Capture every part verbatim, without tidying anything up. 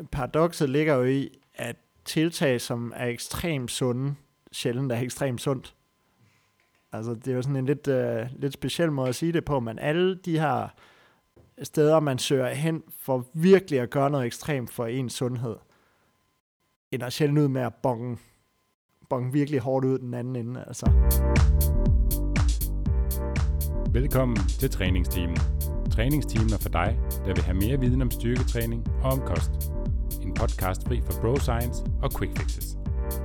paradokset ligger jo i, at tiltag, som er ekstremt sunde, sjældent er ekstremt sundt. Altså, det er jo sådan en lidt, øh, lidt speciel måde at sige det på, men alle de her steder, man søger hen for virkelig at gøre noget ekstremt for ens sundhed, ender sjældent ud med at bonge, bonge virkelig hårdt ud den anden ende. Altså. Velkommen til Træningsteamen. Træningsteamen er for dig, der vil have mere viden om styrketræning og om kost. En podcast fri for bro science og quick fixes.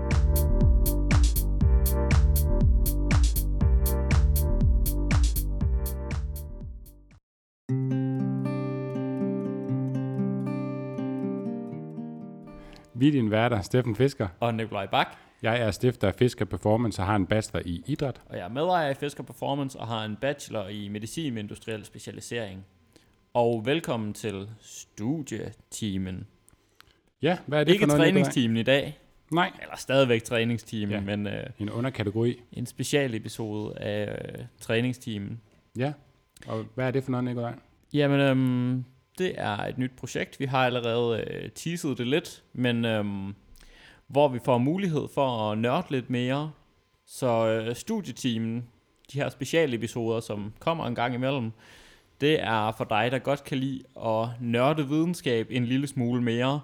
Vi er dine værter, Steffen Fisker og Nikolaj Bak. Jeg er stifter af Fisker Performance og har en bachelor i idræt. Og jeg er medejer af Fisker Performance og har en bachelor i medicin med industriel specialisering. Og velkommen til studietimen. Ja, hvad er det Ikke for noget? Ikke træningsteamen i dag. Nej. Eller stadigvæk træningsteamen, ja, men øh, en underkategori. En special episode af øh, træningsteamen. Ja, og hvad er det for noget, Nikolaj? Jamen, øhm, det er et nyt projekt. Vi har allerede øh, teaset det lidt, men øhm, hvor vi får mulighed for at nørde lidt mere. Så øh, studietimen, de her specialepisoder, som kommer en gang imellem, det er for dig, der godt kan lide at nørde videnskab en lille smule mere,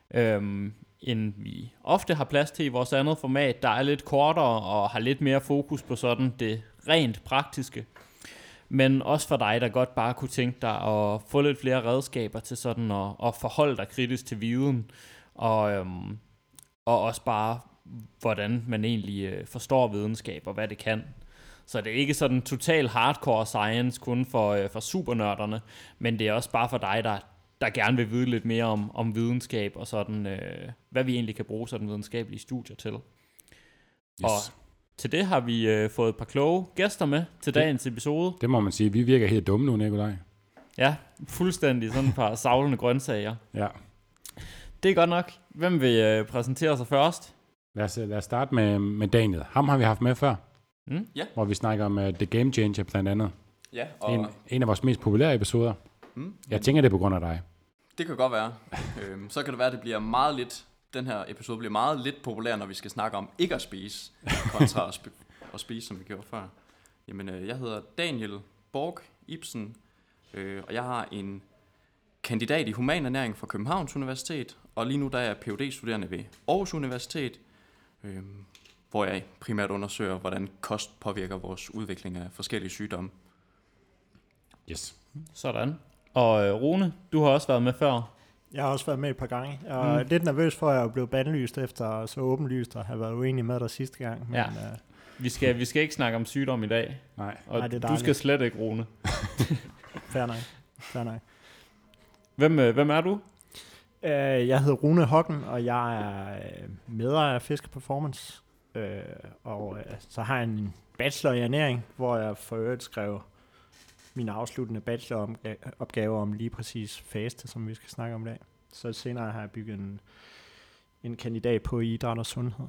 øhm, end vi ofte har plads til i vores andet format, der er lidt kortere og har lidt mere fokus på sådan det rent praktiske. Men også for dig, der godt bare kunne tænke dig at få lidt flere redskaber til sådan at, at forholde dig kritisk til viden, og, øhm, og også bare, hvordan man egentlig øh, forstår videnskab og hvad det kan. Så det er ikke sådan total hardcore science kun for, øh, for supernørderne, men det er også bare for dig, der, der gerne vil vide lidt mere om, om videnskab og sådan, øh, hvad vi egentlig kan bruge sådan videnskabelige studier til. Yes. Og til det har vi øh, fået et par kloge gæster med til dagens episode. Det må man sige. Vi virker helt dumme nu, Nikolaj. Ja, fuldstændig sådan et par savlende grøntsager. Ja. Det er godt nok. Hvem vil øh, præsentere sig først? Lad os, lad os starte med, med Daniel. Ham har vi haft med før. Mm? Ja. Hvor vi snakker om uh, The Game Changer blandt andet. Ja, og en, en af vores mest populære episoder. Mm, Jeg tænker, det er på grund af dig. Det kan godt være. øhm, så kan det være, at det bliver meget lidt. Den her episode bliver meget lidt populær, når vi skal snakke om ikke at spise, kontra at, sp- at spise, som vi gjorde før. Jamen, øh, jeg hedder Daniel Borg Ibsen, øh, og jeg har en kandidat i humanernæring fra Københavns Universitet, og lige nu der er jeg P H D-studerende ved Aarhus Universitet, øh, hvor jeg primært undersøger, hvordan kost påvirker vores udvikling af forskellige sygdomme. Yes. Sådan. Og øh, Rune, du har også været med før. Jeg har også været med et par gange. Jeg er mm. lidt nervøs for, at jeg blev bandlyst efter så åbenlyst og have været uenig med dig sidste gang. Men, ja. uh... vi, skal, vi skal ikke snakke om sygdom i dag. Nej. Og Nej, du skal slet ikke, Rune. Fair nok. Fair nok. Hvem, øh, hvem er du? Uh, jeg hedder Rune Hoggen, og jeg er medejer af Fisker Performance. Uh, og uh, så har jeg en bachelor i ernæring, hvor jeg for øvrigt skrev min afsluttende bacheloropgave om lige præcis faste, som vi skal snakke om i dag. Så senere har jeg bygget en, en kandidat på idræt og sundhed.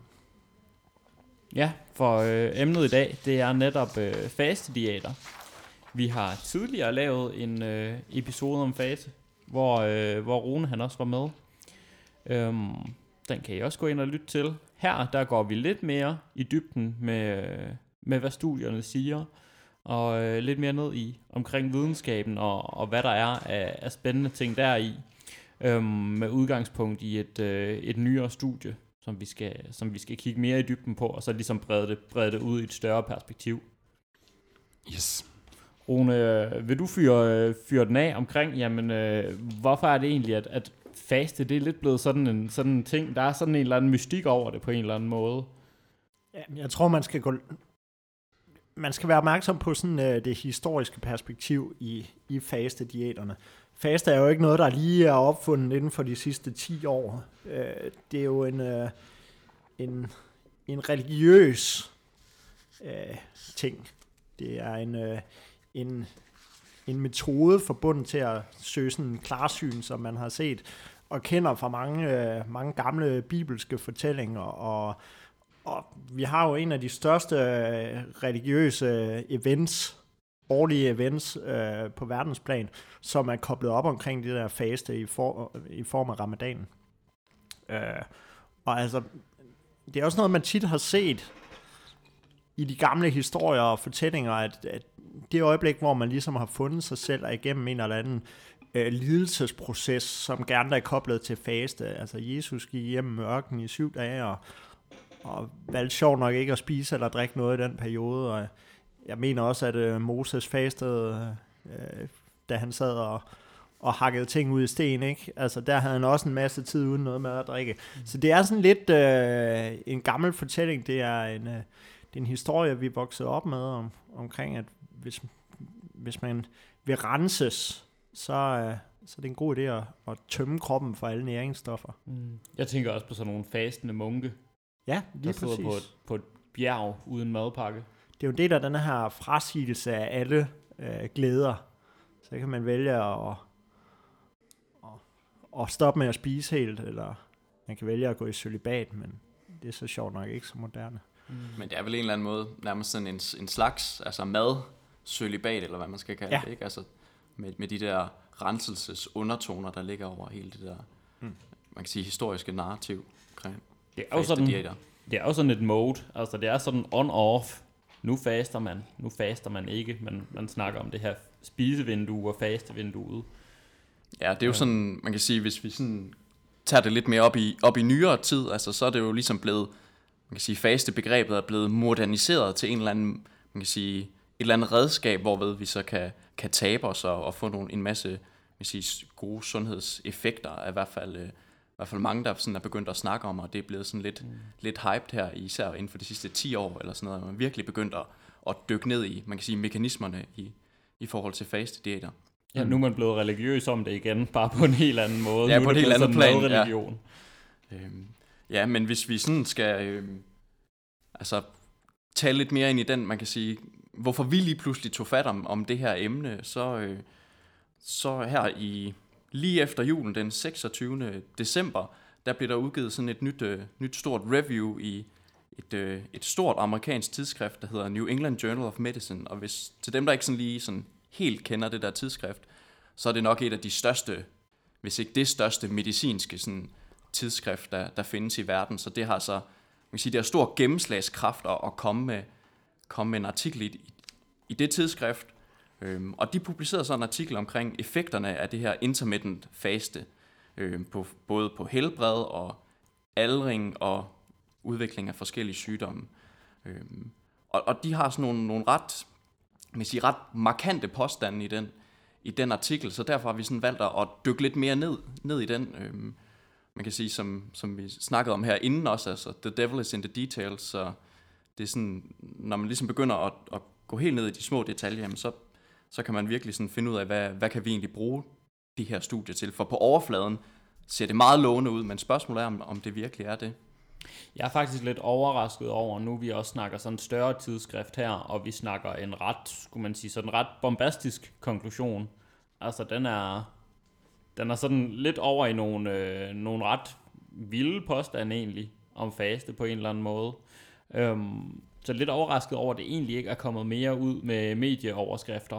Ja, for øh, emnet i dag, det er netop øh, fastediæter. Vi har tidligere lavet en øh, episode om faste, hvor, øh, hvor Rune han også var med. Øhm, den kan I også gå ind og lytte til. Her der går vi lidt mere i dybden med, øh, med hvad studierne siger, og øh, lidt mere ned i omkring videnskaben og, og hvad der er af, af spændende ting deri, øhm, med udgangspunkt i et, øh, et nyere studie, som vi, skal, som vi skal kigge mere i dybden på, og så ligesom brede det, brede det ud i et større perspektiv. Yes. Rune, vil du fyre, fyre den af omkring, jamen, øh, hvorfor er det egentlig, at, at faste, det er lidt blevet sådan en, sådan en ting, der er sådan en eller anden mystik over det på en eller anden måde? Ja, jeg tror, man skal gå... Man skal være opmærksom på sådan, uh, det historiske perspektiv i, i faste-diæterne. Faste er jo ikke noget, der lige er opfundet inden for de sidste ti år. Uh, det er jo en, uh, en, en religiøs uh, ting. Det er en, uh, en, en metode forbundet til at søge sådan en klarsyn, som man har set og kender fra mange, uh, mange gamle bibelske fortællinger, og Og vi har jo en af de største øh, religiøse events, årlige events øh, på verdensplan, som er koblet op omkring det der faste i, for, i form af ramadanen. Øh, og altså, det er også noget, man tit har set i de gamle historier og fortællinger, at, at det øjeblik, hvor man ligesom har fundet sig selv og igennem en eller anden øh, lidelsesproces, som gerne er koblet til faste. Altså Jesus gik hjem i ørkenen i syv dage, og, og valgte sjovt nok ikke at spise eller drikke noget i den periode. Og jeg mener også, at øh, Moses fastede, øh, da han sad og, og hakkede ting ud i sten, ikke? Altså der havde han også en masse tid uden noget med at drikke. Mm. Så det er sådan lidt øh, en gammel fortælling. Det er en, øh, det er en historie, vi voksede op med om, omkring, at hvis, hvis man vil renses, så, øh, så er det en god idé at, at tømme kroppen for alle næringsstoffer. Mm. Jeg tænker også på sådan nogle fastende munke, ja, lige der sidder præcis. på et, på et bjerg uden madpakke. Det er jo en del af den her frasigelse af alle øh, glæder. Så kan man vælge at, at, at stoppe med at spise helt, eller man kan vælge at gå i cølibat, men det er så sjovt nok ikke så moderne. Mm. Men det er vel en eller anden måde nærmest sådan en, en slags altså mad cølibat, eller hvad man skal kalde ja. det, ikke? Altså med, med de der renselsesundertoner, der ligger over hele det der, mm. man kan sige, historiske narrativ omkring det er jo sådan, diæter. Det er jo sådan et mode, altså det er sådan on-off. Nu faster man, nu faster man ikke, men man snakker om det her spisevindue og fastevinduet. Ja, det er jo ja. sådan, man kan sige, hvis vi sådan tager det lidt mere op i, op i nyere tid, altså så er det jo ligesom blevet, man kan sige, faste begrebet er blevet moderniseret til en eller anden, man kan sige, et eller andet redskab, hvorved vi så kan, kan tabe os og, og få nogle, en masse, man kan sige, gode sundhedseffekter, af i hvert fald, øh, i hvert fald mange, der sådan er begyndt at snakke om, og det er blevet sådan lidt, mm. lidt hyped her, især inden for de sidste ti år, eller sådan noget, man virkelig begyndt at, at dykke ned i, man kan sige, mekanismerne i, i forhold til faste diæter. Ja, nu er man blevet religiøs om det igen, bare på en helt anden måde. Ja, nu på et helt andet plan. Ja. Øhm, ja, men hvis vi sådan skal øhm, altså tale lidt mere ind i den, man kan sige, hvorfor vi lige pludselig tog fat om, om det her emne, så, øh, så her i lige efter julen, den seksogtyvende december, der blev der udgivet sådan et nyt, øh, nyt stort review i et, øh, et stort amerikansk tidsskrift, der hedder New England Journal of Medicine. Og hvis til dem, der ikke sådan lige sådan helt kender det der tidsskrift, så er det nok et af de største, hvis ikke det største medicinske sådan, tidsskrift, der, der findes i verden. Så det har så, man kan sige, det har stor gennemslagskraft at, at komme, med, komme med en artikel i, i, i det tidsskrift. Øhm, og de publicerede så en artikel omkring effekterne af det her intermittent faste, øhm, på, både på helbred og aldring og udvikling af forskellige sygdomme. Øhm, og, og de har sådan nogle, nogle ret, man siger, ret markante påstande i den, i den artikel, så derfor har vi sådan valgt at dykke lidt mere ned, ned i den. Øhm, man kan sige, som, som vi snakkede om her inden også, altså the devil is in the details, så det er sådan, når man ligesom begynder at, at gå helt ned i de små detaljer, jamen så, så kan man virkelig sådan finde ud af, hvad, hvad kan vi egentlig bruge de her studier til, for på overfladen ser det meget lovende ud, men spørgsmålet er, om, om det virkelig er det. Jeg er faktisk lidt overrasket over, nu vi også snakker sådan en større tidsskrift her, og vi snakker en ret, skulle man sige, sådan ret bombastisk konklusion. Altså den er, den er sådan lidt over i nogle, øh, nogle ret vilde påstande egentlig, om faste på en eller anden måde. Øhm, så lidt overrasket over, at det egentlig ikke er kommet mere ud med medieoverskrifter.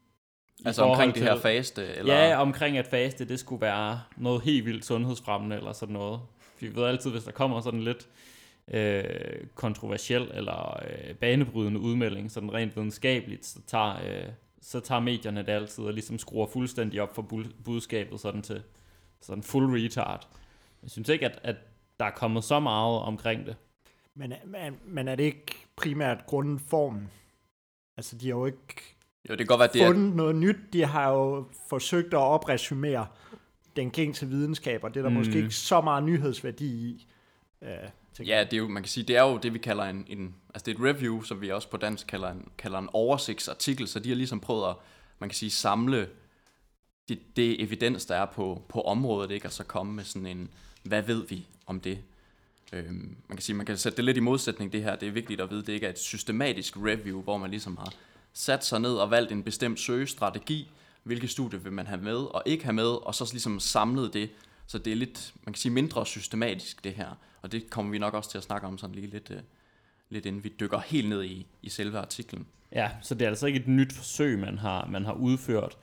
Altså omkring det her faste? Eller? Ja, omkring at faste, det skulle være noget helt vildt sundhedsfremmende eller sådan noget. Vi ved altid, hvis der kommer sådan lidt øh, kontroversiel eller øh, banebrydende udmelding, sådan rent videnskabeligt, så tager, øh, så tager medierne det altid og ligesom skruer fuldstændig op for budskabet sådan til sådan full retard. Jeg synes ikke, at, at der er kommet så meget omkring det. Men, men, men er det ikke primært grunden formen? Altså, de har jo ikke jo, det kan godt være, det fundet er... noget nyt. De har jo forsøgt at opresumere den gængse videnskab, og det er der mm. måske ikke så meget nyhedsværdi i. Øh, ja, det er jo, man kan sige, det er jo det, vi kalder en, en altså det er et review, som vi også på dansk kalder en, kalder en oversigtsartikel, så de har ligesom prøvet at, man kan sige, samle det, det evidens, der er på, på området, ikke? Og så komme med sådan en, hvad ved vi om det? Øhm, man kan sige, man kan sætte det lidt i modsætning, det her, det er vigtigt at vide, det ikke er et systematisk review, hvor man ligesom har sat sig ned og valgt en bestemt søgestrategi, hvilke studier vil man have med og ikke have med, og så ligesom samlet det, så det er lidt, man kan sige, mindre systematisk det her, og det kommer vi nok også til at snakke om sådan lige lidt, uh, lidt inden vi dykker helt ned i, i selve artiklen. Ja, så det er altså ikke et nyt forsøg, man har, man har udført.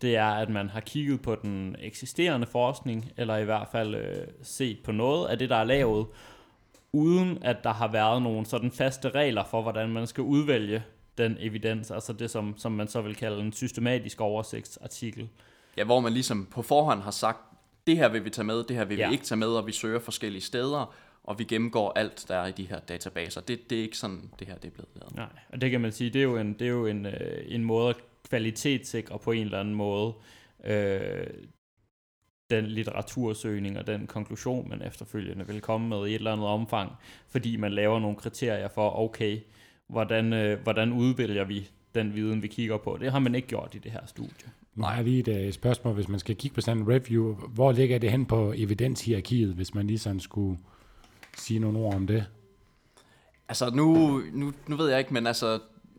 det er, at man har kigget på den eksisterende forskning, eller i hvert fald øh, set på noget af det, der er lavet, uden at der har været nogle sådan faste regler for, hvordan man skal udvælge den evidens, altså det, som, som man så vil kalde en systematisk oversigtsartikel. Ja, hvor man ligesom på forhånd har sagt, det her vil vi tage med, det her vil Ja. vi ikke tage med, og vi søger forskellige steder, og vi gennemgår alt, der er i de her databaser. Det, det er ikke sådan, det her det er blevet lavet. Nej, og det kan man sige, det er jo en, det er jo en, øh, en måde at kvalitetssikre på en eller anden måde øh, den litteratursøgning og den konklusion, man efterfølgende vil komme med i et eller andet omfang, fordi man laver nogle kriterier for, okay, hvordan, øh, hvordan udvælger vi den viden, vi kigger på. Det har man ikke gjort i det her studie. Nu har jeg lige et uh, spørgsmål, hvis man skal kigge på sådan en review. Hvor ligger det hen på evidenshierarkiet, hvis man lige sådan skulle sige nogle ord om det? Altså nu, nu, nu ved jeg ikke, men altså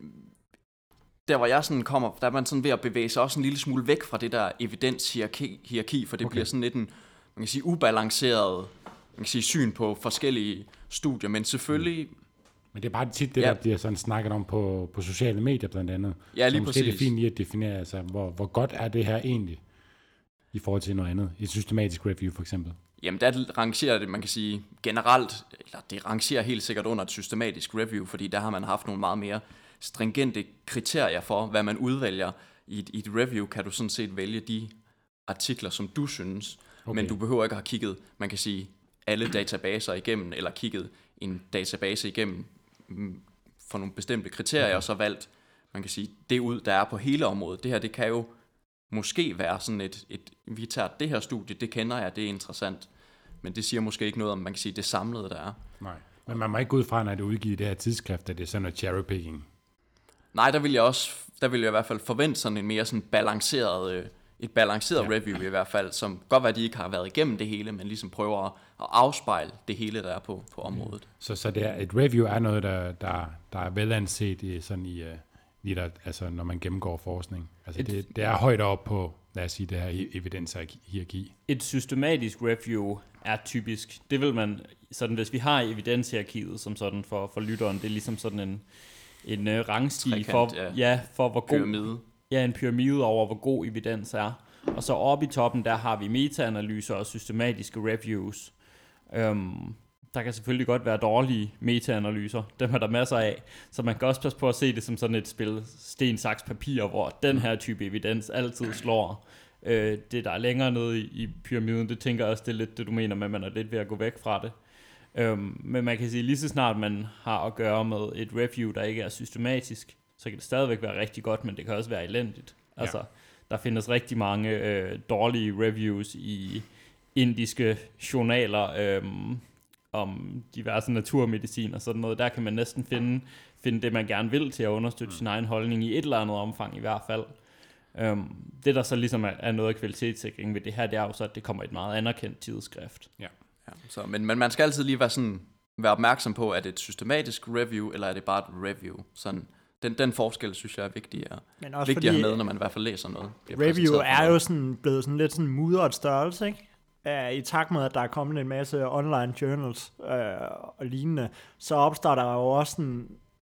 der hvor jeg sådan kommer, der er man sådan ved at bevæge sig også en lille smule væk fra det der evidenshierarki, hierarki, for det okay. bliver sådan lidt en, man kan sige, ubalanceret, man kan sige, syn på forskellige studier, men selvfølgelig... Mm. Men det er bare tit det, ja. der bliver sådan snakket om på, på sociale medier blandt andet. Ja, lige så måske præcis. det er fint lige at definere, altså, hvor, hvor godt er det her egentlig i forhold til noget andet. Et systematisk review for eksempel. Jamen der rangerer det, man kan sige, generelt, eller det rangerer helt sikkert under et systematisk review, fordi der har man haft nogle meget mere stringente kriterier for, hvad man udvælger. I et, i et review kan du sådan set vælge de artikler, som du synes, okay. men du behøver ikke at have kigget, man kan sige, alle databaser igennem, eller kigget en database igennem for nogle bestemte kriterier, okay. og så valgt, man kan sige, det ud, der er på hele området. Det her, det kan jo måske være sådan et, et, vi tager det her studie, det kender jeg, det er interessant, men det siger måske ikke noget om, man kan sige, det samlede, der er. Nej, men man må ikke gå ud fra, når det er udgivet i det her tidsskrift, at det er sådan noget cherrypicking. Nej, der vil jeg også, der vil jeg i hvert fald forvente sådan en mere sådan balanceret, øh, et balanceret ja. review i hvert fald, som godt være, at de ikke har været igennem det hele, men ligesom prøver at, at afspejle det hele, der er på, på området. Så, så det er, et review er noget, der, der, der er velanset i, sådan i, uh, litter, altså når man gennemgår forskning. Altså et, det, det er højt op på, lad os sige, det her evidenshierarki. Et systematisk review er typisk, det vil man, sådan hvis vi har evidenshierarkiet som sådan for, for lytteren, det er ligesom sådan en, en uh, rangstige for, ja. Ja, for hvor god... Pyramide. Ja, en pyramide over, hvor god evidens er. Og så oppe i toppen, der har vi meta-analyser og systematiske reviews. Um, der kan selvfølgelig godt være dårlige meta-analyser. Dem er der masser af. Så man kan også passe på at se det som sådan et spil sten, saks, papir, hvor den her type evidens altid slår uh, det, der er længere nede i, i pyramiden. Det tænker jeg også, det er lidt det, du mener med, at man er lidt ved at gå væk fra det. Um, men man kan sige, lige så snart man har at gøre med et review, der ikke er systematisk, så kan det stadigvæk være rigtig godt, men det kan også være elendigt. Ja. Altså, der findes rigtig mange øh, dårlige reviews i indiske journaler øh, om diverse naturmedicin og sådan noget. Der kan man næsten finde, finde det, man gerne vil til at understøtte mm. sin egen holdning i et eller andet omfang i hvert fald. Um, det, der så ligesom er, er noget af kvalitetssikring ved det her, det er jo så, at det kommer et meget anerkendt tidsskrift. Ja. Ja, så, men, men man skal altid lige være, sådan, være opmærksom på, er det et systematisk review, eller er det bare et review? Sådan, den, den forskel, synes jeg er vigtig, er men også vigtig at have fordi med, når man i hvert fald læser noget. Review er jo sådan, blevet sådan lidt sådan mudret størrelse, ikke? Uh, I takt med, at der er kommet en masse online journals uh, og lignende, så opstår der jo også sådan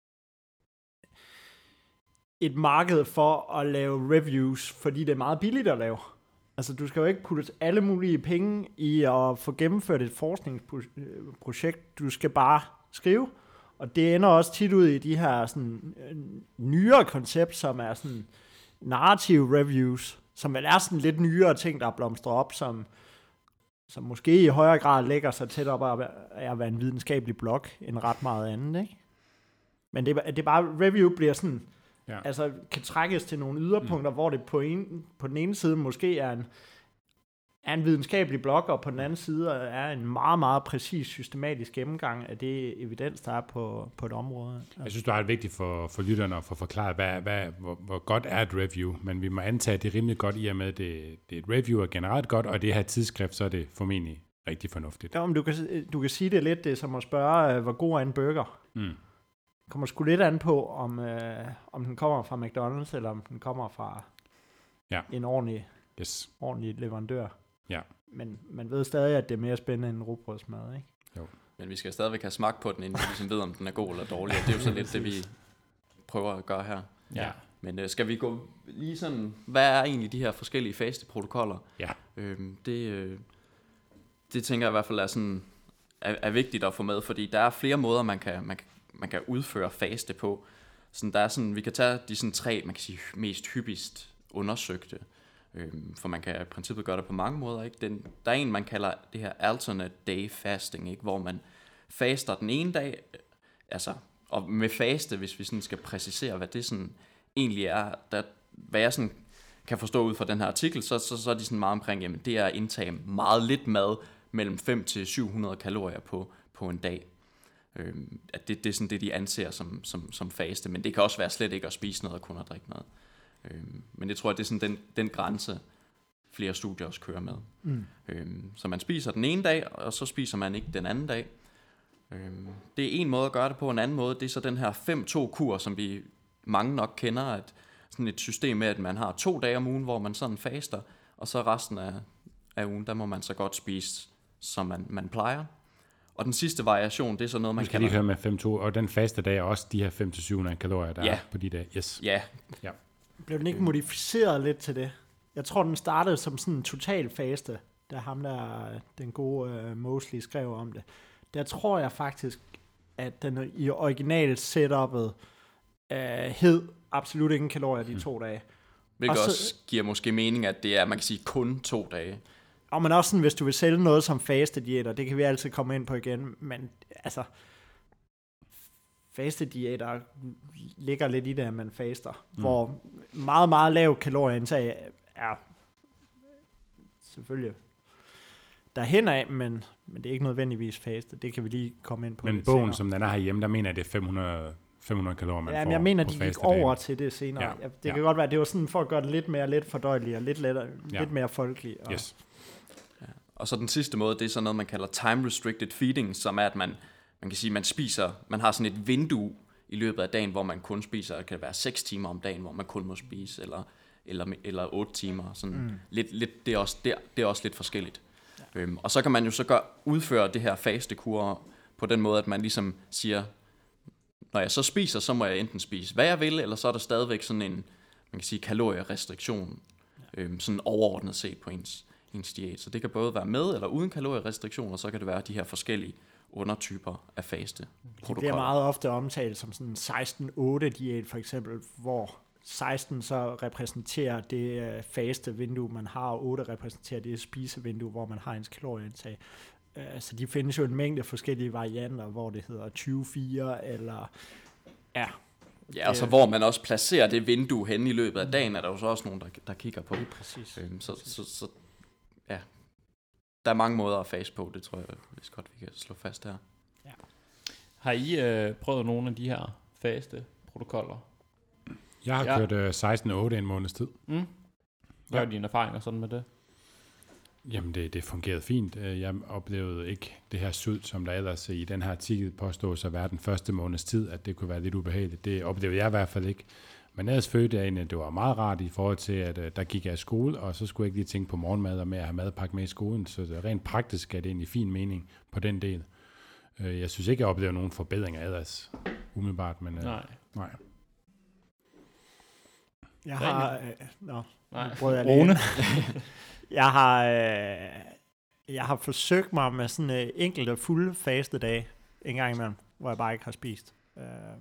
et marked for at lave reviews, fordi det er meget billigt at lave. Altså, du skal jo ikke putte alle mulige penge i at få gennemført et forskningsprojekt. Du skal bare skrive. Og det ender også tit ud i de her sådan, nyere koncept, som er sådan narrative reviews, som vel er sådan lidt nyere ting, der er blomstret op, som, som måske i højere grad lægger sig tæt op af at være en videnskabelig blog, end ret meget andet, ikke? Men det, det er bare, review bliver sådan, ja. Altså kan trækkes til nogle yderpunkter, mm. hvor det på, en, på den ene side måske er en, er en videnskabelig blog, og på den anden side er en meget, meget præcis systematisk gennemgang af det evidens, der er på, på et område. Jeg synes, det er vigtigt for, for lytterne at få forklaret, hvad, hvad, hvor, hvor godt er et review, men vi må antage, at det er rimelig godt i og med, at det, det er et review er generelt godt, og det her tidsskrift, så er det formentlig rigtig fornuftigt. Ja, men du kan, du kan sige det lidt, det er som at spørge, hvor god er en burger? Mm. Det kommer sgu lidt an på, om, øh, om den kommer fra McDonald's, eller om den kommer fra ja. en ordentlig, yes. ordentlig leverandør. Ja. Men man ved stadig, at det er mere spændende end rugbrødsmad, ikke? Jo. Men vi skal stadigvæk have smagt på den, inden vi ligesom ved, om den er god eller dårlig. Og det er jo så lidt det, vi prøver at gøre her. Ja, Men øh, skal vi gå lige sådan, hvad er egentlig de her forskellige fasteprotokoller? Ja. Øhm, det, øh, det tænker jeg i hvert fald er, sådan, er, er vigtigt at få med, fordi der er flere måder, man kan, man, man kan udføre faste på. Sådan, der er sådan, vi kan tage de sådan tre, man kan sige, mest hyppigst undersøgte, øhm, for man kan i princippet gøre det på mange måder. Ikke? Den, der er en, man kalder det her alternate day fasting, ikke? Hvor man faster den ene dag, altså, og med faste, hvis vi sådan skal præcisere, hvad det sådan egentlig er, der, hvad jeg sådan kan forstå ud fra den her artikel, så, så, så er de sådan meget omkring, jamen det er at indtage meget lidt mad, mellem fem til syv hundrede kalorier på, på en dag. Øhm, at det, det er sådan det, de anser som, som, som faste, men det kan også være slet ikke at spise noget og kun at drikke noget. Øhm, men det tror jeg, det er sådan den, den grænse, flere studier også kører med. Mm. Øhm, så man spiser den ene dag, og så spiser man ikke den anden dag. Øhm, det er en måde at gøre det på. En anden måde, det er så den her fem to kur, som vi mange nok kender, at sådan et system med, at man har to dage om ugen, hvor man sådan faster, og så resten af, af ugen, der må man så godt spise, som man, man plejer. Og den sidste variation, det er så noget, man kan lige høre med fem to, og den faste dag er også de her fem til syv hundrede kalorier, der ja. er på de dage. Yes. Ja. ja. Blev den ikke modificeret lidt til det? Jeg tror, den startede som sådan en total faste, da ham der, den gode uh, Mosley, skrev om det. Der tror jeg faktisk, at den i original setup'et uh, hed absolut ingen kalorier de mm. to dage. Hvilket og også så, giver måske mening, at det er, man kan sige, kun to dage. Og men også sådan, hvis du vil sælge noget som faste-diæter, det kan vi altid komme ind på igen, men altså, faste-diæter ligger lidt i det, at man faster, mm. hvor meget, meget lav kalorieindtag er selvfølgelig derhen af, men, men det er ikke nødvendigvis faste. Det kan vi lige komme ind på. Men bogen, senere. Som den er herhjemme, der mener jeg, det er fem hundrede, fem hundrede kalorier, man ja, får. Jeg mener, de gik over dagen. Til det senere. Ja. Ja, det ja. kan godt være, det var sådan for at gøre det lidt mere let fordøjeligt, og lidt, lettere, ja. lidt mere folkeligt. Og yes. Ja. Og så den sidste måde, det er sådan noget, man kalder time restricted feeding, som er, at man, man kan sige, man spiser, man har sådan et vindue i løbet af dagen, hvor man kun spiser, det kan være seks timer om dagen, hvor man kun må spise, eller, eller, eller otte timer. Sådan mm. lidt, lidt, det, er også, det, det er også lidt forskelligt. Ja. Øhm, og så kan man jo så gøre, udføre det her fastekur på den måde, at man ligesom siger, når jeg så spiser, så må jeg enten spise, hvad jeg vil, eller så er der stadigvæk sådan en, man kan sige, kalorierestriktion, ja. øhm, sådan overordnet set på ens, ens diæt. Så det kan både være med eller uden kalorierestriktioner, og så kan det være de her forskellige undertyper af faste protokoller. Det bliver meget ofte omtalt som sådan en seksten otte diæt for eksempel, hvor seksten så repræsenterer det faste vindue, man har, og otte repræsenterer det spisevindue, hvor man har ens kalorieindtag. Så de findes jo en mængde forskellige varianter, hvor det hedder tyve fire, eller ja. Ja, og så hvor man også placerer det vindue hen i løbet af dagen, er der jo så også nogen, der, der kigger på. Det præcis. Øhm, så, præcis. Så, så, ja, der er mange måder at faste på, det tror jeg, hvis godt vi kan slå fast her. Ja. Har I øh, prøvet nogle af de her faste protokoller? Jeg har ja. kørt øh, seksten otte en måneds tid. Mm. Hvad er ja. dine erfaringer sådan med det? Jamen, det, det fungerede fint. Jeg oplevede ikke det her sud, som der ellers i den her artikel påstås at være den første måneds tid, at det kunne være lidt ubehageligt. Det oplevede jeg i hvert fald ikke. Men ellers følte jeg egentlig, at det var meget rart i forhold til, at der gik jeg i skole, og så skulle jeg ikke lige tænke på morgenmad og med at have madpakke med i skolen. Så det rent praktisk er det egentlig fin mening på den del. Jeg synes ikke, jeg oplevede nogen forbedringer ellers umiddelbart, men nej. nej. Jeg har... Øh, nå, nej. Brød jeg lige. Jeg har, øh, jeg har forsøgt mig med sådan en øh, enkelte fulde faste dage en gang imellem, hvor jeg bare ikke har spist. Øh,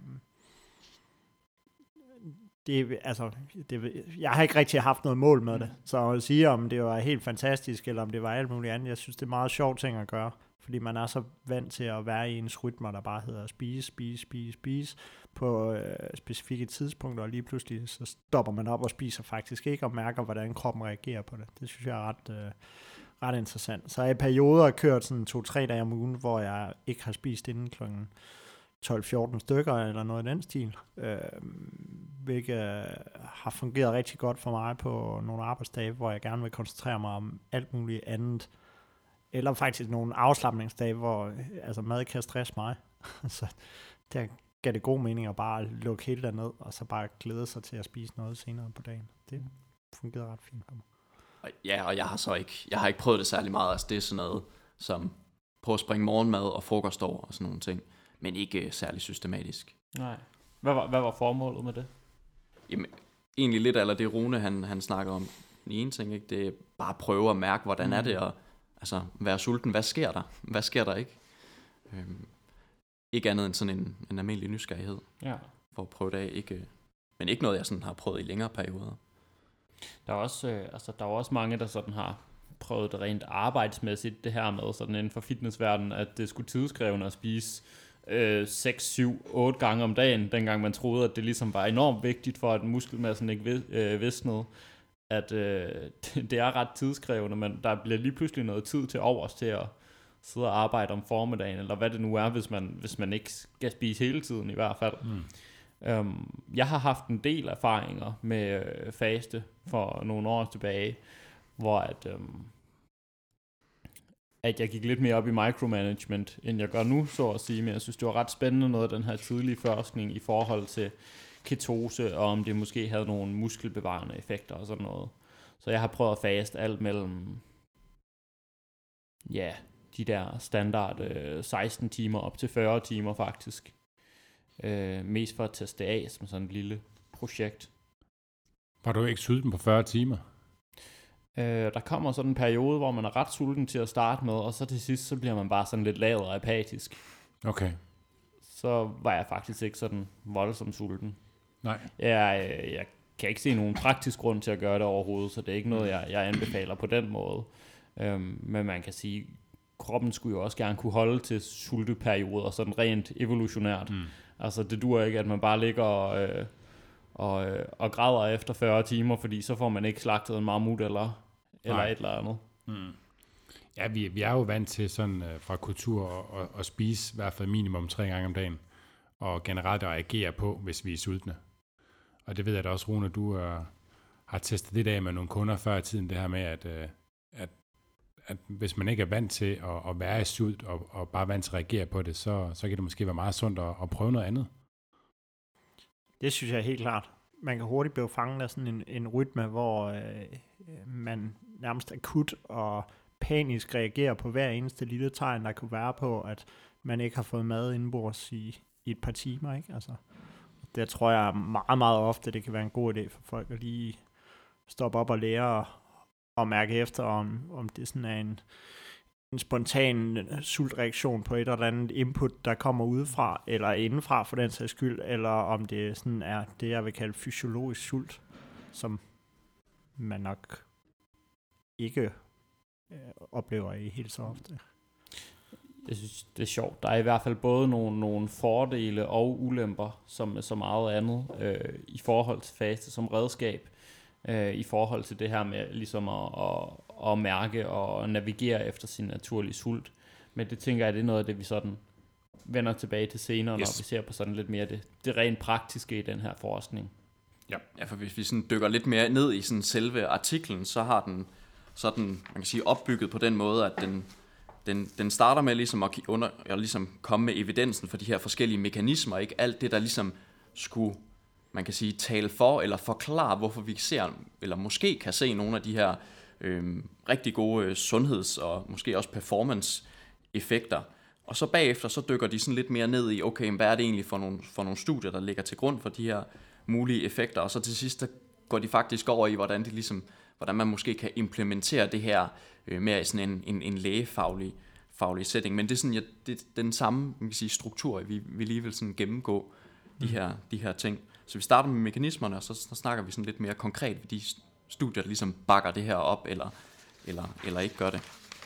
det, altså, det, jeg har ikke rigtig haft noget mål med det, så at sige, om det var helt fantastisk, eller om det var alt muligt andet, jeg synes, det er meget sjovt ting at gøre, fordi man er så vant til at være i ens rytmer, der bare hedder spise, spise, spise, spise, på øh, specifikke tidspunkter, og lige pludselig så stopper man op og spiser faktisk ikke, og mærker, hvordan kroppen reagerer på det. Det synes jeg er ret, øh, ret interessant. Så jeg i perioder har kørt sådan to-tre dage om ugen, hvor jeg ikke har spist inden klokken tolv fjorten stykker, eller noget i den stil, øh, hvilket har fungeret rigtig godt for mig på nogle arbejdsdage, hvor jeg gerne vil koncentrere mig om alt muligt andet, eller faktisk nogle afslapningsdage, hvor altså, mad kan stresse mig. Så der gav det god mening at bare lukke hele der ned, og så bare glæde sig til at spise noget senere på dagen. Det fungerede ret fint for mig. Ja, og jeg har så ikke, jeg har ikke prøvet det særlig meget. Altså det er sådan noget, som prøve at springe morgenmad og frokost over og sådan nogle ting, men ikke uh, særlig systematisk. Nej. Hvad var, hvad var formålet med det? Jamen, egentlig lidt eller det Rune, han, han snakker om. Den ene ting, ikke? Det er bare at prøve at mærke, hvordan mm. er det, og altså, være sulten. Hvad sker der? Hvad sker der ikke? Øhm, ikke andet end sådan en, en almindelig nysgerrighed. Ja. For at prøve det af. Ikke, men ikke noget, jeg sådan har prøvet i længere perioder. Der er også, øh, altså, der er også mange, der sådan har prøvet det rent arbejdsmæssigt, det her med sådan inden for fitnessverdenen, at det skulle tidskrævende at spise øh, seks, syv, otte gange om dagen, dengang man troede, at det ligesom var enormt vigtigt for, at muskelmassen ikke vid, øh, visnede. At øh, det, det er ret tidskrævende, men der bliver lige pludselig noget tid til overs til at sidde og arbejde om formiddagen, eller hvad det nu er, hvis man, hvis man ikke skal spise hele tiden i hvert fald. Mm. Um, jeg har haft en del erfaringer med øh, faste for nogle år tilbage, hvor at, øhm, at jeg gik lidt mere op i micromanagement, end jeg gør nu, så at sige. Men jeg synes, det var ret spændende noget af den her tidlige forskning i forhold til ketose, og om det måske havde nogle muskelbevarende effekter og sådan noget. Så jeg har prøvet at faste alt mellem, ja, de der standard øh, seksten timer op til fyrre timer faktisk. Øh, mest for at teste af som sådan et lille projekt. Var du ikke sulten på fyrre timer? Øh, der kommer sådan en periode, hvor man er ret sulten til at starte med, og så til sidst, så bliver man bare sådan lidt lavet og apatisk. Okay. Så var jeg faktisk ikke sådan voldsomt sulten. Nej. Jeg, jeg kan ikke se nogen praktisk grund til at gøre det overhovedet, så det er ikke noget, jeg, jeg anbefaler på den måde. Øhm, men man kan sige, kroppen skulle jo også gerne kunne holde til sulteperioder, sådan rent evolutionært. Mm. Altså det duer ikke, at man bare ligger og, øh, og, øh, og græder efter fyrre timer, fordi så får man ikke slagtet en mammut eller, eller et eller andet. Mm. Ja, vi, vi er jo vant til sådan øh, fra kultur at, at, at spise i hvert fald minimum tre gange om dagen, og generelt at agere på, hvis vi er sultne. Og det ved jeg da også, Rune, du øh, har testet lidt af med nogle kunder før i tiden, det her med, at, øh, at, at hvis man ikke er vant til at, at være i sult, og, og bare vant til at reagere på det, så, så kan det måske være meget sundt at, at prøve noget andet. Det synes jeg er helt klart. Man kan hurtigt blive fanget af sådan en, en rytme, hvor øh, man nærmest akut og panisk reagerer på hver eneste lille tegn, der kunne være på, at man ikke har fået mad indenbords i, i et par timer, ikke? Altså, det tror jeg meget, meget ofte, det kan være en god idé for folk at lige stoppe op og lære og, og mærke efter, om, om det sådan er en, en spontan sultreaktion på et eller andet input, der kommer udefra, eller indenfra for den sags skyld, eller om det sådan er det, jeg vil kalde fysiologisk sult, som man nok ikke øh, oplever i helt så ofte. Jeg synes, det er sjovt. Der er i hvert fald både nogle, nogle fordele og ulemper, som så meget andet, øh, i forhold til faste som redskab, øh, i forhold til det her med ligesom at, at, at mærke og navigere efter sin naturlige sult. Men det tænker jeg, det er noget af det, vi sådan vender tilbage til senere, yes. Når vi ser på sådan lidt mere det, det rent praktiske i den her forskning. Ja, ja, for hvis vi sådan dykker lidt mere ned i sådan selve artiklen, så har den, så er den, man kan sige, opbygget på den måde, at den Den, den starter med ligesom at under, eller ligesom komme med evidensen for de her forskellige mekanismer, ikke alt det, der ligesom skulle, man kan sige, tale for eller forklare, hvorfor vi ser, eller måske kan se nogle af de her øh, rigtig gode øh, sundheds- og måske også performance-effekter. Og så bagefter, så dykker de sådan lidt mere ned i, okay, hvad er det egentlig for nogle, for nogle studier, der ligger til grund for de her mulige effekter, og så til sidst, der går de faktisk over i, hvordan, de ligesom, hvordan man måske kan implementere det her øh, mere i sådan en, en, en lægefaglig faglig setting. Men det er sådan, ja, det er den samme, man kan sige, struktur, vi, vi lige vil sådan gennemgå de her, de her ting. Så vi starter med mekanismerne, og så, så snakker vi sådan lidt mere konkret ved de studier, der ligesom bakker det her op, eller, eller, eller ikke gør det.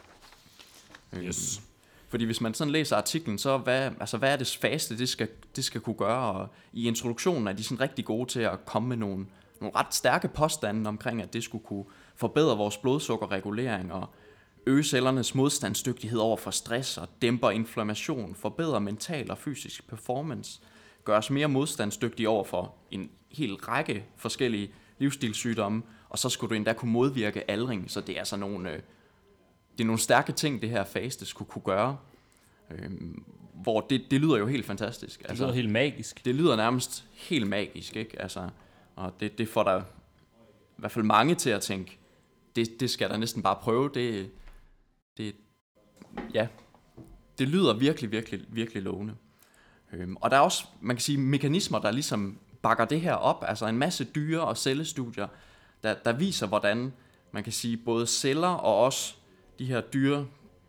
Yes. Øhm, fordi hvis man sådan læser artiklen, så hvad, altså hvad er det faste, det skal, det skal kunne gøre, og i introduktionen er de sådan rigtig gode til at komme med nogle, nogle ret stærke påstande omkring, at det skulle kunne forbedre vores blodsukkerregulering, og øge cellernes modstandsdygtighed over for stress, og dæmper inflammation, forbedrer mental og fysisk performance, gør os mere modstandsdygtige over for en hel række forskellige livsstilssygdomme, og så skulle du endda kunne modvirke aldring, så det er altså nogle, øh, det er nogle stærke ting, det her faste skulle kunne gøre, øh, hvor det, det lyder jo helt fantastisk. Det altså, lyder helt magisk. Det lyder nærmest helt magisk, ikke? Altså, og det, det får der i hvert fald mange til at tænke, det, det skal der næsten bare prøve, det Det, ja, det lyder virkelig, virkelig, virkelig lovende. Øhm, og der er også, man kan sige, mekanismer, der ligesom bakker det her op, altså en masse dyre- og cellestudier, der, der viser, hvordan man kan sige, både celler og også de her dyre,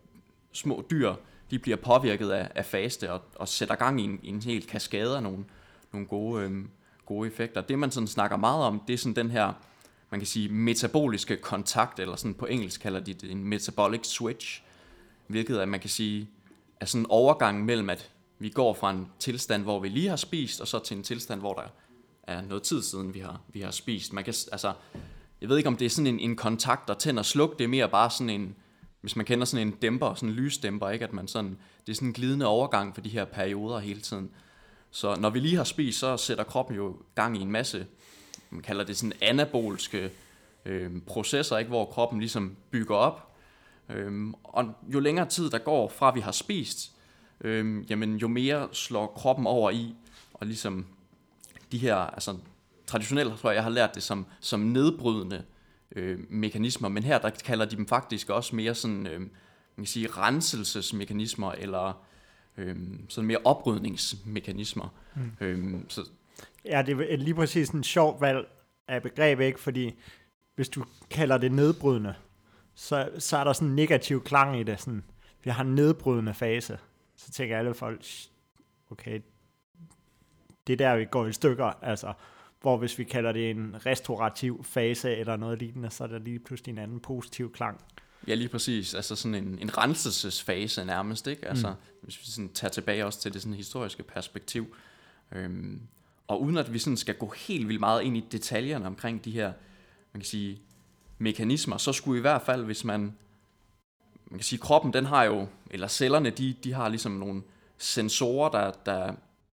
små dyr, de bliver påvirket af, af faste og, og sætter gang i en, en hel kaskade af nogle, nogle gode, øhm, gode effekter. Det, man sådan snakker meget om, det er sådan den her, man kan sige, metaboliske kontakt, eller sådan på engelsk kalder de det en metabolic switch, hvilket er, man kan sige, er sådan en overgang mellem, at vi går fra en tilstand, hvor vi lige har spist, og så til en tilstand, hvor der er noget tid siden, vi har, vi har spist. Man kan, altså, jeg ved ikke, om det er sådan en, en kontakt, der tænder og sluk, det er mere bare sådan en, hvis man kender sådan en dæmper, sådan en lysdæmper, ikke? At man sådan, det er sådan en glidende overgang for de her perioder hele tiden. Så når vi lige har spist, så sætter kroppen jo gang i en masse, man kalder det sådan anabolske øh, processer, ikke? Hvor kroppen ligesom bygger op. Øh, og jo længere tid der går fra vi har spist, øh, jamen jo mere slår kroppen over i, og ligesom de her, altså traditionelt tror jeg, jeg har lært det som, som nedbrydende øh, mekanismer, men her der kalder de dem faktisk også mere sådan, øh, man kan sige, renselsesmekanismer, eller øh, sådan mere oprydningsmekanismer. Mm. Øh, så Ja, det er lige præcis en sjov valg af begreb, ikke? Fordi hvis du kalder det nedbrydende, så, så er der sådan en negativ klang i det. Sådan, vi har en nedbrydende fase. Så tænker alle folk, okay, det er der, vi går i stykker. Altså, hvor hvis vi kalder det en restaurativ fase eller noget lignende, så er der lige pludselig en anden positiv klang. Ja, lige præcis. Altså sådan en, en renselsesfase nærmest, ikke? Altså, mm. hvis vi sådan tager tilbage også til det sådan historiske perspektiv. Øhm, og uden at vi sådan skal gå helt vildt meget ind i detaljerne omkring de her, man kan sige, mekanismer, så skulle i hvert fald, hvis man, man kan sige, kroppen, den har jo, eller cellerne, de, de har ligesom nogle sensorer, der, der,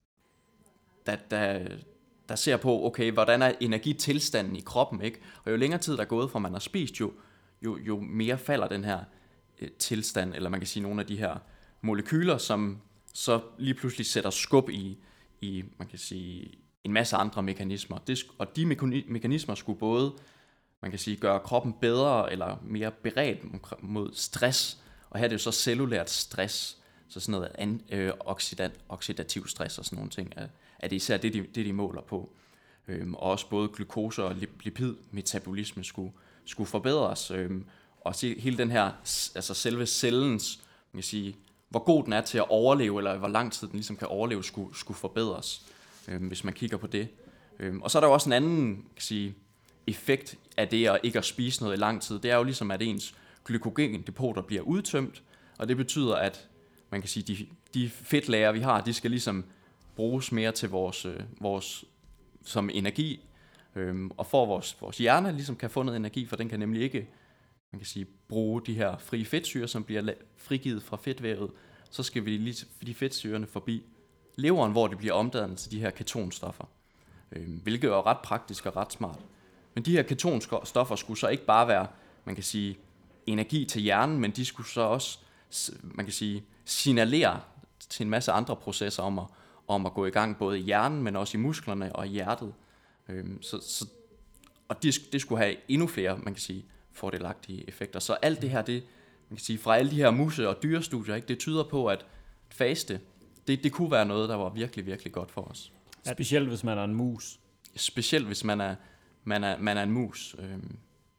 der, der, der ser på, okay, hvordan er energitilstanden i kroppen, ikke? Og jo længere tid der er gået fra man har spist, jo, jo, jo mere falder den her øh, tilstand, eller man kan sige nogle af de her molekyler, som så lige pludselig sætter skub i, i man kan sige, en masse andre mekanismer. Det, og de mekani- mekanismer skulle både, man kan sige, gøre kroppen bedre eller mere beredt mod stress, og her er det jo så cellulært stress, så sådan noget an, øh, oxidant, oxidativ stress og sådan nogle ting, er, er det især det, de, det, de måler på. Øhm, og også både glukose og lipidmetabolisme skulle, skulle forbedres, øhm, og se hele den her, altså selve cellens, man kan sige, hvor god den er til at overleve, eller hvor lang tid den ligesom kan overleve, skulle, skulle forbedres, øhm, hvis man kigger på det. Øhm, og så er der jo også en anden, kan sige, effekt af det at ikke at spise noget i lang tid. Det er jo ligesom, at ens glykogendepoter bliver udtømt, og det betyder, at man kan sige, de, de fedtlager, vi har, de skal ligesom bruges mere til vores, øh, vores som energi, øhm, og for vores, vores hjerne ligesom kan få noget energi, for den kan nemlig ikke, man kan sige, bruge de her frie fedtsyrer, som bliver frigivet fra fedtvævet, så skal vi lige de fedtsyrerne forbi leveren, hvor det bliver omdannet til de her ketonstoffer, øhm, hvilket er ret praktisk og ret smart. Men de her ketonstoffer skulle så ikke bare være, man kan sige, energi til hjernen, men de skulle så også, man kan sige, signalere til en masse andre processer om at, om at gå i gang, både i hjernen, men også i musklerne og i hjertet. Øhm, så, så, og det, det skulle have endnu flere, man kan sige, fordelagtige effekter. Så alt det her, det, man kan sige, fra alle de her muse- og dyrestudier, ikke, det tyder på, at faste, det, det kunne være noget, der var virkelig, virkelig godt for os. Specielt hvis man er en mus. Specielt hvis man er, man er, man er en mus. Øhm,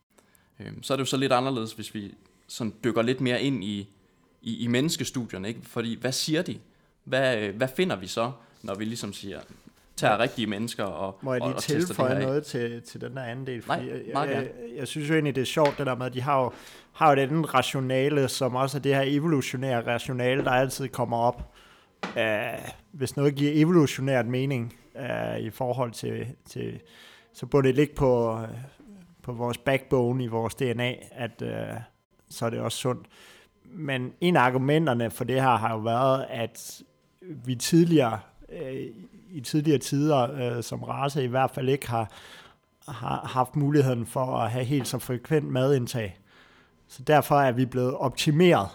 øhm, så er det jo så lidt anderledes, hvis vi sådan dykker lidt mere ind i, i, i menneskestudierne, ikke? Fordi hvad siger de? Hvad, hvad finder vi så, når vi ligesom siger, tager rigtige mennesker og Må jeg lige og, og tilføje noget til, til den der anden del? Nej, jeg, meget jeg, jeg, jeg synes jo egentlig, det er sjovt, det der med, at de har jo, har jo den rationale, som også er det her evolutionære rationale, der altid kommer op. Uh, hvis noget giver evolutionært mening uh, i forhold til, til så burde det ligge på, uh, på vores backbone i vores D N A, at uh, så er det også sundt. Men en af argumenterne for det her har jo været, at vi tidligere, øh, i tidligere tider, øh, som race i hvert fald ikke har, har haft muligheden for at have helt så frekvent madindtag. Så derfor er vi blevet optimeret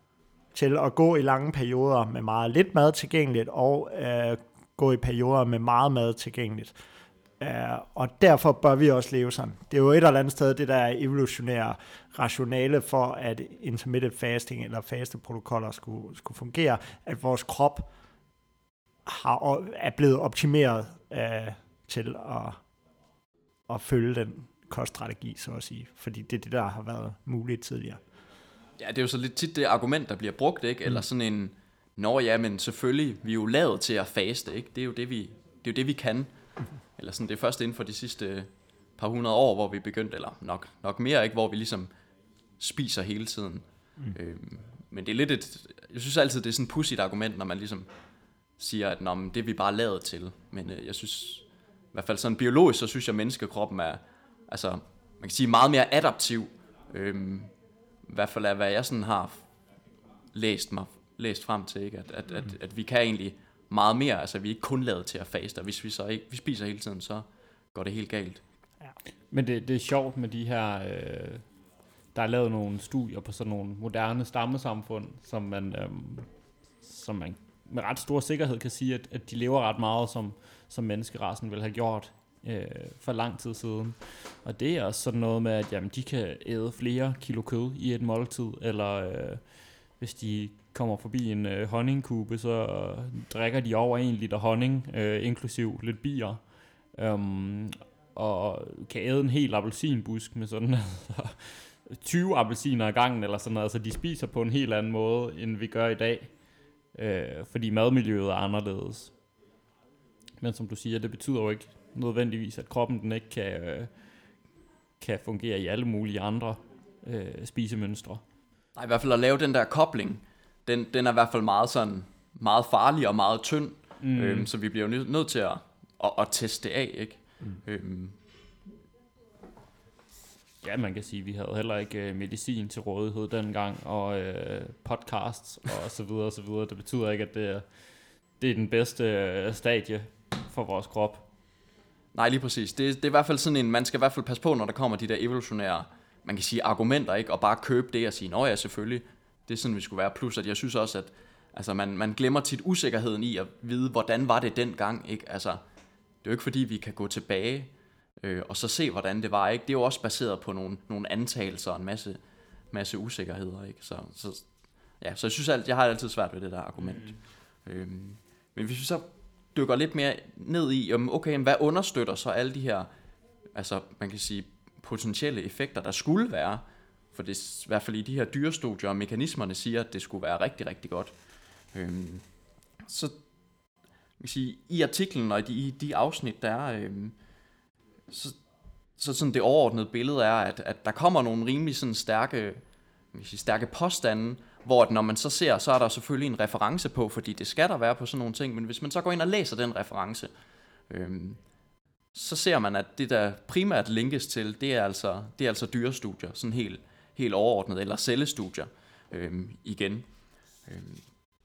til at gå i lange perioder med meget lidt mad tilgængeligt, og øh, gå i perioder med meget mad tilgængeligt. Uh, og derfor bør vi også leve sådan. Det er jo et eller andet sted, det der er evolutionære rationale for, at intermittent fasting eller fasteprotokoller skulle, skulle fungere, at vores krop har, er blevet optimeret uh, til at, at følge den koststrategi, så at sige. Fordi det er det, der har været muligt tidligere. Ja, det er jo så lidt tit det argument, der bliver brugt, ikke? Eller sådan en, nå ja, men selvfølgelig, vi er jo lavet til at faste, ikke? Det er jo det, vi, det er jo det, vi kan. Eller sådan, det er først inden for de sidste par hundrede år, hvor vi begyndte, eller nok, nok mere, ikke? Hvor vi ligesom spiser hele tiden. Mm. Øhm, men det er lidt et, jeg synes altid, det er sådan et pudsigt argument, når man ligesom siger, at nå, men det er vi bare lavet til. Men øh, jeg synes, i hvert fald sådan biologisk, så synes jeg, at menneskekroppen er, altså, man kan sige, meget mere adaptiv. Øhm, I hvert fald af, hvad jeg sådan har læst mig læst frem til, ikke? At, at, mm. at, at vi kan egentlig meget mere, altså vi er ikke kun lavet til at faste, og hvis vi så ikke vi spiser hele tiden, så går det helt galt. Ja. Men det, det er sjovt med de her, øh, der er lavet nogle studier på sådan nogle moderne stammesamfund, som man, øh, som man med ret stor sikkerhed kan sige, at, at de lever ret meget, som, som menneskerassen ville have gjort øh, for lang tid siden. Og det er også sådan noget med, at jamen, de kan æde flere kilo kød i et måltid, eller øh, hvis de kommer forbi en øh, honningkube, så øh, drikker de over en liter honning, øh, inklusiv lidt bier, um, og kan æde en hel appelsinbusk med sådan altså, tyve appelsiner ad gangen, eller sådan noget. Altså de spiser på en helt anden måde, end vi gør i dag, øh, fordi madmiljøet er anderledes. Men som du siger, det betyder jo ikke nødvendigvis, at kroppen den ikke kan, øh, kan fungere i alle mulige andre øh, spisemønstre. Nej, i hvert fald at lave den der kobling, den, den er i hvert fald meget sådan, meget farlig og meget tynd, mm. øhm, så vi bliver jo nødt til at, at, at teste det af, ikke? Mm. Øhm. Ja, man kan sige, at vi havde heller ikke medicin til rådighed dengang, og øh, podcasts og så videre og så videre. Det betyder ikke, at det er, det er den bedste stadie for vores krop. Nej, lige præcis. Det, det er i hvert fald sådan en, man skal i hvert fald passe på, når der kommer de der evolutionære, man kan sige, argumenter, ikke? Og bare købe det og sige, nå ja, selvfølgelig, det er sådan, vi skulle være. Plus, at jeg synes også, at altså, man, man glemmer tit usikkerheden i at vide, hvordan var det dengang, ikke? Altså, det er jo ikke fordi, vi kan gå tilbage øh, og så se, hvordan det var, ikke? Det er jo også baseret på nogle, nogle antagelser og en masse, masse usikkerheder, ikke? Så, så, ja, så jeg synes, at jeg har altid svært ved det der argument. Mm. Øhm, men hvis vi så dykker lidt mere ned i, okay, hvad understøtter så alle de her, altså, man kan sige, potentielle effekter, der skulle være, for det er i hvert fald i de her dyrestudier, og mekanismerne siger, at det skulle være rigtig, rigtig godt. Øhm, så man kan sige, i artiklen og i de, i de afsnit, der er, øhm, så, så sådan det overordnede billede er, at, at der kommer nogle rimelig sådan stærke, man kan sige, stærke påstande, hvor at når man så ser, så er der selvfølgelig en reference på, fordi det skal der være på sådan nogle ting, men hvis man så går ind og læser den reference, øhm, så ser man, at det der primært linkes til, det er altså, det er altså dyrestudier, sådan helt, helt overordnet, eller cellestudier øhm, igen. Øhm.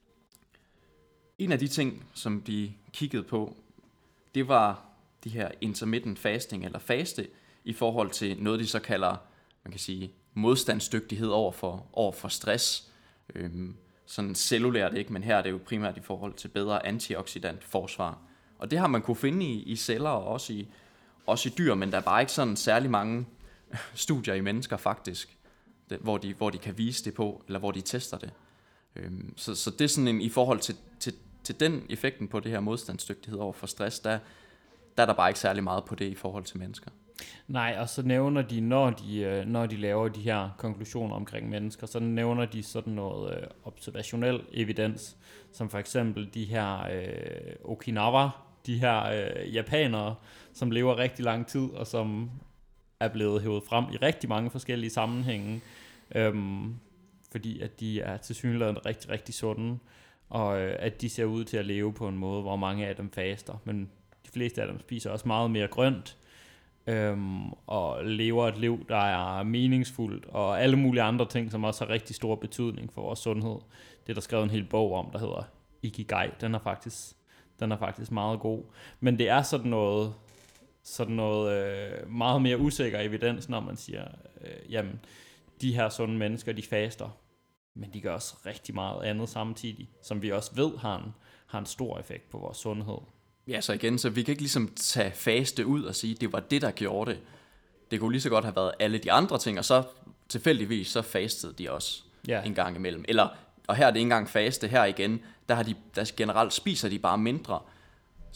En af de ting, som de kiggede på, det var de her intermittent fasting, eller faste, i forhold til noget, de så kalder, man kan sige, modstandsdygtighed over for, over for stress. Øhm, sådan cellulært ikke, men her er det jo primært i forhold til bedre antioxidant forsvar. Og det har man kunne finde i, i celler og også i, også i dyr, men der er bare ikke sådan særlig mange studier i mennesker faktisk, det, hvor, de, hvor de kan vise det på, eller hvor de tester det. Øhm, så, så det er sådan en, i forhold til, til, til den effekten på det her modstandsdygtighed over for stress, der, der er der bare ikke særlig meget på det i forhold til mennesker. Nej, og så nævner de, når de, når de laver de her konklusioner omkring mennesker, så nævner de sådan noget øh, observationel evidens, som for eksempel de her øh, Okinawa, de her øh, japanere, som lever rigtig lang tid, og som er blevet hævet frem i rigtig mange forskellige sammenhænge, øhm, fordi at de er tilsyneladende rigtig, rigtig sunde, og øh, at de ser ud til at leve på en måde, hvor mange af dem faster, men de fleste af dem spiser også meget mere grønt, Øhm, og lever et liv, der er meningsfuldt, og alle mulige andre ting, som også har rigtig stor betydning for vores sundhed. Det er der skrevet en hel bog om, der hedder Ikigai. Den er faktisk, den er faktisk meget god. Men det er sådan noget, sådan noget øh, meget mere usikker evidens, når man siger, øh, jamen, de her sunde mennesker, de faster, men de gør også rigtig meget andet samtidig, som vi også ved har en, har en stor effekt på vores sundhed. Ja, så igen, så vi kan ikke ligesom tage faste ud og sige, det var det, der gjorde det. Det kunne lige så godt have været alle de andre ting, og så tilfældigvis, så fastede de også ja. en gang imellem. Eller, og her er det ikke engang faste, her igen, der, har de, der generelt spiser de bare mindre. Så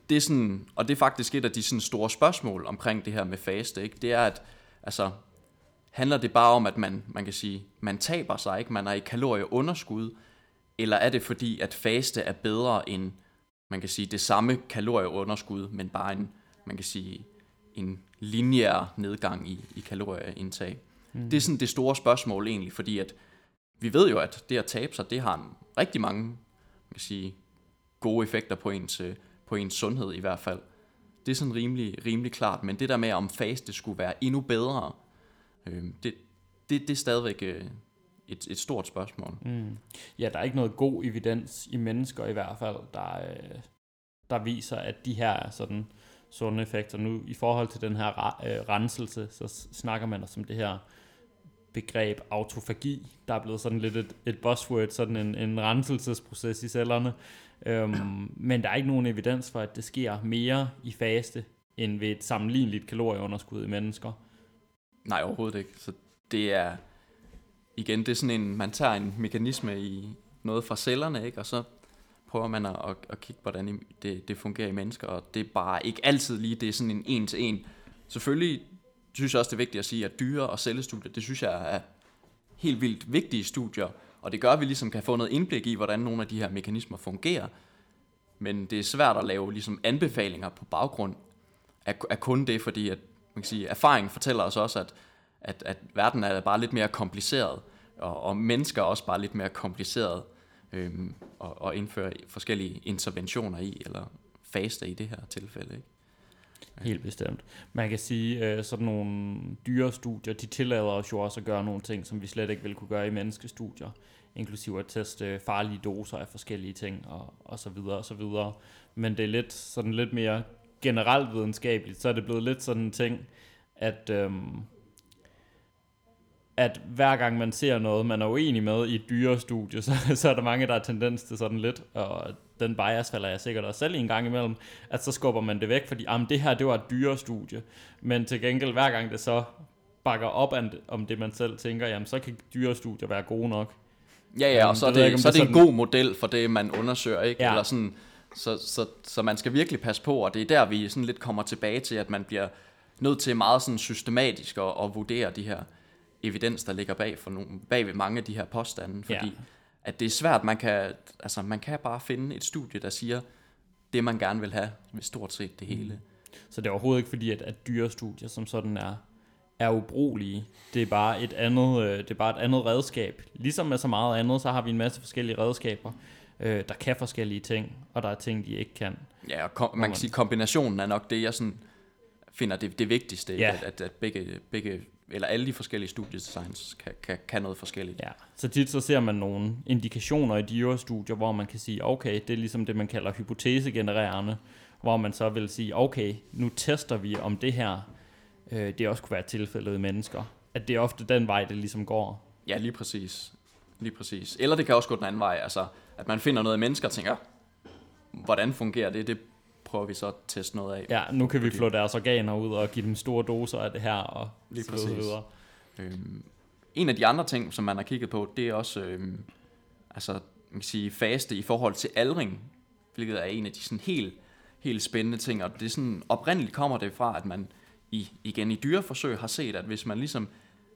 det er sådan, og det er faktisk et af de sådan store spørgsmål omkring det her med faste, ikke? Det er, at altså, handler det bare om, at man, man kan sige, man taber sig, ikke? Man er i kalorieunderskud, eller er det fordi, at faste er bedre end, man kan sige, det samme kalorieunderskud, men bare en, man kan sige, en lineær nedgang i, i kalorieindtag? Mm. Det er sådan det store spørgsmål egentlig, fordi at vi ved jo, at det at tabe sig, det har en, rigtig mange, man kan sige, gode effekter på ens, på ens sundhed i hvert fald. Det er sådan rimelig, rimelig klart, men det der med, om faste skulle være endnu bedre, øh, det, det, det er stadigvæk øh, et, et stort spørgsmål. Mm. Ja, der er ikke noget god evidens i mennesker i hvert fald, der, øh, der viser, at de her sådan sunde effekter. Nu i forhold til den her øh, renselse, så snakker man også om det her begreb autofagi, der er blevet sådan lidt et, et buzzword, sådan en, en renselsesproces i cellerne. Øhm, men der er ikke nogen evidens for, at det sker mere i faste, end ved et sammenligneligt kalorieunderskud i mennesker. Nej, overhovedet ikke. Så det er, igen, det er sådan en, man tager en mekanisme i noget fra cellerne, ikke? Og så prøver man at, at, at kigge, hvordan det, det fungerer i mennesker, og det er bare ikke altid lige, det er sådan en en til en. Selvfølgelig synes jeg også, det er vigtigt at sige, at dyre- og cellestudier, det synes jeg er helt vildt vigtige studier, og det gør, at vi ligesom kan få noget indblik i, hvordan nogle af de her mekanismer fungerer. Men det er svært at lave ligesom anbefalinger på baggrund af, af kun det, fordi at, man kan sige, erfaringen fortæller os også, at, at, at verden er bare lidt mere kompliceret, og, og mennesker er også bare lidt mere kompliceret, øhm, og, og indføre forskellige interventioner i, eller faste i det her tilfælde, ikke? Helt bestemt. Man kan sige, at sådan nogle dyrestudier, de tillader os jo også at gøre nogle ting, som vi slet ikke ville kunne gøre i menneskestudier, inklusive at teste farlige doser af forskellige ting, og, og så videre, og så videre. Men det er lidt, sådan lidt mere generelt videnskabeligt, så er det blevet lidt sådan en ting, at, øhm, at hver gang man ser noget, man er uenig med i et dyrestudie, så, så er der mange, der har tendens til sådan lidt, og den bias falder jeg sikkert også selv i en gang imellem, at så skubber man det væk, fordi det her, det var et dyrestudie, men til gengæld hver gang det så bakker op om det, man selv tænker, jamen så kan dyrestudier være gode nok. Ja, ja, og så er det, ikke, så er det en god model for det, man undersøger, ikke? Ja. Eller sådan, så, så, så man skal virkelig passe på, og det er der, vi sådan lidt kommer tilbage til, at man bliver nødt til meget sådan systematisk at, at vurdere de her evidens, der ligger bag, for nogle, bag ved mange af de her påstande, fordi ja. At det er svært, man kan, altså man kan bare finde et studie, der siger det, man gerne vil have, ved stort set det hele. Så det er overhovedet ikke fordi, at, at dyrestudier som sådan er, er ubrugelige. Det er bare et andet, øh, det er bare et andet redskab. Ligesom med så meget andet, så har vi en masse forskellige redskaber, øh, der kan forskellige ting, og der er ting, de ikke kan. Ja, og kom, man kan sige, kombinationen er nok det, jeg sådan finder det, det vigtigste, ja. at, at, at begge, begge eller alle de forskellige studiedesigns kan, kan, kan noget forskelligt. Ja, så tit så ser man nogle indikationer i dyrestudier, hvor man kan sige, okay, det er ligesom det, man kalder hypotesegenererende, hvor man så vil sige, okay, nu tester vi, om det her, øh, det også kunne være tilfældet i mennesker. At det er ofte den vej, det ligesom går. Ja, lige præcis. Lige præcis. Eller det kan også gå den anden vej, altså at man finder noget af mennesker og tænker, hvordan fungerer det? Det prøver vi så at teste noget af. Ja, nu kan vi flå deres organer ud og give dem store doser af det her, og lige så præcis. videre. Øhm, en af de andre ting, som man har kigget på, det er også øhm, altså, man kan sige, faste i forhold til aldring, hvilket er en af de sådan helt, helt spændende ting, og det er sådan, oprindeligt kommer det fra, at man i, igen i dyreforsøg har set, at hvis man ligesom,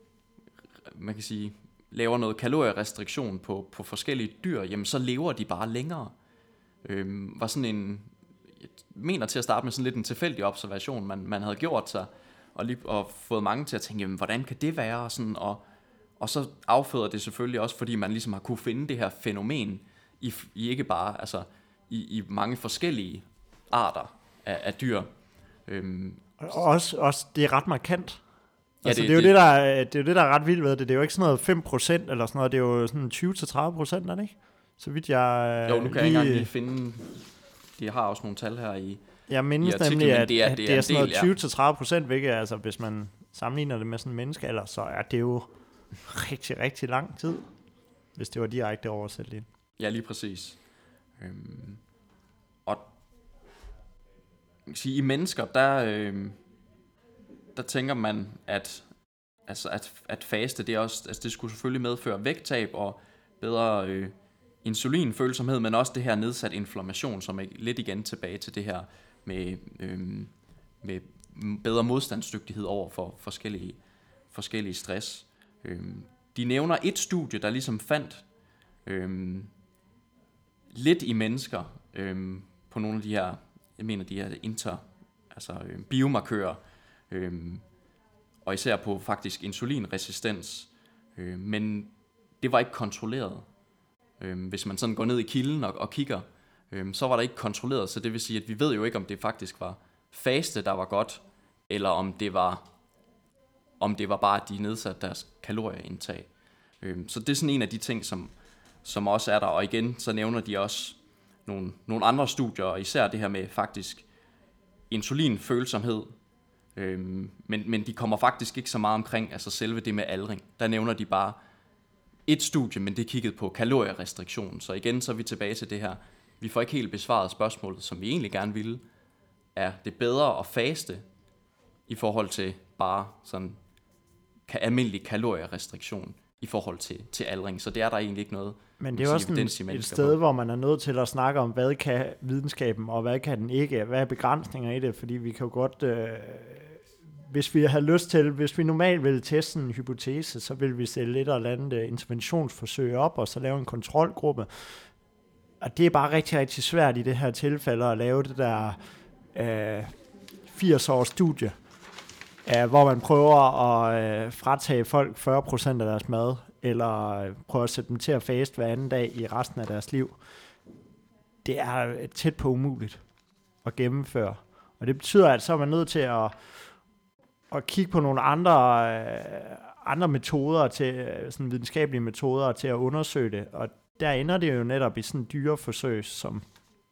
man kan sige, laver noget kalorierestriktion på, på forskellige dyr, jamen så lever de bare længere. Øhm, var sådan en, jeg mener til at starte med sådan lidt en tilfældig observation, man, man havde gjort sig, og, lige, og fået mange til at tænke, jamen, hvordan kan det være? Og, sådan, og, og så afføder det selvfølgelig også, fordi man ligesom har kunne finde det her fænomen, i, i ikke bare, altså i, i mange forskellige arter af, af dyr. Øhm, og også, også, det er ret markant. Ja, altså, det, det, er jo det, det, der, er, det er jo det, der er ret vildt ved det. Det er jo ikke sådan noget fem procent eller sådan noget, det er jo sådan tyve til tredive procent, er det ikke? Så vidt jeg... Jo, nu kan lige, jeg ikke engang lige finde... De har også nogle tal her i Jeg mindes artiklen, nemlig, at det er, det er, det er, er sådan noget del, ja. tyve til tredive procent, hvilket altså, hvis man sammenligner det med sådan en menneskealder, så er det jo rigtig, rigtig lang tid, hvis det var direkte oversat lige. Ja, lige præcis. Øhm, og man kan sige, i mennesker, der, øhm, der tænker man, at, altså, at, at faste, det, er også, altså, det skulle selvfølgelig medføre vægttab og bedre øh, insulinfølsomhed, men også det her nedsat inflammation, som er lidt igen tilbage til det her med, øhm, med bedre modstandsdygtighed over for forskellige, forskellige stress. Øhm, de nævner et studie, der ligesom fandt øhm, lidt i mennesker øhm, på nogle af de her, jeg mener de her inter, altså øhm, biomarkører, øhm, og især på faktisk insulinresistens, øhm, men det var ikke kontrolleret. Øhm, hvis man sådan går ned i kilden og, og kigger, øhm, så var der ikke kontrolleret, så det vil sige, at vi ved jo ikke, om det faktisk var faste, der var godt, eller om det var, om det var bare, at de nedsatte deres kalorieindtag. Øhm, så det er sådan en af de ting, som, som også er der, og igen, så nævner de også nogle, nogle andre studier, og især det her med faktisk insulinfølsomhed, øhm, men, men de kommer faktisk ikke så meget omkring, altså selve det med aldring. Der nævner de bare et studie, men det kiggede på kalorierestriktion. Så igen, så er vi tilbage til det her. Vi får ikke helt besvaret spørgsmålet, som vi egentlig gerne ville. Er det bedre at faste i forhold til bare sådan almindelig kalorierestriktion i forhold til, til aldring? Så det er der egentlig ikke noget. Men det er også sådan et sted, hvor man er nødt til at snakke om, hvad kan videnskaben, og hvad kan den ikke? Hvad er begrænsninger i det? Fordi vi kan jo godt... Øh Hvis vi har lyst til, hvis vi normalt vil teste en hypotese, så vil vi sætte et eller andet interventionsforsøg op, og så lave en kontrolgruppe. Og det er bare rigtig, rigtig svært i det her tilfælde at lave det der øh, firs års studie, øh, hvor man prøver at øh, fratage folk fyrre procent af deres mad, eller øh, prøver at sætte dem til at faste hver anden dag i resten af deres liv. Det er tæt på umuligt at gennemføre. Og det betyder, at så er man nødt til at og kigge på nogle andre, øh, andre metoder, til, sådan videnskabelige metoder til at undersøge det. Og der ender det jo netop i sådan dyreforsøg, som,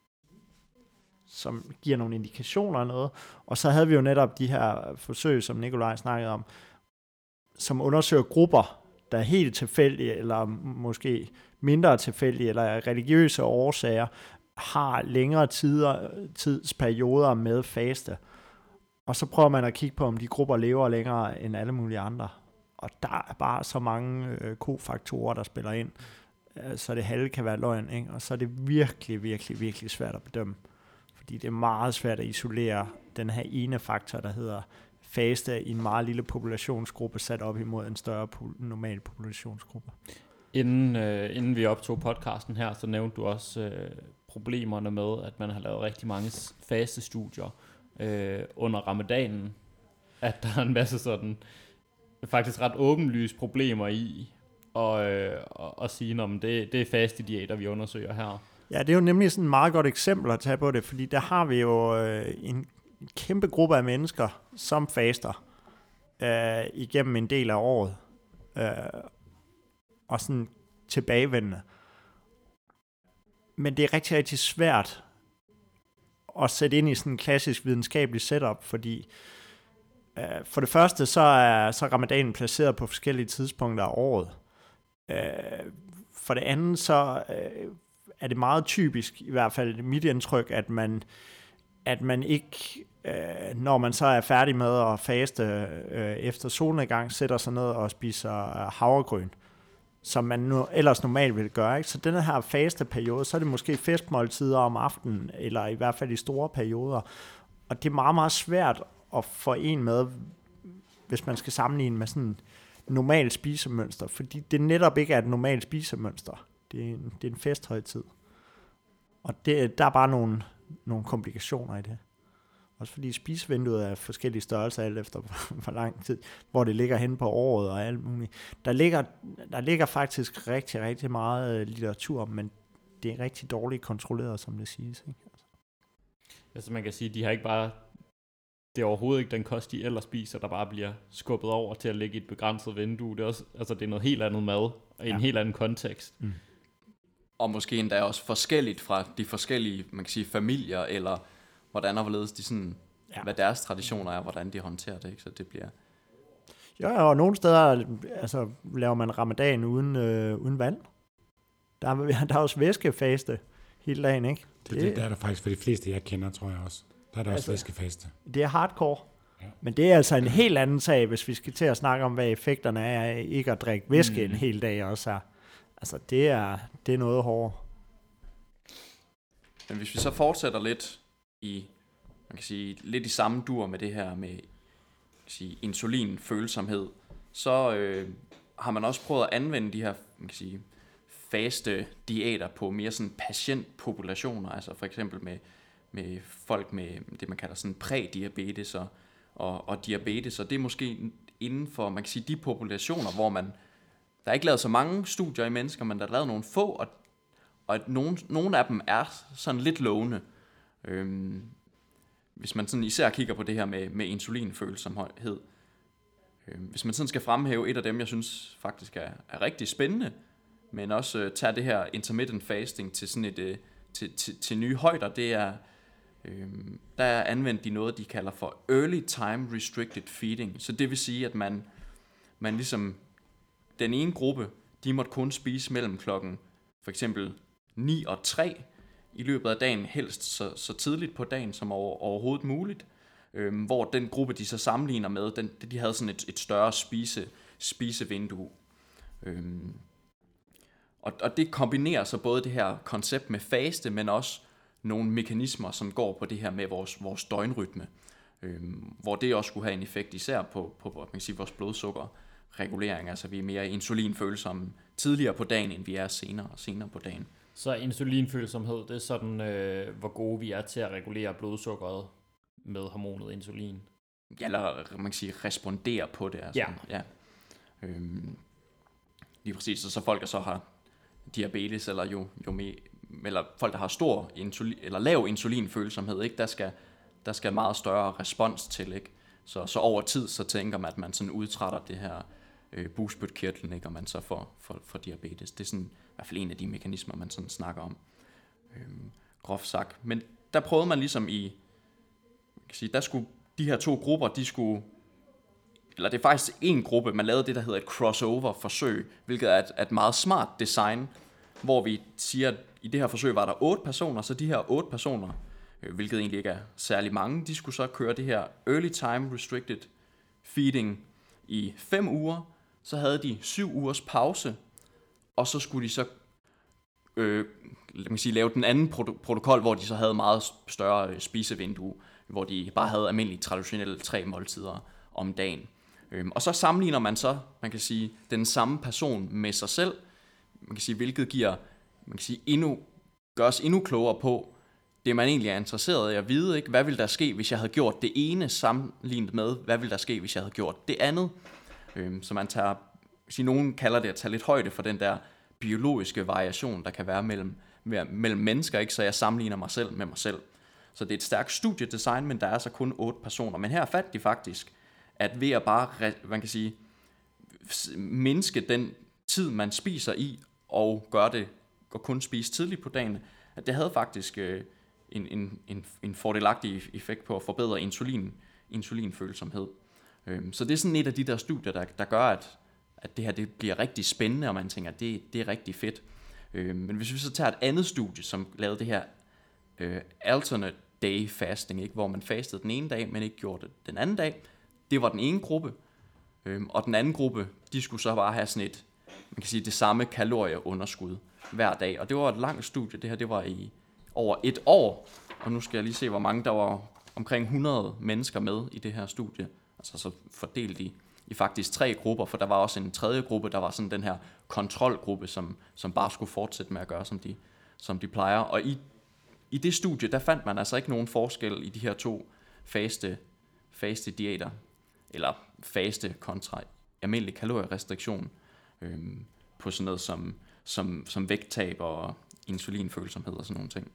som giver nogle indikationer af noget. Og så havde vi jo netop de her forsøg, som Nikolaj snakkede om, som undersøger grupper, der er helt tilfældige, eller måske mindre tilfældige, eller religiøse årsager, har længere tider, tidsperioder med faste. Og så prøver man at kigge på, om de grupper lever længere end alle mulige andre. Og der er bare så mange øh, kofaktorer, der spiller ind, øh, så det halve kan være løgn, ikke? Og så er det virkelig, virkelig, virkelig svært at bedømme. Fordi det er meget svært at isolere den her ene faktor, der hedder faste i en meget lille populationsgruppe, sat op imod en større po- normal populationsgruppe. Inden, øh, inden vi optog podcasten her, så nævnte du også øh, problemerne med, at man har lavet rigtig mange faste studier, Øh, under ramadanen, at der er en masse sådan faktisk ret åbenlyse problemer i og, øh, og, og sige, om det, det er faste diæter, vi undersøger her. Ja, det er jo nemlig sådan et meget godt eksempel at tage på det, fordi der har vi jo øh, en kæmpe gruppe af mennesker, som faster øh, igennem en del af året, øh, og sådan tilbagevendende. Men det er rigtig, rigtig svært at sætte ind i sådan en klassisk videnskabelig setup, fordi øh, for det første, så er så ramadanen placeret på forskellige tidspunkter af året. Øh, for det andet, så øh, er det meget typisk, i hvert fald mit indtryk, at man, at man ikke, øh, når man så er færdig med at faste øh, efter solnedgang, sætter sig ned og spiser havregryn, som man nu ellers normalt vil gøre. Ikke? Så den her faste periode, så er det måske festmåltider om aftenen, eller i hvert fald i store perioder. Og det er meget, meget svært at få en med, hvis man skal sammenligne med sådan normalt spisemønster, fordi det netop ikke er et normalt spisemønster. Det er en, det er en festhøjtid. Og det, der er bare nogle, nogle komplikationer i det. Også fordi spisevinduet er forskellige størrelser, alt efter hvor lang tid, hvor det ligger hen på året og alt muligt. Der ligger, der ligger faktisk rigtig, rigtig meget litteratur, men det er rigtig dårligt kontrolleret, som det siges. Ikke? Altså man kan sige, de har ikke bare, det er overhovedet ikke den kost, de ellers spiser, der bare bliver skubbet over til at ligge i et begrænset vindue. Det er, også, altså det er noget helt andet mad, og i ja. en helt anden kontekst. Mm. Og måske endda også forskelligt fra de forskellige, man kan sige, familier, eller hvordan og hvorledes de sådan, ja. hvad deres traditioner er, hvordan de håndterer det, ikke? Så det bliver... Ja, og nogle steder altså, laver man ramadan uden, øh, uden vand. Der er, der er også væskefaste hele dagen, ikke? Det, det, det er der faktisk for de fleste, jeg kender, tror jeg også. Der er der altså, også væskefaste. Det er hardcore. Ja. Men det er altså en helt anden sag, hvis vi skal til at snakke om, hvad effekterne er af ikke at drikke væske mm. en hel dag også er. Altså, det er, det er noget hårdere. Men hvis vi så fortsætter lidt i man kan sige, lidt i samme dur med det her med kan sige, insulinfølsomhed, så øh, har man også prøvet at anvende de her, man kan sige, faste diæter på mere sådan patientpopulationer, altså for eksempel med, med folk med det, man kalder sådan prædiabetes og, og, og diabetes, og det er måske inden for, man kan sige, de populationer, hvor man, der er ikke lavet så mange studier i mennesker, men der er lavet nogle få, og, og nogle, nogle af dem er sådan lidt lovende. Øhm, hvis man sådan især kigger på det her med, med insulinfølsomhed. Øhm, hvis man sådan skal fremhæve et af dem, jeg synes faktisk er, er rigtig spændende, men også øh, tage det her intermittent fasting til sådan et øh, til, til, til nye højder, det er øh, der er anvendt de noget, de kalder for early time restricted feeding. Så det vil sige, at man, man ligesom, den ene gruppe, de måtte kun spise mellem klokken for eksempel ni og tre i løbet af dagen, helst så, så tidligt på dagen som over, overhovedet muligt. Øh, hvor den gruppe, de så sammenligner med, den, de havde sådan et, et større spise, spisevindue. Øh, Og, og det kombinerer så både det her koncept med faste, men også nogle mekanismer, som går på det her med vores, vores døgnrytme, øhm, hvor det også skulle have en effekt især på, på man kan sige, vores blodsukkerregulering. Altså vi er mere insulinfølsomme tidligere på dagen, end vi er senere og senere på dagen. Så insulinfølsomhed, det er sådan, øh, hvor gode vi er til at regulere blodsukkeret med hormonet insulin. Ja, eller man kan sige, respondere på det. Altså, ja. ja. Øhm, lige præcis, og så folk, der så har diabetes, eller jo, jo mere, eller folk, der har stor insulin, eller lav insulinfølsomhed, ikke? Der skal, der skal meget større respons til, ikke? Så, så over tid, så tænker man, at man sådan udtrætter det her øh, bugspytkirtlen, ikke? Og man så får, får, får diabetes. Det er sådan, i hvert fald en af de mekanismer, man sådan snakker om, øhm, groft sagt. Men der prøvede man ligesom i, man kan sige, der skulle de her to grupper, de skulle, eller det er faktisk en gruppe, man lavede det, der hedder et crossover-forsøg, hvilket er et, et meget smart design, hvor vi siger, at i det her forsøg var der otte personer, så de her otte personer, øh, hvilket egentlig ikke er særlig mange, de skulle så køre det her early time restricted feeding i fem uger, så havde de syv ugers pause, og så skulle de så øh, lad mig sige, lave den anden proto- protokol, hvor de så havde meget større spisevindue, hvor de bare havde almindelige traditionelle tre måltider om dagen. Øhm, og så sammenligner man så, man kan sige, den samme person med sig selv, man kan sige, hvilket giver, man kan sige, endnu, gør os endnu klogere på det, man egentlig er interesseret i at vide, ikke? Hvad ville der ske, hvis jeg havde gjort det ene sammenlignet med, hvad ville der ske, hvis jeg havde gjort det andet? Øhm, så man tager, sige, nogen kalder det at tage lidt højde for den der biologiske variation, der kan være mellem, mellem mennesker, ikke? Så jeg sammenligner mig selv med mig selv. Så det er et stærkt studiedesign, men der er så kun otte personer. Men her fandt de faktisk, at ved at bare, man kan sige, mindske den tid, man spiser i, og gøre det, og kun spise tidligt på dagen, at det havde faktisk øh, en, en, en, en fordelagtig effekt på at forbedre insulin, insulinfølsomhed. Øhm, så det er sådan et af de der studier, der, der gør, at, at det her det bliver rigtig spændende, og man tænker, at det, det er rigtig fedt. Øhm, men hvis vi så tager et andet studie, som lavede det her øh, alternate day fasting, ikke, hvor man fastede den ene dag, men ikke gjorde det den anden dag, det var den ene gruppe, øhm, og den anden gruppe, de skulle så bare have sådan et, man kan sige, det samme kalorieunderskud hver dag, og det var et langt studie, det her, det var i over et år, og nu skal jeg lige se, hvor mange, der var omkring hundrede mennesker med i det her studie, altså så fordelt i, i faktisk tre grupper, for der var også en tredje gruppe, der var sådan den her kontrolgruppe, som, som bare skulle fortsætte med at gøre, som de, som de plejer, og i, i det studie, der fandt man altså ikke nogen forskel i de her to faste, faste diæter, eller faste kontra almindelig kalorierestriktion, øhm, på sådan noget som, som, som vægttab og insulinfølsomhed og sådan nogle ting.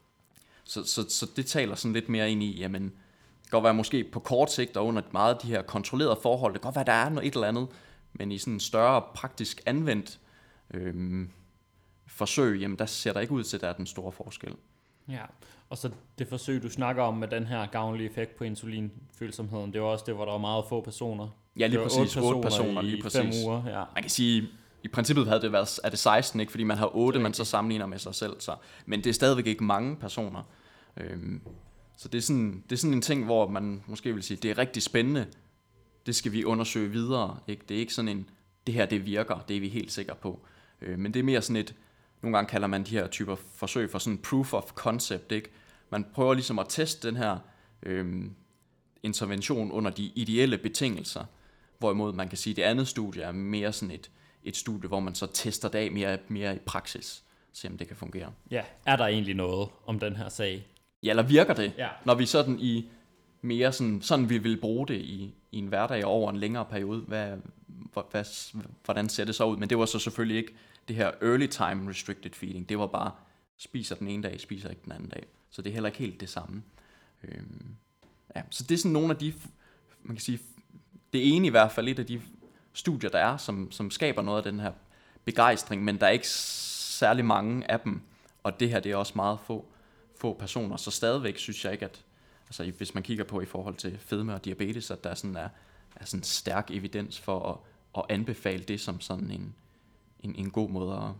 Så, så, så det taler sådan lidt mere ind i, jamen, det kan godt være måske på kort sigt og under meget af de her kontrollerede forhold, det kan godt være, der er noget et eller andet, men i sådan en større praktisk anvendt øhm, forsøg, jamen der ser der ikke ud til, at der er den store forskel. Ja, og så det forsøg, du snakker om med den her gavnlige effekt på insulinfølsomheden, det var også det, hvor der var meget få personer. Ja, lige præcis. otte personer, otte personer lige i præcis. fem uger. Ja. Man kan sige, i princippet havde det været, er det seksten, ikke? Fordi man har otte, man så sammenligner med sig selv. Så. Men det er stadigvæk ikke mange personer. Øhm, så det er, sådan, det er sådan en ting, hvor man måske vil sige, det er rigtig spændende. Det skal vi undersøge videre. Ikke? Det er ikke sådan en, det her det virker, det er vi helt sikre på. Øh, men det er mere sådan et, nogle gange kalder man de her typer forsøg for sådan proof of concept. Ikke? Man prøver ligesom at teste den her øhm, intervention under de ideelle betingelser, hvorimod man kan sige, at det andet studie er mere sådan et, et studie, hvor man så tester det af mere, mere i praksis, se om det kan fungere. Ja, er der egentlig noget om den her sag? Ja, eller virker det, Ja. når vi sådan i mere sådan, sådan vi vil bruge det i, i en hverdag over en længere periode, hvad, hvad, hvordan ser det så ud? Men det var så selvfølgelig ikke det her early time restricted feeding, det var bare, spiser den ene dag, spiser ikke den anden dag. Så det er heller ikke helt det samme. Øhm, ja, så det er sådan nogle af de, man kan sige, det ene i hvert fald et af de studier, der er, som, som skaber noget af den her begejstring, men der er ikke særlig mange af dem, og det her, det er også meget få, få personer, så stadigvæk synes jeg ikke, at altså, hvis man kigger på i forhold til fedme og diabetes, at der sådan er, er sådan stærk evidens for at, at anbefale det som sådan en, en, en god måde at,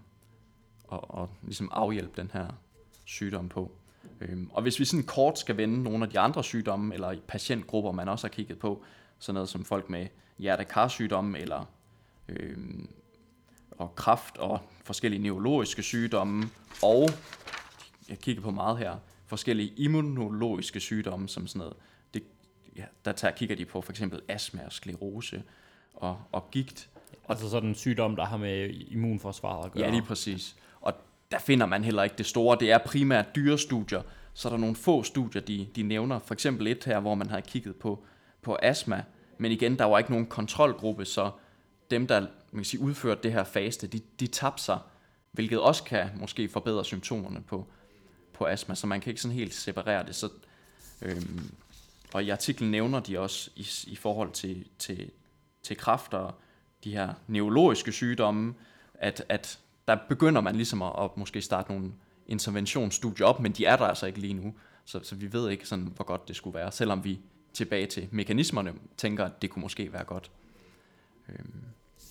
at, at ligesom afhjælpe den her sygdom på. Øhm, og hvis vi sådan kort skal vende nogle af de andre sygdomme, eller patientgrupper, man også har kigget på, sådan noget som folk med hjerte-karsygdomme, eller øhm, og kræft og forskellige neurologiske sygdomme, og jeg kigger på meget her, forskellige immunologiske sygdomme, som sådan noget. Det, ja, der tager, kigger de på for eksempel astma og sklerose og, og gigt. Og Altså sådan en sygdom, der har med immunforsvaret at gøre. ja, lige præcis. Og der finder man heller ikke det store. Det er primært dyrestudier, så er der nogle få studier, de, de nævner. For eksempel et her, hvor man har kigget på, på astma, men igen, der var ikke nogen kontrolgruppe, så dem, der man kan sige, udførte det her faste, de, de tabte sig, hvilket også kan måske forbedre symptomerne på, på astma, så man kan ikke sådan helt separere det. Så, øhm, og i artiklen nævner de også i, i forhold til, til, til kræft og de her neurologiske sygdomme, at, at der begynder man ligesom at, at måske starte nogle interventionsstudier op, men de er der altså ikke lige nu, så, så vi ved ikke sådan, hvor godt det skulle være, selvom vi tilbage til mekanismerne tænker, at det kunne måske være godt. Øhm.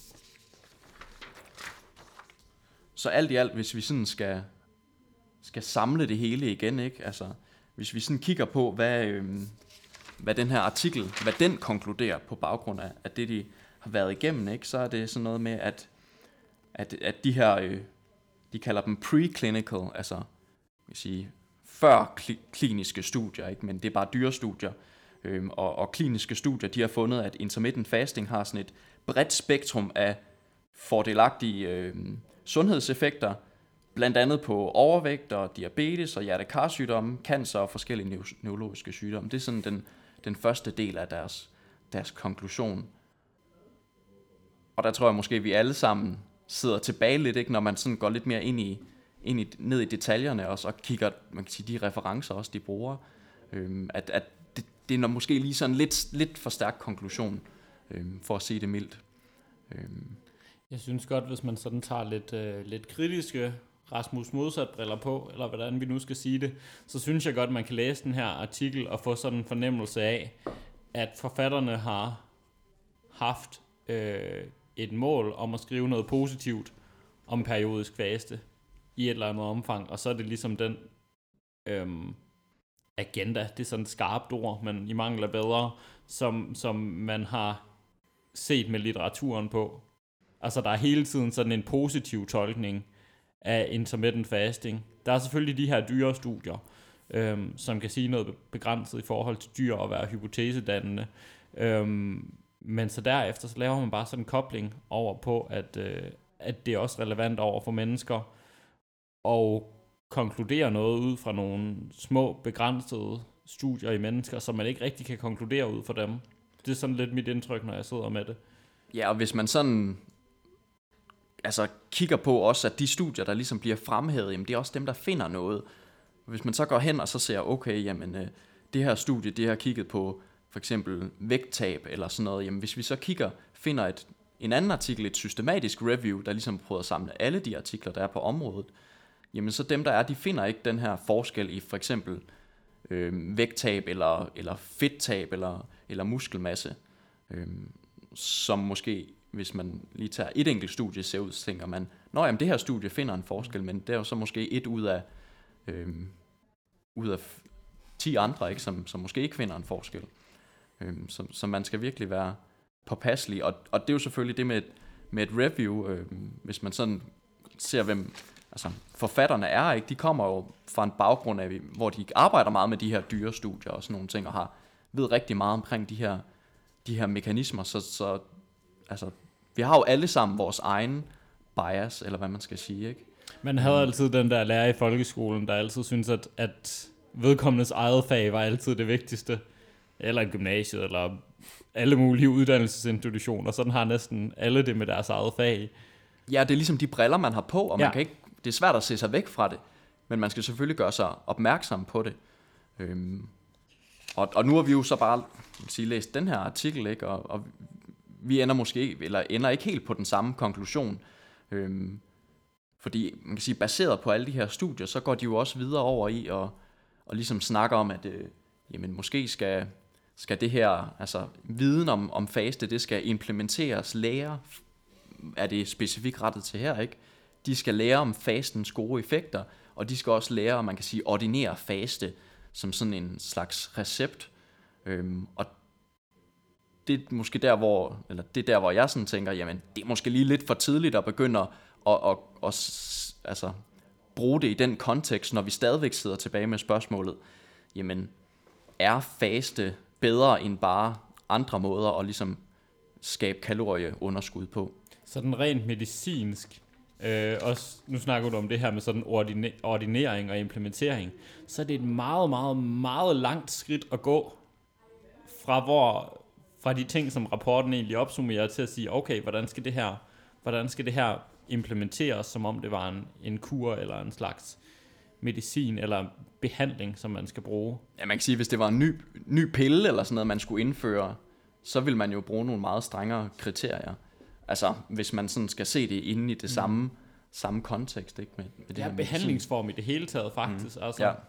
Så alt i alt, hvis vi sådan skal, skal samle det hele igen, ikke? Altså, hvis vi sådan kigger på, hvad, øhm, hvad den her artikel, hvad den konkluderer på baggrund af, af det, de har været igennem, ikke? Så er det sådan noget med, at, at, at de her, øh, de kalder dem preclinical, altså vil sige, før kli- kliniske studier, ikke? Men det er bare dyrestudier, øhm, og, og kliniske studier, de har fundet, at intermittent fasting har sådan et bredt spektrum af fordelagtige øh, sundhedseffekter, blandt andet på overvægt og diabetes og hjerte-karsygdomme, cancer og forskellige neu- neurologiske sygdomme. Det er sådan den, den første del af deres, deres konklusion. Og der tror jeg måske, at vi alle sammen sidder tilbage lidt, ikke, når man sådan går lidt mere ind i, ind i, ned i detaljerne også, og kigger, man kan sige, de referencer også, de bruger, øhm, at, at det, det er måske lige sådan lidt, lidt for stærk konklusion, øhm, for at sige det mildt. Øhm. Jeg synes godt, hvis man sådan tager lidt, øh, lidt kritiske Rasmus modsat briller på, eller hvordan vi nu skal sige det, så synes jeg godt, man kan læse den her artikel og få sådan en fornemmelse af, at forfatterne har haft øh, et mål om at skrive noget positivt om periodisk faste i et eller andet omfang, og så er det ligesom den øhm, agenda, det er sådan et skarpt ord, men i mangel af bedre, som, som man har set med litteraturen på. Altså der er hele tiden sådan en positiv tolkning af intermittent fasting. Der er selvfølgelig de her dyrestudier, øhm, som kan sige noget begrænset i forhold til dyr og være hypotesedannende. Øhm, men så derefter så laver man bare sådan en kobling over på, at, øh, at det er også relevant over for mennesker, og konkludere noget ud fra nogle små begrænsede studier i mennesker, som man ikke rigtig kan konkludere ud fra dem. Det er sådan lidt mit indtryk, når jeg sidder med det. Ja, og hvis man sådan altså kigger på også, at de studier, der ligesom bliver fremhævet, jamen det er også dem, der finder noget. Hvis man så går hen og så ser, okay, jamen øh, det her studie, det har kigget på for eksempel vægttab eller sådan noget, jamen hvis vi så kigger, finder et, en anden artikel, et systematisk review, der ligesom prøver at samle alle de artikler, der er på området, jamen så dem, der er, de finder ikke den her forskel i for eksempel øh, vægttab eller, eller fedttab eller, eller muskelmasse, øh, som måske, hvis man lige tager et enkelt studie ser ud, så tænker man, nå jamen det her studie finder en forskel, men det er jo så måske et ud af øh, ud af ti andre, ikke, som, som måske ikke finder en forskel. Øh, så, så man skal virkelig være påpasselig, og, og det er jo selvfølgelig det med et, med et review, øh, hvis man sådan ser, hvem, altså forfatterne er ikke, de kommer jo fra en baggrund af, hvor de arbejder meget med de her dyrestudier og sådan nogle ting, og har ved rigtig meget omkring de her, de her mekanismer, så, så altså, vi har jo alle sammen vores egen bias, eller hvad man skal sige, ikke? Man havde altid den der lærer i folkeskolen, der altid synes at, at vedkommendes eget fag var altid det vigtigste, eller i gymnasiet, eller alle mulige uddannelsesinstitutioner, sådan har næsten alle det med deres eget fag. Ja, det er ligesom de briller, man har på, og ja. man kan ikke, det er svært at se sig væk fra det, men man skal selvfølgelig gøre sig opmærksom på det. Øhm, og, og nu har vi jo så bare sige, læst den her artikel, ikke? Og, og vi ender måske, eller ender ikke helt på den samme konklusion, øhm, fordi man kan sige, baseret på alle de her studier, så går de jo også videre over i og, og ligesom snakke om, at øh, jamen, måske skal, skal det her, altså viden om, om faste, det skal implementeres, lære, er det specifikt rettet til her, ikke? De skal lære om fastens gode effekter, og de skal også lære, om man kan sige, ordinere faste, som sådan en slags recept. Øhm, og det er måske der, hvor, eller det er der, hvor jeg sådan tænker, jamen, det er måske lige lidt for tidligt at begynde at, at, at, at altså, bruge det i den kontekst, når vi stadigvæk sidder tilbage med spørgsmålet, jamen, er faste bedre end bare andre måder at ligesom skabe kalorieunderskud på? Sådan rent medicinsk, øh, også, nu snakker du om det her med sådan ordine- ordinering og implementering, så er det et meget, meget, meget langt skridt at gå fra, hvor, fra de ting, som rapporten egentlig opsummerer, til at sige, okay, hvordan skal det her, hvordan skal det her implementeres, som om det var en, en kur eller en slags medicin eller behandling, som man skal bruge. Ja, man kan sige, hvis det var en ny, ny pille eller sådan noget, man skulle indføre, så vil man jo bruge nogle meget strengere kriterier. Altså, hvis man sådan skal se det inde i det mm. samme, samme kontekst, ikke? Med, med det ja, her behandlingsform i det hele taget, faktisk. Mm. Altså. Ja.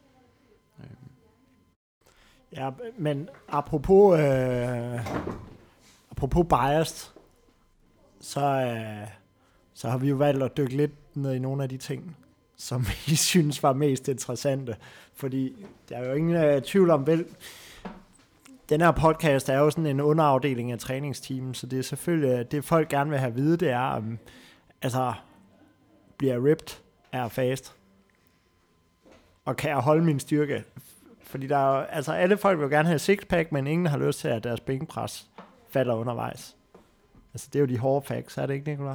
Ja, men apropos, øh, apropos biased, så, øh, så har vi jo valgt at dykke lidt ned i nogle af de ting, som vi synes var mest interessante. Fordi der er jo ingen øh, tvivl om, vel, den her podcast er jo sådan en underafdeling af træningsteamen, så det er selvfølgelig, det folk gerne vil have at vide, det er, um, altså, bliver jeg ripped, er jeg fast, og kan jeg holde min styrke? Fordi der er jo, altså alle folk vil gerne have sixpack, men ingen har lyst til, at deres bænkpres falder undervejs. Altså det er jo de hårde facts, er det ikke, Nikolaj?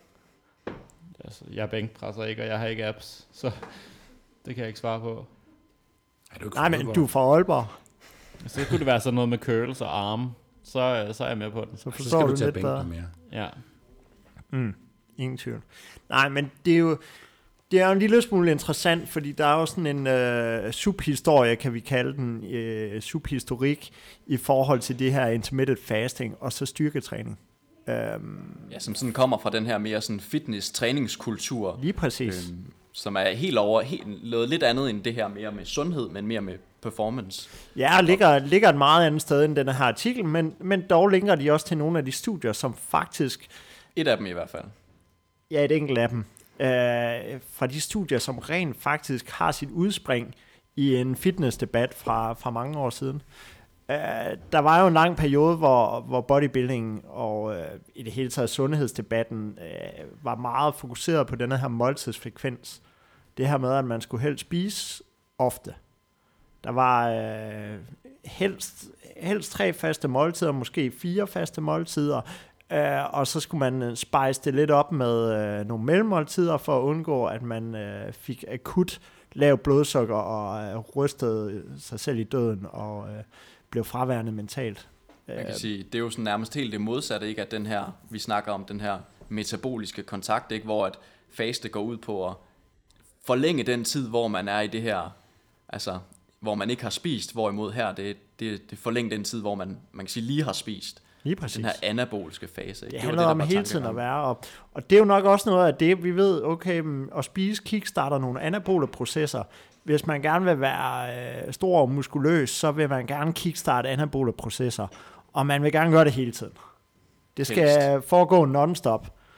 Altså, jeg bænkpresser ikke, og jeg har ikke apps, så det kan jeg ikke svare på. Er du ikke Nej, men du er fra Aalborg. Så kunne det være sådan noget med curls og arme, så, så er jeg med på den. Så forstår så skal du, du tage lidt bænken bedre. mere. Ja. Mm, ingen tvivl. Nej, men det er jo, det er jo en lille smule interessant, fordi der er jo sådan en øh, subhistorie, kan vi kalde den, øh, subhistorik, i forhold til det her intermittent fasting og så styrketræning. Um, Ja, som sådan kommer fra den her mere sådan fitness-træningskultur. Lige præcis. Øhm, som er helt over, helt, noget lidt andet end det her mere med sundhed, men mere med performance. Ja, ligger, ligger et meget andet sted end den her artikel, men, men dog linker de også til nogle af de studier, som faktisk... Et af dem i hvert fald. Ja, et enkelt af dem. Øh, fra de studier, som rent faktisk har sit udspring i en fitnessdebat fra, fra mange år siden. Uh, der var jo en lang periode, hvor, hvor bodybuilding og uh, i det hele taget sundhedsdebatten uh, var meget fokuseret på denne her måltidsfrekvens. Det her med, at man skulle helst spise ofte. Der var uh, helst, helst tre faste måltider, måske fire faste måltider, uh, og så skulle man spice det lidt op med uh, nogle mellemmåltider for at undgå, at man uh, fik akut lavt blodsukker og uh, rystede sig selv i døden og... Uh, blev fraværende mentalt. Man kan sige, det er jo sådan nærmest helt det modsatte, ikke, at den her, vi snakker om den her metaboliske kontakt, ikke, hvor at faste går ud på at forlænge den tid, hvor man er i det her, altså hvor man ikke har spist, hvorimod her, det, det, det forlænger den tid, hvor man, man kan sige, lige har spist. Lige præcis. Den her anabolske fase. Ikke? Det handler det, om hele tiden at være op. Og det er jo nok også noget af det, vi ved, okay, at spise kickstarter nogle anabole processer. Hvis man gerne vil være øh, stor og muskuløs, så vil man gerne kickstarte anabole processer. Og man vil gerne gøre det hele tiden. Det skal Helst. foregå non-stop.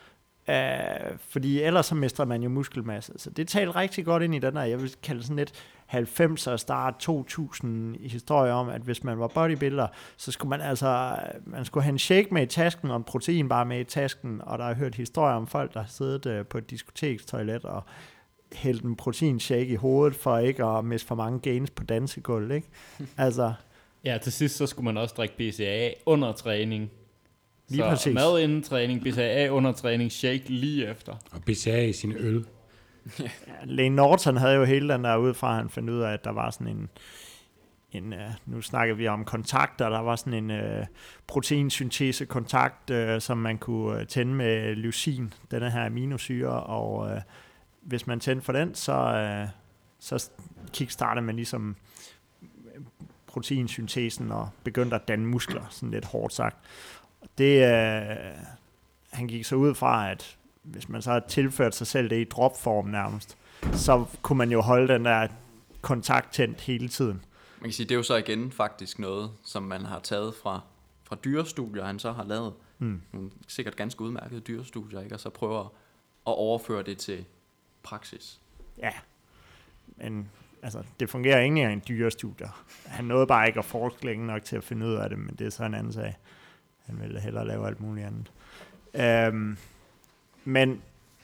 Uh, fordi ellers så mister man jo muskelmasse. Så det taler rigtig godt ind i den her, jeg vil kalde sådan lidt halvfemser start to tusind historie om, at hvis man var bodybuilder, så skulle man altså, man skulle have en shake med i tasken, og en proteinbar med i tasken, og der har hørt historier om folk, der har siddet uh, på et diskotekstoilet og hældt en proteinshake i hovedet, for ikke at miste for mange gains på dansegulv, ikke? Altså... Ja, til sidst så skulle man også drikke B C A A under træning. Lige så præcis. Mad inden træning, B C A A under træning, shake lige efter. Og B C A i sin øl. Ja, Lane Norton havde jo hele den der udefra, han fandt ud af, at der var sådan en, en uh, nu snakker vi om kontakter, der var sådan en uh, proteinsyntese-kontakt, uh, som man kunne uh, tænde med leucin, denne her aminosyre, og uh, hvis man tændte for den, så, uh, så kickstartede man ligesom proteinsyntesen og begyndte at danne muskler, sådan lidt hårdt sagt. Det, uh, han gik så ud fra, at hvis man så havde tilført sig selv det i dropform nærmest, så kunne man jo holde den der kontakt tændt hele tiden. Man kan sige, det er jo så igen faktisk noget, som man har taget fra, fra dyrestudier, han så har lavet. Mm. Nogle sikkert ganske udmærkede dyrestudier, ikke? Og så prøver at overføre det til praksis. Ja, men altså, det fungerer ikke i en dyrestudier. Han nåede bare ikke at forske længe nok til at finde ud af det, men det er så en anden sag. Han ville hellere lave alt muligt andet. Øhm, Men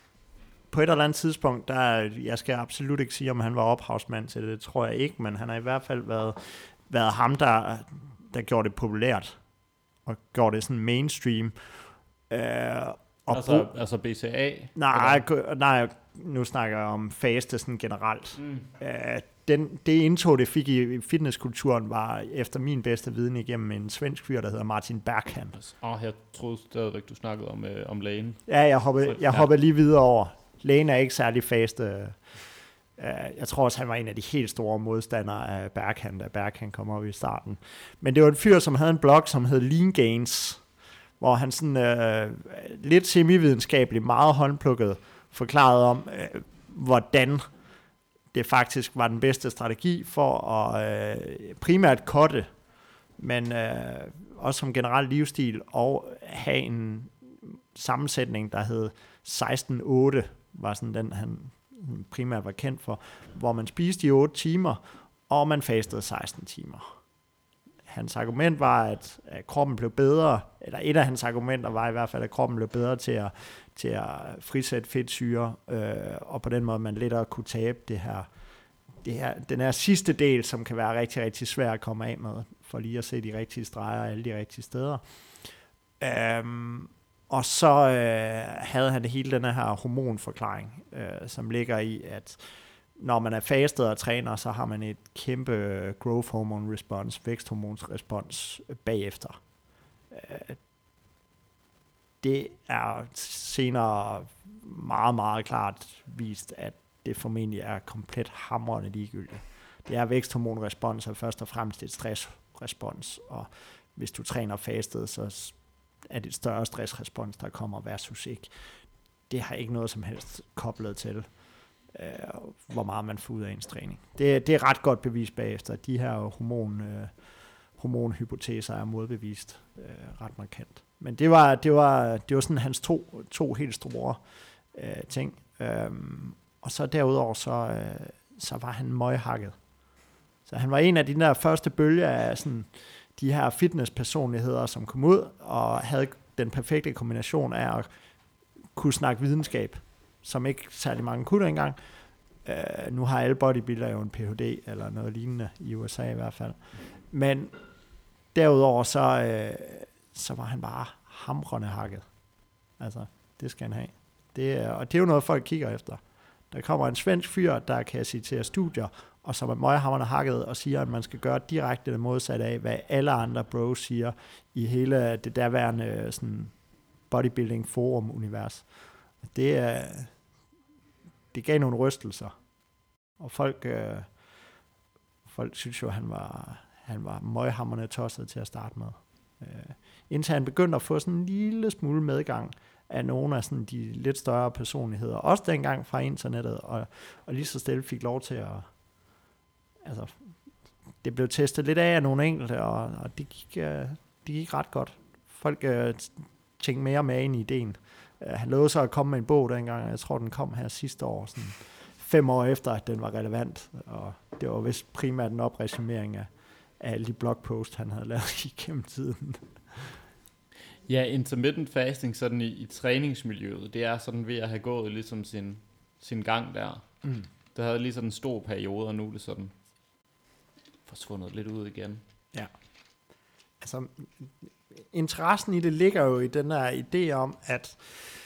på et eller andet tidspunkt, der, jeg skal absolut ikke sige, om han var ophavsmand til det, det tror jeg ikke, men han har i hvert fald været, været ham, der, der gjorde det populært, og gjorde det sådan mainstream. Øh, og altså, brug, altså B C A? Nej, nej, nu snakker jeg om faste sådan generelt. Mm. Øh, den, det indtog, det fik i fitnesskulturen, var efter min bedste viden igennem en svensk fyr, der hedder Martin Berghand. Åh, oh, jeg troede stadigvæk, du snakkede om, øh, om lægen. Ja, jeg hoppede, jeg ja. hoppede lige videre over. Lægen er ikke særlig fast. Øh, jeg tror også, han var en af de helt store modstandere af Berghand, da Berghand kom op i starten. Men det var en fyr, som havde en blog, som hed Lean Gains, hvor han sådan øh, lidt semividenskabeligt, meget håndplukket, forklarede om, øh, hvordan det faktisk var den bedste strategi for at øh, primært cutte, men øh, også som generel livsstil, og have en sammensætning, der hed seksten otte, var sådan den, han primært var kendt for, hvor man spiste i otte timer, og man fastede seksten timer. Hans argument var, at, at kroppen blev bedre, eller et af hans argumenter var i hvert fald, at kroppen blev bedre til at, til at frisætte fedtsyre, øh, og på den måde man lettere kunne tabe det her, det her, den her sidste del, som kan være rigtig, rigtig svær at komme af med, for lige at se de rigtige streger alle de rigtige steder. Øhm, og så øh, havde han det hele den her hormonforklaring, øh, som ligger i, at når man er fastet og træner, så har man et kæmpe growth hormone response, væksthormonsrespons bagefter. Øh, det er senere meget, meget klart vist, at det formentlig er komplet hamrende ligegyldigt. Det er væksthormonrespons, og først og fremmest et stressrespons, og hvis du træner fastet, så er det et større stressrespons, der kommer versus ikke. Det har ikke noget som helst koblet til, øh, hvor meget man får ud af ens træning. Det, det er ret godt bevis bagefter, at de her hormon, øh, hormonhypoteser er modbevist øh, ret markant. Men det var, det var, det var sådan hans to, to helt store øh, ting. Øhm, og så derudover, så, øh, så var han møghakket. Så han var en af de der første bølger af sådan, de her fitnesspersonligheder, som kom ud og havde den perfekte kombination af at kunne snakke videnskab, som ikke særlig mange kunne dengang. Øh, nu har alle bodybuildere jo en P H D eller noget lignende i U S A i hvert fald. Men derudover så, øh, så var han bare hamrende hakket. Altså, det skal han have. Det, og det er jo noget, folk kigger efter. Der kommer en svensk fyr, der kan citere studier, og som er møghamrende hakket og siger, at man skal gøre direkte det modsatte af, hvad alle andre bros siger i hele det derværende sådan, bodybuilding forum-univers. Det, er, det gav nogle rystelser. Og folk, øh, folk synes jo, at han var, han var møghamrende tosset til at starte med. Øh, indtil han begyndte at få sådan en lille smule medgang af nogle af sådan de lidt større personligheder, også dengang fra internettet, og, og lige så stille fik lov til at, altså, det blev testet lidt af af nogle enkelte, og, og det, gik, uh, det gik ret godt. Folk uh, tænkte mere med ind i ideen, Uh, han lovede så at komme med en bog dengang, jeg tror, den kom her sidste år, sådan fem år efter, at den var relevant, og det var vist primært en opresumering af, af alle de blogposts, han havde lavet igennem tiden. Ja, intermittent fasting sådan i, i træningsmiljøet, det er sådan ved at have gået ligesom sin, sin gang der. Mm. Det havde lige sådan en stor periode, og nu er det sådan forsvundet lidt ud igen. Ja. Altså, interessen i det ligger jo i den der idé om, at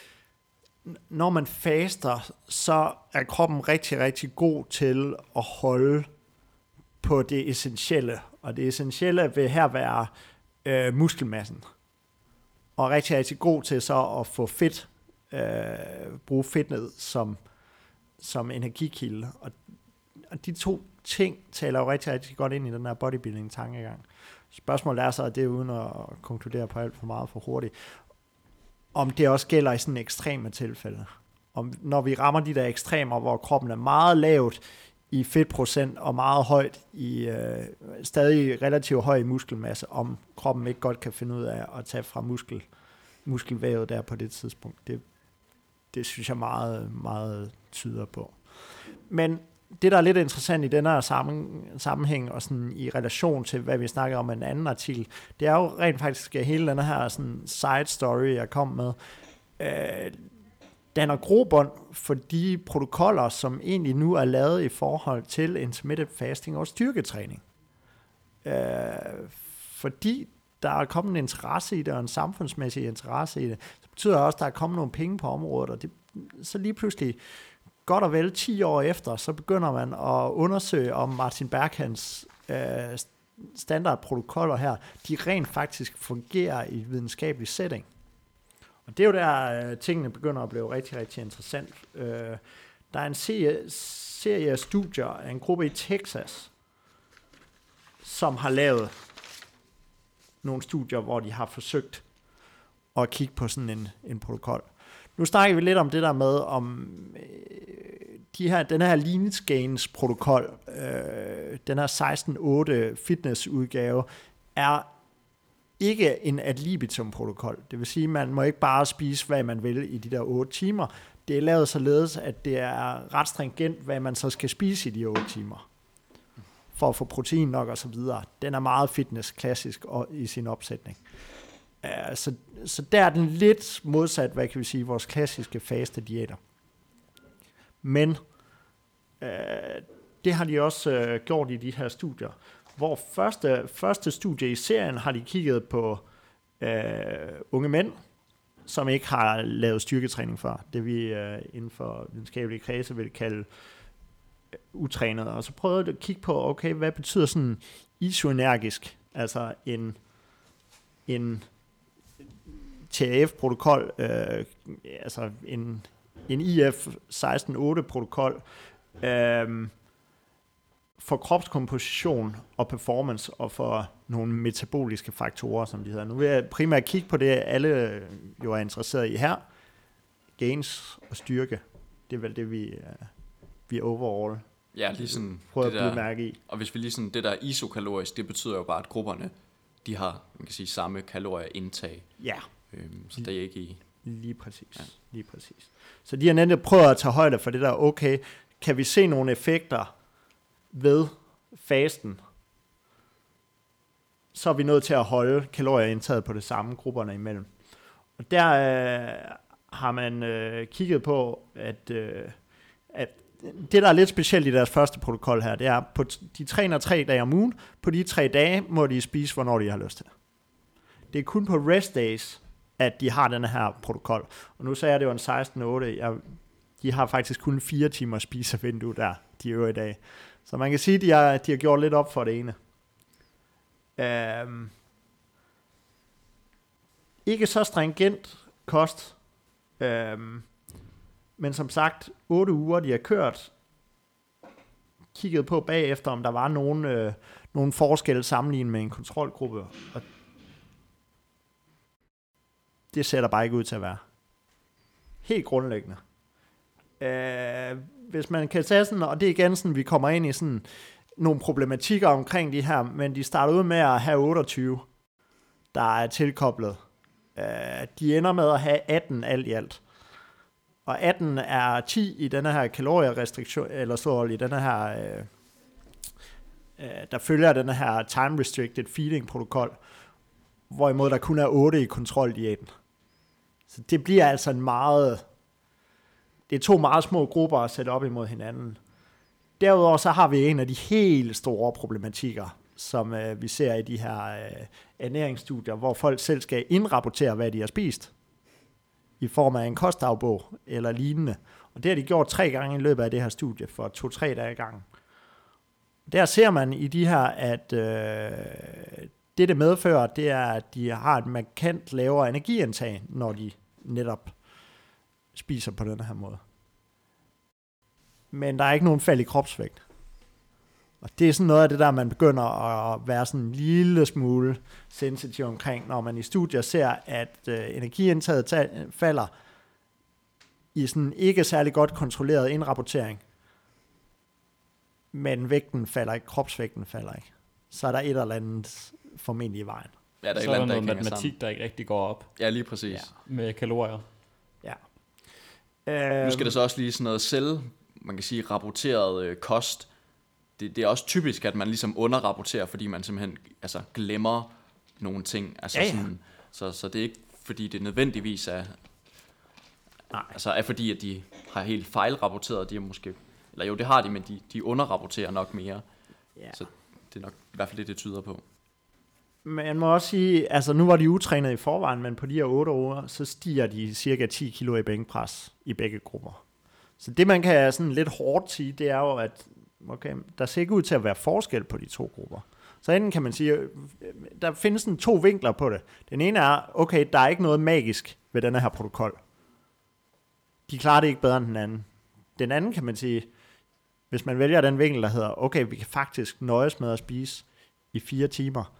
når man faster, så er kroppen rigtig, rigtig god til at holde på det essentielle. Og det essentielle vil her være øh, muskelmassen. Og rigtig, rigtig god til så at få fedt, øh, bruge fedtned som, som energikilde. Og, og de to ting taler jo rigtig, rigtig godt ind i den her bodybuilding-tankegang. Spørgsmålet er så, at det er uden at konkludere på alt for meget for hurtigt, om det også gælder i sådan ekstreme tilfælde. Om, når vi rammer de der ekstremer, hvor kroppen er meget lavt i fedtprocent og meget højt i øh, stadig relativt høj i muskelmasse, om kroppen ikke godt kan finde ud af at tage fra muskel, muskelvævet der på det tidspunkt. Det, det synes jeg meget, meget tyder på. Men det, der er lidt interessant i den her sammen, sammenhæng, og sådan i relation til, hvad vi snakker om i en anden artikel, det er jo rent faktisk hele den her sådan side story, jeg kom med, øh, danner grobund for de protokoller, som egentlig nu er lavet i forhold til intermittent fasting og styrketræning. Øh, fordi der er kommet en interesse i det, og en samfundsmæssig interesse i det, så betyder det også, at der er kommet nogle penge på området, og det, så lige pludselig godt og vel ti år efter, så begynder man at undersøge, om Martin Berghans øh, standardprotokoller her, de rent faktisk fungerer i et videnskabeligt setting. Og det er jo der, øh, tingene begynder at blive rigtig, rigtig interessant. Øh, der er en serie, serie af studier af en gruppe i Texas, som har lavet nogle studier, hvor de har forsøgt at kigge på sådan en, en protokol. Nu snakker vi lidt om det der med, om øh, de her, den her Lineage Gains protokol, øh, den her seksten otte fitness udgave, er ikke en ad libitum protokol. Det vil sige, at man må ikke bare spise, hvad man vil i de der otte timer. Det er lavet således, at det er ret stringent, hvad man så skal spise i de otte timer, for at få protein nok og så videre. Den er meget fitness-klassisk i sin opsætning. Uh, så, så der er den lidt modsat, hvad kan vi sige, vores klassiske faste diæter. Men uh, det har de også uh, gjort i de her studier, hvor første, første studie i serien har de kigget på uh, unge mænd, som ikke har lavet styrketræning før. Det vi uh, inden for videnskabelige kredse vil kalde uh, utrænet. Og så prøvede de at kigge på, okay, hvad betyder sådan isoenergisk, altså en en T A F-protokol, øh, altså en, en I F seksten otte protokol øh, for kropskomposition og performance og for nogle metaboliske faktorer, som de hedder. Nu vil jeg primært kigge på det, alle jo er interesseret i her. Gains og styrke. Det er vel det, vi, vi overall ja, lige sådan prøver det at blive der, mærke i. Og hvis vi lige sådan, det der isokalorisk, det betyder jo bare, at grupperne, de har, man kan sige, samme kalorieindtag. Ja. Øhm, så det er ikke i... Lige præcis, ja. lige præcis. Så de har netop prøvet at tage højde for det der, okay, kan vi se nogle effekter ved fasten, så er vi nødt til at holde kalorieindtaget på det samme grupperne imellem. Og der øh, har man øh, kigget på, at, øh, at det, der er lidt specielt i deres første protokol her, det er, på de træner tre dage om ugen, på de tre dage må de spise, hvornår de har lyst til. Det er kun på rest days, at de har den her protokol. Og nu sagde jeg, det var en seksten otte. Jeg, de har faktisk kun fire timer spisevindue der, de øvrige dage. Så man kan sige, at de har, de har gjort lidt op for det ene. Um, ikke så stringent kost. Um, men som sagt, otte uger, de har kørt. Kigget på bagefter, om der var nogen, øh, nogen forskel sammenlignet med en kontrolgruppe. Og det ser der bare ikke ud til at være. Helt grundlæggende. Uh, hvis man kan tage sådan, og det er igen sådan, vi kommer ind i sådan nogle problematikker omkring de her, men de starter ud med at have otteogtyve, der er tilkoblet Øh, de ender med at have atten alt i alt. Og atten er ti i denne her kalorierestriktion, eller så i denne her, øh, øh, der følger denne her time restricted feeding protokol, hvorimod der kun er otte i kontroldiæten. Så det bliver altså en meget, det er to meget små grupper at sætte op imod hinanden. Derudover så har vi en af de helt store problematikker, som øh, vi ser i de her øh, ernæringsstudier, hvor folk selv skal indrapportere, hvad de har spist, i form af en kostdagbog eller lignende. Og det har de gjort tre gange i løbet af det her studie, for to-tre dage i gangen. Der ser man i de her, at øh, det, det medfører, det er, at de har et markant lavere energiindtag, når de netop spiser på den her måde. Men der er ikke nogen fald i kropsvægt. Og det er sådan noget af det der, man begynder at være sådan en lille smule sensitiv omkring, når man i studier ser, at øh, energiindtaget ta- falder i sådan ikke særlig godt kontrolleret indrapportering. Men vægten falder ikke, kropsvægten falder ikke. Så er der et eller andet formentlig i vejen. Ja, der er så et er eller der andet, noget der matematik, der ikke rigtig går op Ja, lige præcis. Ja. med kalorier. Ja. Nu skal der så også lige sådan noget selv, man kan sige, rapporteret øh, kost. Det, det er også typisk, at man ligesom underrapporterer, fordi man simpelthen altså, glemmer nogle ting. Altså, ja, ja. Sådan, så, så det er ikke, fordi det nødvendigvis er, Nej. altså, er fordi, at de har helt fejlrapporteret. De er måske, eller jo, det har de, men de, de underrapporterer nok mere. Ja. Så det er nok i hvert fald det, det tyder på. Men jeg må også sige, altså nu var de utrænet i forvejen, men på de her otte uger, så stiger de cirka ti kilo i bænkpres i begge grupper. Så det, man kan sådan lidt hårdt sige, det er jo, at okay, der ser ikke ud til at være forskel på de to grupper. Så enten kan man sige, der findes sådan to vinkler på det. Den ene er, okay, der er ikke noget magisk ved denne her protokol. De klarer det ikke bedre end den anden. Den anden kan man sige, hvis man vælger den vinkel, der hedder, okay, vi kan faktisk nøjes med at spise i fire timer,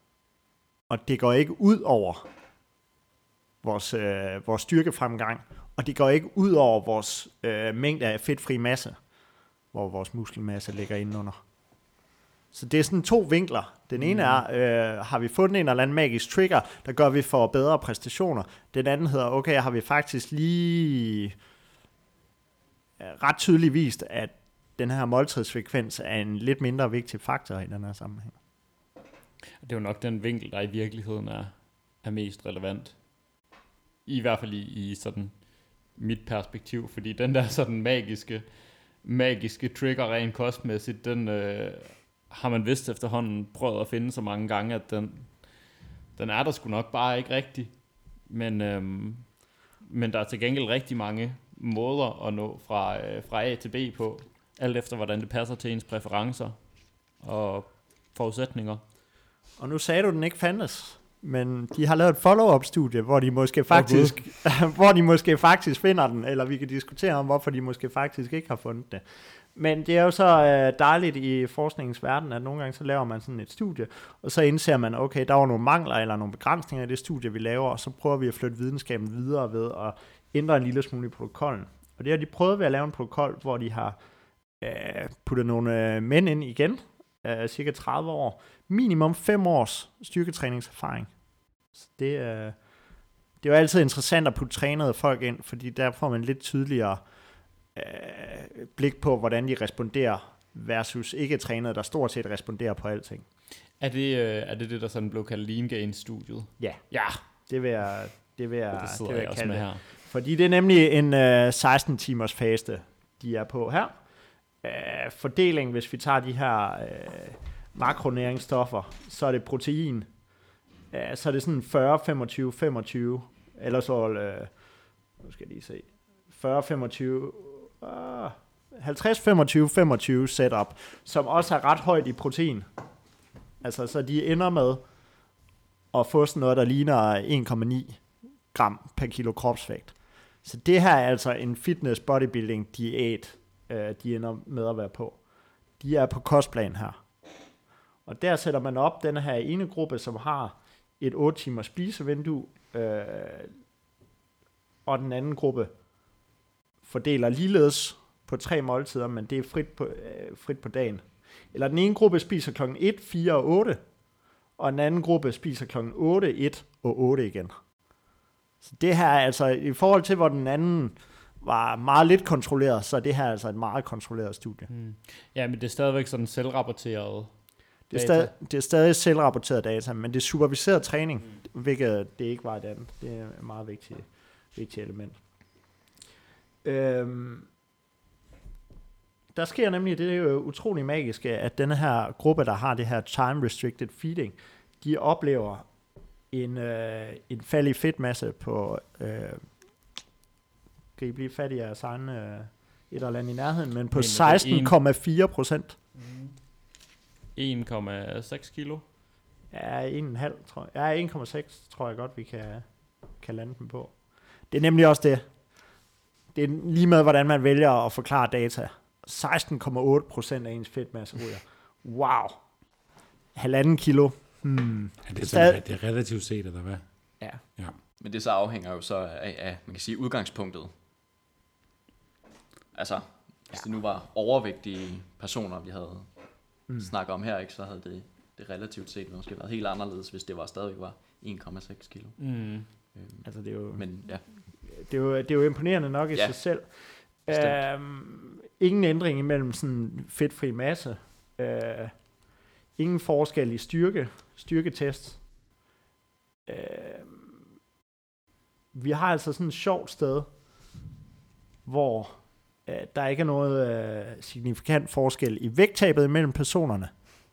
og det går ikke ud over vores, øh, vores styrkefremgang, og det går ikke ud over vores øh, mængde af fedtfri masse, hvor vores muskelmasse ligger indenunder. Så det er sådan to vinkler. Den ene er, øh, har vi fundet en eller anden magisk trigger, der gør, vi får bedre præstationer. Den anden hedder, okay, har vi faktisk lige øh, ret tydeligt vist, at den her måltidsfrekvens er en lidt mindre vigtig faktor i den her sammenhæng. Det er jo nok den vinkel, der i virkeligheden er, er mest relevant. I hvert fald i, i sådan mit perspektiv, fordi den der sådan magiske, magiske trigger rent kostmæssigt, den øh, har man vist efterhånden prøvet at finde så mange gange, at den, den er der sgu nok bare ikke rigtig. Men, øhm, men der er til gengæld rigtig mange måder at nå fra, øh, fra A til B på, alt efter hvordan det passer til ens præferencer og forudsætninger. Og nu sagde du, den ikke fandtes, men de har lavet et follow-up-studie, hvor de måske faktisk, oh, hvor de måske faktisk finder den, eller vi kan diskutere om, hvorfor de måske faktisk ikke har fundet det. Men det er jo så øh, dejligt i forskningens verden, at nogle gange så laver man sådan et studie, og så indser man, okay, der var nogle mangler eller nogle begrænsninger i det studie, vi laver, og så prøver vi at flytte videnskaben videre ved at ændre en lille smule i protokollen. Og det har de prøvet ved at lave en protokol, hvor de har øh, puttet nogle øh, mænd ind igen, øh, cirka tredive år, minimum fem års styrketræningserfaring. Så det, øh, det er jo altid interessant at putte trænede folk ind, fordi der får man lidt tydeligere øh, blik på, hvordan de responderer, versus ikke trænede, der stort set responderer på alting. Er det øh, er det, det, der sådan blev kaldt lean gain-studiet? Ja, Ja, det vil jeg, det vil jeg, det sidder det vil jeg jeg også kalde med det. her. Fordi det er nemlig en øh, seksten timers faste, de er på her. Øh, fordeling, hvis vi tager de her øh, makronæringsstoffer, så er det protein. Øh, så er det sådan fyrre, femogtyve, femogtyve, eller så, øh, nu skal jeg lige se, fyrre, femogtyve, øh, halvtreds, femogtyve, femogtyve setup, som også er ret højt i protein. Altså, så de ender med at få sådan noget, der ligner en komma ni gram per kilo kropsvægt. Så det her er altså en fitness bodybuilding diæt, øh, de ender med at være på. De er på kostplan her. Og der sætter man op den her ene gruppe, som har et otte timers spisevindue, øh, og den anden gruppe fordeler ligeledes på tre måltider, men det er frit på, øh, frit på dagen. Eller den ene gruppe spiser klokken et, fire og otte, og den anden gruppe spiser klokken otte, et og otte igen. Så det her er altså, i forhold til hvor den anden var meget lidt kontrolleret, så er det her altså et meget kontrolleret studie. Mm. Ja, men det er stadigvæk sådan selvrapporteret Det er, stadig, det er stadig selvrapporteret data, men det er superviseret træning, mm. hvilket det ikke var et andet. Det er et meget vigtigt, vigtigt element. Øhm, der sker nemlig, det er jo utrolig magisk, at denne her gruppe, der har det her time-restricted feeding, de oplever en, øh, en fald i fedtmasse på, øh, kan I blive fat i jeres egen øh, et eller andet i nærheden, men på seksten komma fire procent. Mm. en komma seks kilo. Ja, en komma fem tror jeg. Ja, en komma seks tror jeg godt, vi kan, kan lande den på. Det er nemlig også det. Det er lige med, hvordan man vælger at forklare data. seksten komma otte procent af ens fedtmasse ryger. Wow. Halvanden kilo. Hmm. Ja, det, er sådan, det er relativt set, eller hvad? Ja. ja. Men det så afhænger jo så af, af man kan sige, udgangspunktet. Altså, hvis ja. det nu var overvægtige personer, vi havde mm. snakket om her, ikke, så havde det, det relativt set måske været helt anderledes, hvis det var stadigvæk var en komma seks kilo. Mm. Øhm, altså det er jo, men ja. Det er jo, det er jo imponerende nok i ja. sig selv. Øhm, ingen ændring imellem sådan fedtfri masse. Øh, ingen forskel i styrke, styrketest. Øh, vi har altså sådan et sjovt sted, hvor øh, der ikke er noget øh, signifikant forskel i vægttabet imellem personerne.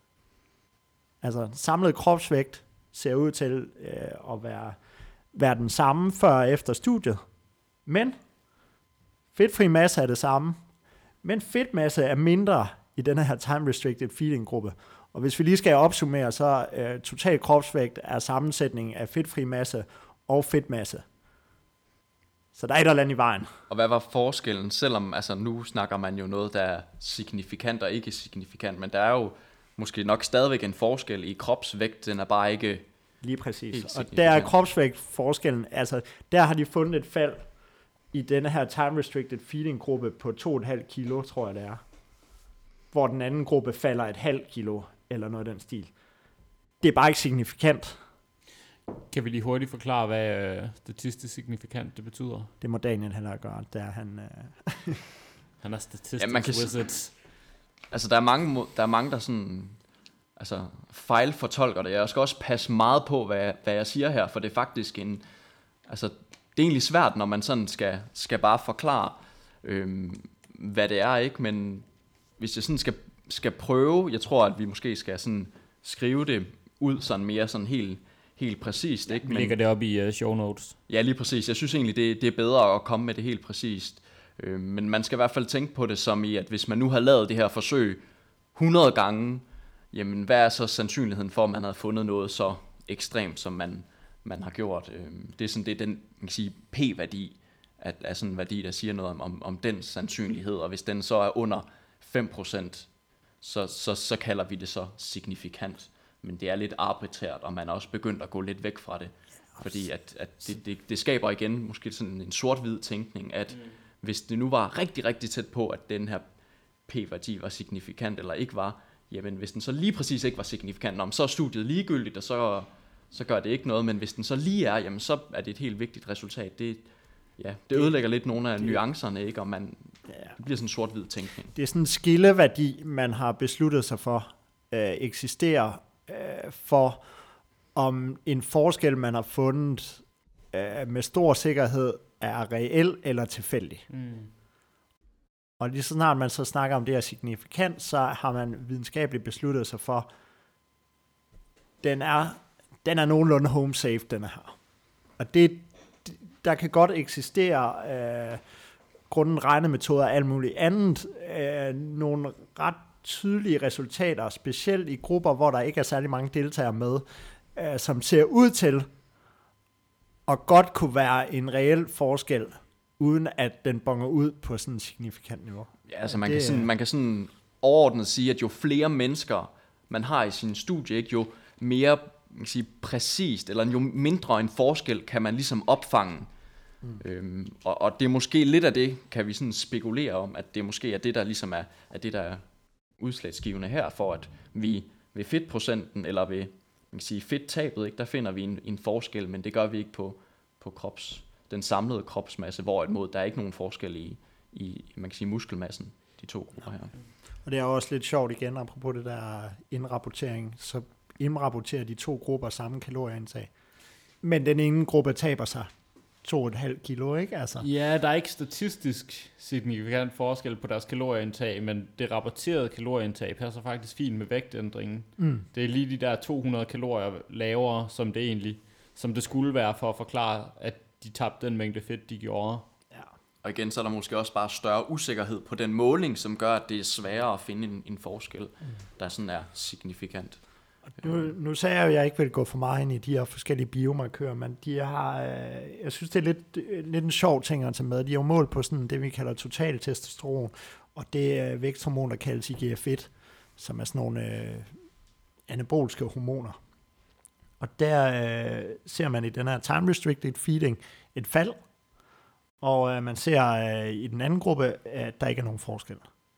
Altså samlet kropsvægt ser ud til øh, at være, være den samme før og efter studiet. Men fedtfri masse er det samme. Men fedtmasse er mindre i denne her time-restricted feeding-gruppe. Og hvis vi lige skal opsummere, så øh, total kropsvægt er sammensætningen af fedtfri masse og fedtmasse. Så der er et eller andet i vejen. Og hvad var forskellen, selvom altså, nu snakker man jo noget, der er signifikant og ikke signifikant, men der er jo måske nok stadigvæk en forskel i kropsvægt, den er bare ikke lige præcis. Og der er kropsvægt forskellen, altså der har de fundet et fald i denne her time-restricted feeding-gruppe på to komma fem kilo, tror jeg det er. Hvor den anden gruppe falder et halvt kilo, eller noget af den stil. Det er bare ikke signifikant. Kan vi lige hurtigt forklare, hvad øh, statistisk signifikant det betyder? Det må Daniel heller gøre, der han... Øh... han er statistisk ja, man kan wizard. Altså, der er mange, der er mange, der sådan... Altså, fejlfortolker det. Jeg skal også passe meget på, hvad, hvad jeg siger her, for det er faktisk en... Altså, det er egentlig svært, når man sådan skal, skal bare forklare, øhm, hvad det er, ikke? Men hvis jeg sådan skal, skal prøve, jeg tror, at vi måske skal sådan skrive det ud sådan mere sådan helt, helt præcist, ikke? Vi lægger det op i uh, show notes. Ja, lige præcis. Jeg synes egentlig, det, det er bedre at komme med det helt præcist. Øh, men man skal i hvert fald tænke på det som i, at hvis man nu har lavet det her forsøg hundrede gange, jamen hvad er så sandsynligheden for, at man har fundet noget så ekstremt, som man, man har gjort? Øh, det er sådan, det er den, man kan sige, p-værdi, at er sådan en værdi, der siger noget om, om, om den sandsynlighed, og hvis den så er under fem procent, så, så, så kalder vi det så signifikant. Men det er lidt arbitrært, og man er også begyndt at gå lidt væk fra det. Fordi at, at det, det, det skaber igen måske sådan en sort-hvid tænkning, at mm. hvis det nu var rigtig, rigtig tæt på, at den her p-værdi var signifikant eller ikke var, jamen hvis den så lige præcis ikke var signifikant, om så er studiet ligegyldigt, og så, så gør det ikke noget, men hvis den så lige er, jamen så er det et helt vigtigt resultat. Det, ja, det ødelægger lidt nogle af det, nuancerne, ikke? Og man, ja. Det bliver sådan en sort-hvid tænkning. Det er sådan en skilleværdi, man har besluttet sig for, øh, eksisterer øh, for, om en forskel, man har fundet øh, med stor sikkerhed, er reel eller tilfældig. Mm. Og lige så snart man så snakker om det her signifikant, så har man videnskabeligt besluttet sig for, den er, den er nogenlunde home safe, den er her. Og det, der kan godt eksistere øh, grunden regnemetoder og alt muligt andet, øh, nogle ret tydelige resultater, specielt i grupper, hvor der ikke er særlig mange deltagere med, øh, som ser ud til at godt kunne være en reel forskel, uden at den bonger ud på sådan et signifikant niveau. Ja, altså man, det, kan sådan, man kan sådan overordnet sige, at jo flere mennesker man har i sin studie, ikke, jo mere man kan sige, præcist, eller jo mindre en forskel kan man ligesom opfange. Mm. Øhm, og, og det er måske lidt af det, kan vi sådan spekulere om, at det måske er det, der ligesom er, er det, der er udslagsgivende her, for at vi ved fedtprocenten, eller ved man kan sige, fedttabet, ikke, der finder vi en, en forskel, men det gør vi ikke på, på krops, den samlede kropsmasse, hvorimod der er ikke nogen forskel i, i man kan sige, muskelmassen, de to grupper her. Og det er også lidt sjovt igen, apropos det der indrapportering, så indrapporterer de to grupper samme kalorieindtag. Men den ene gruppe taber sig to komma fem kilo, ikke? Altså. Ja, der er ikke statistisk signifikant forskel på deres kalorieindtag, men det rapporterede kalorieindtag passer faktisk fint med vægtændringen. Mm. Det er lige de der to hundrede kalorier lavere, som det egentlig, som det skulle være for at forklare, at de tabte den mængde fedt, de gjorde. Ja. Og igen, så er der måske også bare større usikkerhed på den måling, som gør, at det er sværere at finde en, en forskel, mm. der sådan er signifikant. Nu, nu sagde jeg jo, at jeg ikke vil gå for meget ind i de her forskellige biomarkører, men de har, jeg synes, det er lidt, lidt en sjov ting at tage med. De er jo målt på sådan det, vi kalder total testosteron, og det er væksthormon, der kaldes I G F et, som er sådan nogle øh, anabolske hormoner. Og der øh, ser man i den her time-restricted feeding et fald, og øh, man ser øh, i den anden gruppe, at der ikke er nogen forskel.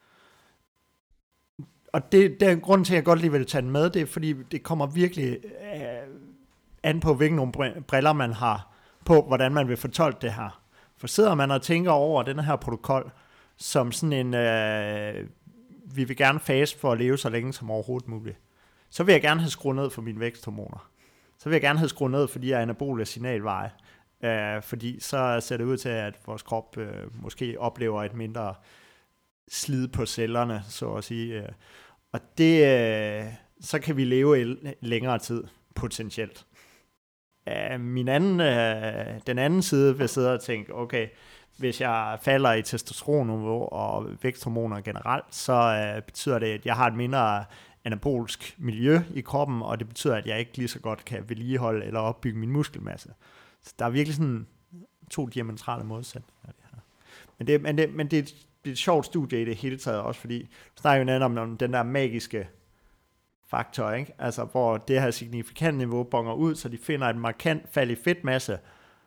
Og det, det er grunden til, at jeg godt lige vil tage den med, det er, fordi det kommer virkelig øh, an på, hvilke nogle briller man har på, hvordan man vil fortolke det her. For sidder man og tænker over den her protokol, som sådan en, øh, vi vil gerne fase for at leve så længe som overhovedet muligt, så vil jeg gerne have skruet ned for mine væksthormoner. Så vil jeg gerne have skruet ned for de her anabole signalveje, øh, fordi så ser det ud til, at vores krop øh, måske oplever et mindre slid på cellerne, så at sige. Øh. Og det, øh, så kan vi leve i længere tid, potentielt. Øh, min anden, øh, den anden side vil sidde og tænke, okay, hvis jeg falder i testosteronniveau og væksthormoner generelt, så øh, betyder det, at jeg har et mindre anabolsk miljø i kroppen, og det betyder, at jeg ikke lige så godt kan vedligeholde eller opbygge min muskelmasse. Så der er virkelig sådan to diametrale modsætninger. Det her. Men, det, men, det, men det, det er et sjovt studie i det hele taget også, fordi vi snakker jo netop om, om den der magiske faktor, ikke? Altså, hvor det her signifikant niveau bonger ud, så de finder et markant fald i fedtmasse,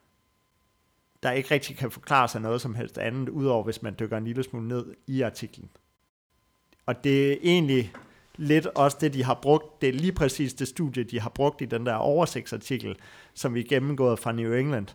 der ikke rigtig kan forklare sig noget som helst andet, udover hvis man dykker en lille smule ned i artiklen. Og det er egentlig lidt også det, de har brugt, det er lige præcis det studie, de har brugt i den der oversigtsartikel, som vi gennemgået fra New England,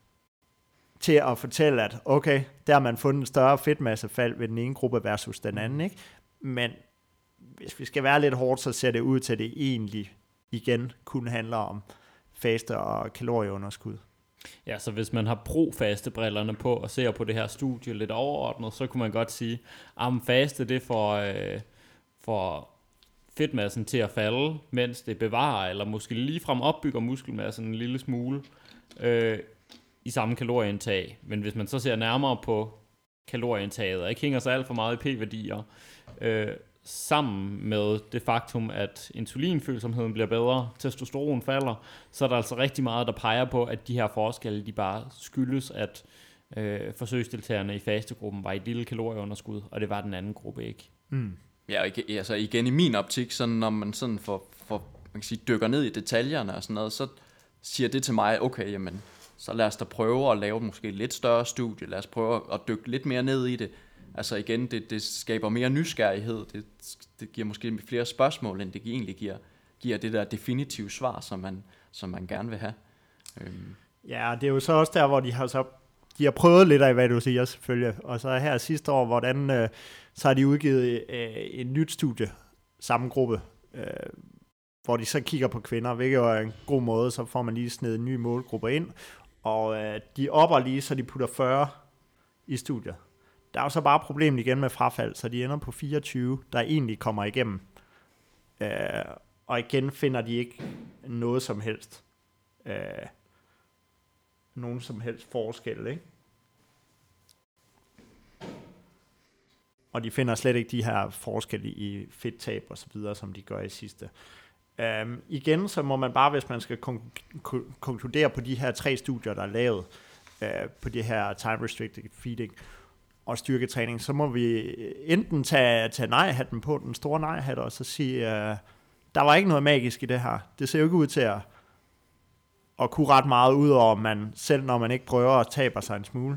til at fortælle, at okay, der har man fundet en større fedtmassefald ved den ene gruppe versus den anden, ikke? Men hvis vi skal være lidt hårdt, så ser det ud til, at det egentlig igen kun handler om faste og kalorieunderskud. Ja, så hvis man har pro-faste-brillerne på og ser på det her studie lidt overordnet, så kunne man godt sige, at faste det får, øh, får fedtmassen til at falde, mens det bevarer, eller måske ligefrem opbygger muskelmassen en lille smule øh, i samme kalorieindtag. Men hvis man så ser nærmere på kalorieindtaget, og ikke hænger sig alt for meget i p-værdier, øh, sammen med det faktum, at insulinfølsomheden bliver bedre, testosteron falder, så er der altså rigtig meget, der peger på, at de her forskelle, de bare skyldes, at øh, forsøgsdeltagerne i fastegruppen var i et lille kalorieunderskud, og det var den anden gruppe ikke. Mm. Ja, altså igen i min optik, så når man sådan får, får man kan sige, dykker ned i detaljerne og sådan noget, så siger det til mig, okay, jamen, så lad os da prøve at lave måske lidt større studie, lad os prøve at dykke lidt mere ned i det. Altså igen, det, det skaber mere nysgerrighed, det, det giver måske flere spørgsmål, end det egentlig giver, giver det der definitive svar, som man, som man gerne vil have. Øhm. Ja, det er jo så også der, hvor de har så de har prøvet lidt af, hvad du siger selvfølgelig, og så her sidste år, hvordan øh, så har de udgivet øh, et nyt studie, samme gruppe, øh, hvor de så kigger på kvinder, hvilket er en god måde, så får man lige snedet en ny målgruppe ind, og øh, de opper lige, så de putter fyrre i studiet. Der er jo så bare problemet igen med frafald, så de ender på fireogtyve, der egentlig kommer igennem. Øh, og igen finder de ikke noget som helst. Øh, nogen som helst forskel, ikke? Og de finder slet ikke de her forskelle i fedttab og så videre, som de gør i sidste. Um, igen, så må man bare, hvis man skal kon- konkludere på de her tre studier, der er lavet uh, på det her time-restricted feeding og styrketræning, så må vi enten tage, tage nej-hatten på, den store nej-hat, og så sige, uh, der var ikke noget magisk i det her. Det ser jo ikke ud til at, at kunne ret meget, ud over man selv, når man ikke prøver at tabe sig en smule.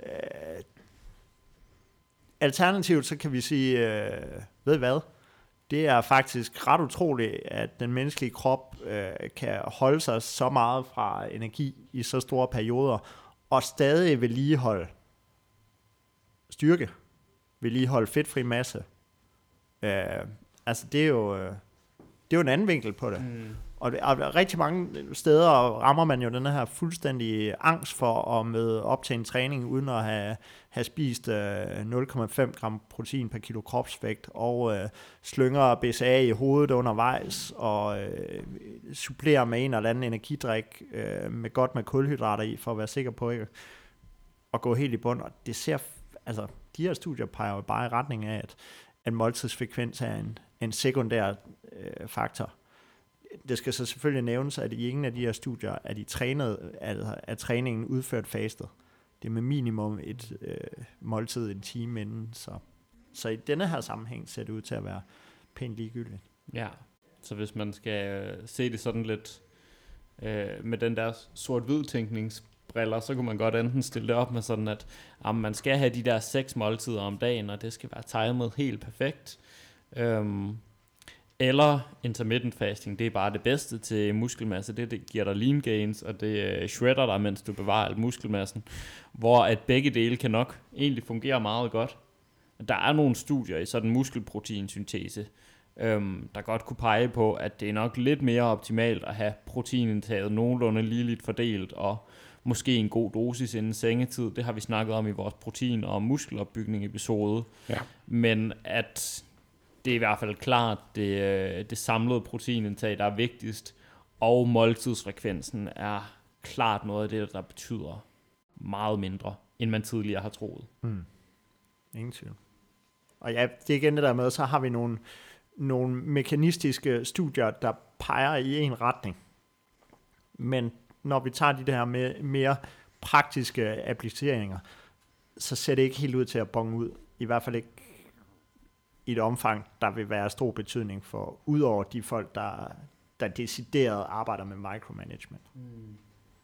Uh, alternativt, så kan vi sige, uh, ved I hvad? Det er faktisk ret utroligt, at den menneskelige krop øh, kan holde sig så meget fra energi i så store perioder, og stadig vedligeholde styrke, vedligeholde fedtfri masse. Øh, altså det er jo øh, det er jo en anden vinkel på det. Mm. Og, og rigtig mange steder rammer man jo den her fuldstændig angst for at møde op til en træning, uden at have, have spist øh, nul komma fem gram protein per kilo kropsvægt, og øh, slynger B C A i hovedet undervejs, og øh, supplerer med en eller anden energidrik, øh, med godt med kulhydrater i, for at være sikker på ikke at gå helt i bund. Og det ser, altså, de her studier peger jo bare i retning af, at, at måltidsfrekvens er en, en sekundær øh, faktor. Det skal så selvfølgelig nævnes, at i ingen af de her studier er de trænet, altså er træningen udført fastet. Det er med minimum et øh, måltid en time inden, så, så i denne her sammenhæng ser det ud til at være pænt ligegyldigt. Ja, så hvis man skal øh, se det sådan lidt øh, med den der sort-hvid tænkningsbriller, så kunne man godt enten stille det op med sådan, at ah, man skal have de der seks måltider om dagen, og det skal være timet helt perfekt. Øhm, Eller intermittent fasting, det er bare det bedste til muskelmasse. Det, det giver dig lean gains, og det shredder dig, mens du bevarer alt muskelmassen. Hvor at begge dele kan nok egentlig fungere meget godt. Der er nogle studier i sådan muskelproteinsyntese, øhm, der godt kunne pege på, at det er nok lidt mere optimalt at have proteinindtaget nogenlunde ligeligt fordelt, og måske en god dosis inden sengetid. Det har vi snakket om i vores protein- og muskelopbygning episode. Ja. Men at det er i hvert fald klart det, det samlede proteinindtag, der er vigtigst, og måltidsfrekvensen er klart noget af det, der betyder meget mindre, end man tidligere har troet. Mm. Ingen tvivl. Og ja, det er igen det der med, så har vi nogle, nogle mekanistiske studier, der peger i en retning. Men når vi tager de der med mere praktiske appliceringer, så ser det ikke helt ud til at bonge ud. I hvert fald ikke i et omfang, der vil være stor betydning for, udover de folk, der, der decideret arbejder med micromanagement. Mm.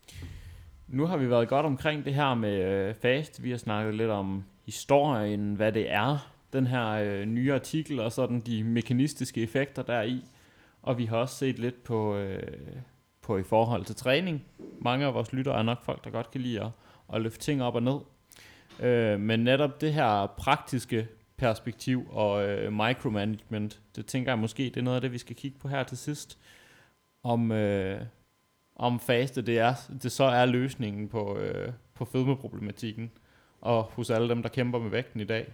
Nu har vi været godt omkring det her med øh, fast. Vi har snakket lidt om historien, hvad det er, den her øh, nye artikel, og sådan de mekanistiske effekter deri. Og vi har også set lidt på, øh, på i forhold til træning. Mange af vores lyttere er nok folk, der godt kan lide at, at løfte ting op og ned. Øh, men netop det her praktiske perspektiv og øh, micromanagement, det tænker jeg måske, det er noget af det, vi skal kigge på her til sidst. Om, øh, om faste, det, er, det så er løsningen på, øh, på fedmeproblematikken, og hos alle dem, der kæmper med vægten i dag.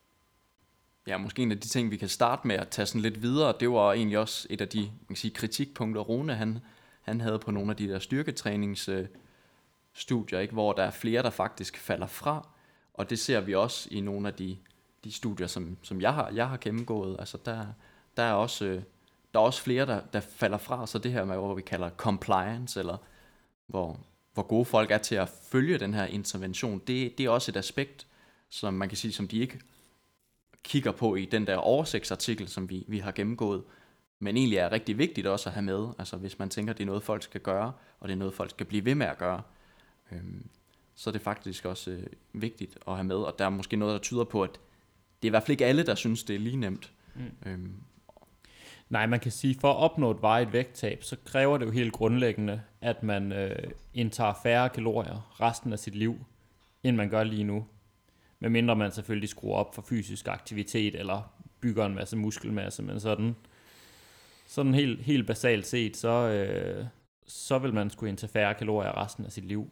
Ja, måske en af de ting, vi kan starte med at tage sådan lidt videre, det var egentlig også et af de man kan sige, kritikpunkter, Rune han, han havde på nogle af de der styrketræningsstudier, ikke, hvor der er flere, der faktisk falder fra, og det ser vi også i nogle af de de studier, som, som jeg har, jeg har gennemgået. Altså der, der er også, der er også flere, der, der falder fra, så det her med, hvad vi kalder compliance, eller hvor, hvor gode folk er til at følge den her intervention, det, det er også et aspekt, som man kan sige, som de ikke kigger på i den der oversigtsartikel, som vi, vi har gennemgået, men egentlig er rigtig vigtigt også at have med, altså hvis man tænker, det er noget, folk skal gøre, og det er noget, folk skal blive ved med at gøre, øhm, så er det faktisk også øh, vigtigt at have med, og der er måske noget, der tyder på, at det er i hvert fald ikke alle, der synes, det er lige nemt. Mm. Øhm. Nej, man kan sige, for at opnå et varigt vægttab, så kræver det jo helt grundlæggende, at man øh, indtager færre kalorier resten af sit liv, end man gør lige nu. Medmindre man selvfølgelig skruer op for fysisk aktivitet, eller bygger en masse muskelmasse, men sådan, sådan helt, helt basalt set, så, øh, så vil man skulle indtage færre kalorier resten af sit liv.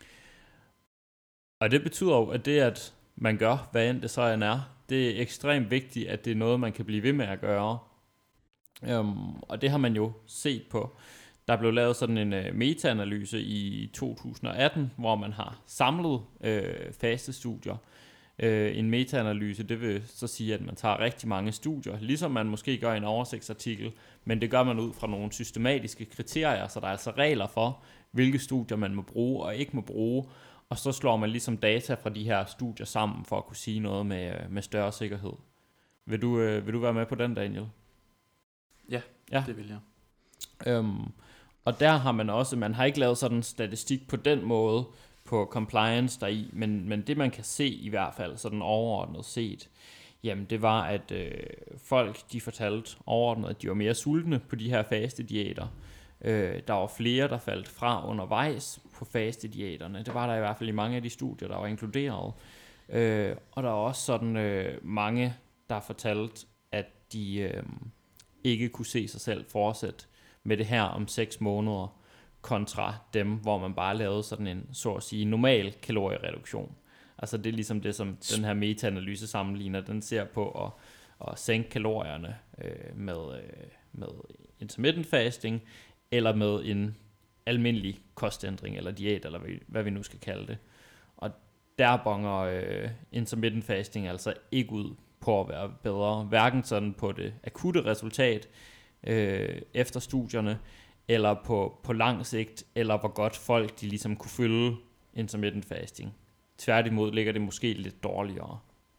Og det betyder jo, at det, at man gør, hvad end det så end er, det er ekstremt vigtigt, at det er noget, man kan blive ved med at gøre. Um, og det har man jo set på. Der blev lavet sådan en uh, meta-analyse i to tusind og atten, hvor man har samlet uh, faste studier. Uh, en meta-analyse, det vil så sige, at man tager rigtig mange studier, ligesom man måske gør i en oversigtsartikel, men det gør man ud fra nogle systematiske kriterier, så der er altså regler for, hvilke studier man må bruge og ikke må bruge. Og så slår man ligesom data fra de her studier sammen, for at kunne sige noget med, med større sikkerhed. Vil du, øh, vil du være med på den, Daniel? Ja, ja. Det vil jeg. Øhm, og der har man også, man har ikke lavet sådan en statistik på den måde, på compliance deri, men, men det man kan se i hvert fald, sådan overordnet set, Jamen, det var, at øh, folk, de fortalte overordnet, at de var mere sultne på de her faste diæter. Øh, der var flere, der faldt fra undervejs på faste diæterne. Det var der i hvert fald i mange af de studier, der var inkluderet. Øh, og der er også sådan øh, mange, der fortalte, at de øh, ikke kunne se sig selv fortsætte med det her om seks måneder, kontra dem, hvor man bare lavede sådan en, så at sige, normal kaloriereduktion. Altså det er ligesom det, som den her meta-analyse sammenligner. Den ser på at, at sænke kalorierne øh, med, øh, med intermittent fasting, eller med en almindelig kostændring, eller diæt, eller hvad, hvad vi nu skal kalde det. Og der bonger øh, intermittent fasting altså ikke ud på at være bedre, hverken sådan på det akutte resultat øh, efter studierne, eller på, på lang sigt, eller hvor godt folk de ligesom kunne følge intermittent fasting. Tværtimod ligger det måske lidt dårligere.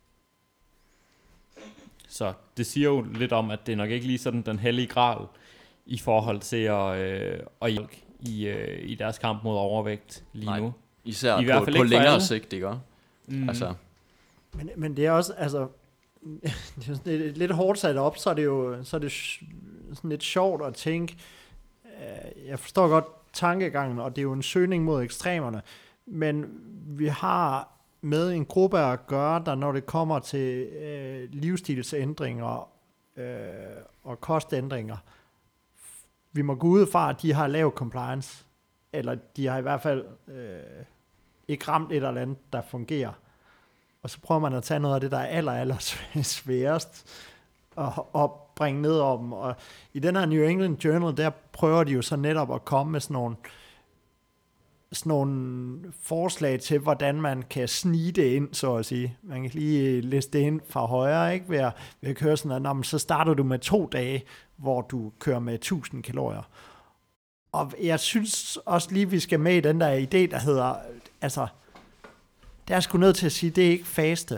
Så det siger jo lidt om, at det er nok ikke lige sådan den hellige gral i forhold til at, øh, at hjælpe i, øh, i deres kamp mod overvægt lige Nej, nu. Især I på, hvert fald på ikke for længere alle. sigt, ikke? Mm. Altså, Men, men det er også, altså, det er lidt, lidt hårdt sat op, så er det jo så er det sådan lidt sjovt at tænke. Jeg forstår godt tankegangen, og det er jo en søgning mod ekstremerne, men vi har med en gruppe at gøre, der når det kommer til øh, livsstilsændringer øh, og kostændringer, vi må gå ud fra, at de har lav compliance, eller de har i hvert fald øh, ikke ramt et eller andet, der fungerer. Og så prøver man at tage noget af det, der er aller, aller sværest, og, og bringe ned om dem. Og i den her New England Journal, der prøver de jo så netop at komme med sådan nogle, sådan nogle forslag til, hvordan man kan snige det ind, så at sige. Man kan lige liste det ind fra højre, ikke? Ved at, ved at køre sådan, at nå, så starter du med to dage, hvor du kører med tusind kalorier. Og jeg synes også lige, vi skal med i den der idé, der hedder, altså, der er sgu nødt til at sige, det er ikke faste.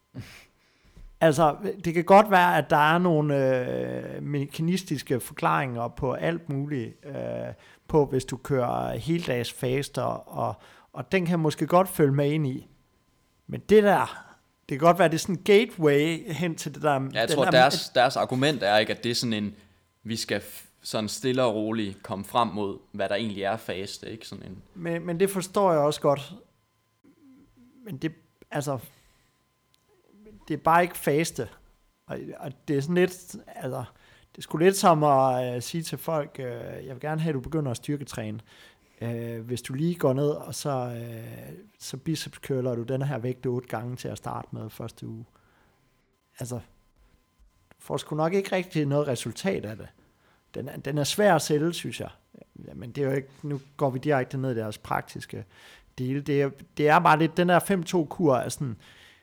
Altså, det kan godt være, at der er nogle øh, mekanistiske forklaringer på alt muligt, øh, på hvis du kører heldags faster, og, og den kan måske godt følge med ind i. Men det der, det kan godt være, det er sådan en gateway hen til det der. ja, jeg tror, der, deres, deres argument er ikke, at det er sådan en, vi skal f- sådan stille og roligt komme frem mod, hvad der egentlig er faste, ikke? Sådan en... men, men det forstår jeg også godt. Men det, altså, det er bare ikke faste. Og, og det er sådan lidt, altså, det er sgu lidt som at uh, sige til folk, uh, jeg vil gerne have, at du begynder at styrketræne. Uh, hvis du lige går ned, og så, uh, så biceps curler du den her vægt otte gange til at starte med første uge. Altså, du får sgu nok ikke rigtig noget resultat af det. Den er, den er svær at sælge, synes jeg. Ja, men det er jo ikke, nu går vi direkte ned i deres praktiske dele. Det er, det er bare lidt, den der fem to kur er sådan,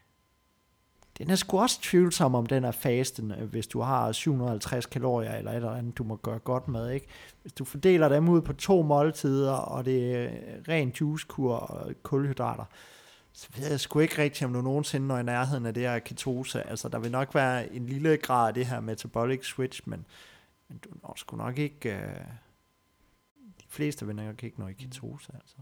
den er sgu også tvivlsom, om den er fasten, hvis du har syv hundrede og halvtreds kalorier, eller et eller andet, du må gøre godt med, ikke? Hvis du fordeler dem ud på to måltider, og det er ren juicekur og kulhydrater, så ved jeg sgu ikke rigtigt, om du nogensinde når i nærheden af det her ketose. Altså, der vil nok være en lille grad af det her metabolic switch, men, men du når sgu nok ikke, uh, de fleste vil nok ikke nå i ketose, altså.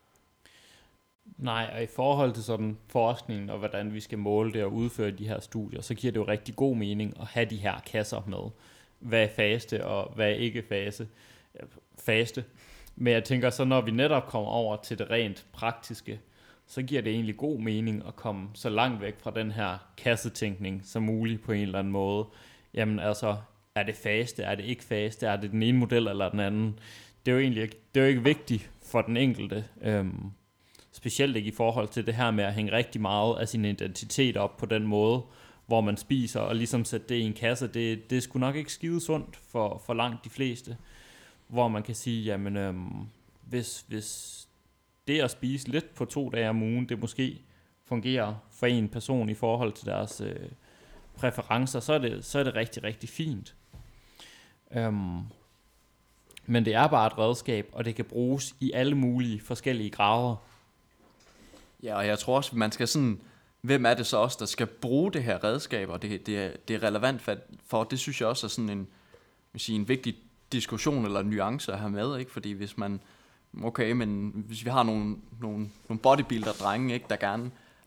Nej, og i forhold til sådan forskningen og hvordan vi skal måle det og udføre de her studier, så giver det jo rigtig god mening at have de her kasser med. Hvad er faste og hvad er ikke fase? faste. Men jeg tænker så, når vi netop kommer over til det rent praktiske, så giver det egentlig god mening at komme så langt væk fra den her kassetænkning som muligt på en eller anden måde. Jamen altså, er det faste, er det ikke faste, er det den ene model eller den anden? Det er jo egentlig ikke, det er jo ikke vigtigt for den enkelte. Øhm, Specielt ikke i forhold til det her med at hænge rigtig meget af sin identitet op på den måde, hvor man spiser, og ligesom sætte det i en kasse, det, det er sgu nok ikke skide sundt for, for langt de fleste. Hvor man kan sige, jamen, øhm, hvis, hvis det at spise lidt på to dage om ugen, det måske fungerer for en person i forhold til deres øh, præferencer, så er, det, så er det rigtig, rigtig fint. Øhm, men det er bare et redskab, og det kan bruges i alle mulige forskellige grader. Ja, og jeg tror også, man skal sådan, hvem er det så også, der skal bruge det her redskab, og det, det, er, det er relevant for, for, det synes jeg også er sådan en, vil sige, en vigtig diskussion eller nuance at have med, ikke? Fordi hvis man, okay, men hvis vi har nogle, nogle, nogle bodybuilder-drenge, ikke, der gerne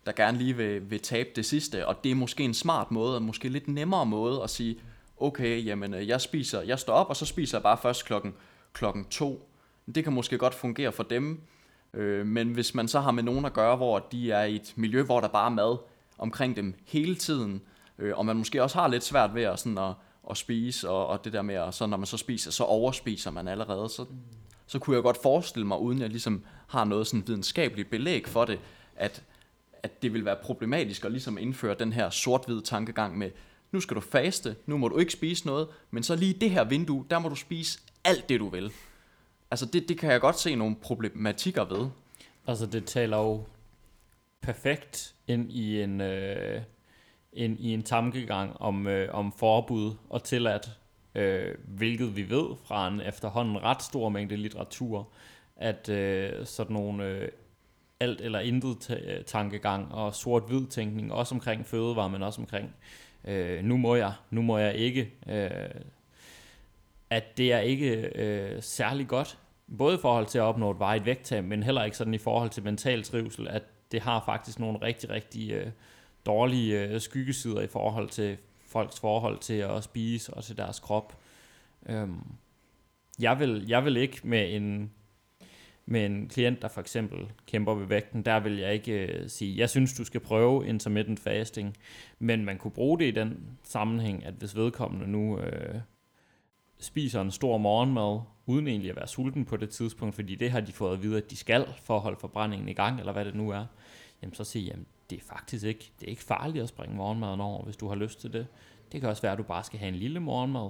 der gerne lige vil, vil tabe det sidste, og det er måske en smart måde, og måske lidt nemmere måde at sige, okay, jamen jeg spiser, jeg står op, og så spiser jeg bare først klokken, klokken to. Det kan måske godt fungere for dem, øh, men hvis man så har med nogen at gøre, hvor de er i et miljø, hvor der bare er mad omkring dem hele tiden, øh, og man måske også har lidt svært ved at, sådan at, at spise, og, og det der med, at så når man så spiser, så overspiser man allerede, så, så kunne jeg godt forestille mig, uden jeg ligesom har noget sådan videnskabeligt belæg for det, at, at det vil være problematisk at ligesom indføre den her sort-hvid tankegang med, nu skal du faste, nu må du ikke spise noget, men så lige det her vindue, der må du spise alt det du vil. Altså det, det kan jeg godt se nogle problematikker ved. Altså det taler jo perfekt ind i en, øh, ind i en tankegang om, øh, om forbud og tilladt, øh, hvilket vi ved fra en efterhånden ret stor mængde litteratur, at øh, sådan nogle øh, alt eller intet tankegang og sort-hvid tænkning, også omkring fødevarer, men også omkring øh, nu må jeg, nu må jeg ikke, øh, at det er ikke øh, særlig godt, både i forhold til at opnå et varigt vægttab, men heller ikke sådan i forhold til mental trivsel, at det har faktisk nogle rigtig, rigtig øh, dårlige øh, skyggesider i forhold til folks forhold til at spise og til deres krop. Øhm, jeg, vil, jeg vil ikke med en, med en klient, der for eksempel kæmper ved vægten, der vil jeg ikke øh, sige, jeg synes, du skal prøve intermittent fasting, men man kunne bruge det i den sammenhæng, at hvis vedkommende nu øh, spiser en stor morgenmad, uden egentlig at være sulten på det tidspunkt, fordi det har de fået at vide, at de skal for at holde forbrændingen i gang, eller hvad det nu er, jamen så siger jeg, det er faktisk ikke, det er ikke farligt at springe morgenmaden over, hvis du har lyst til det. Det kan også være, at du bare skal have en lille morgenmad.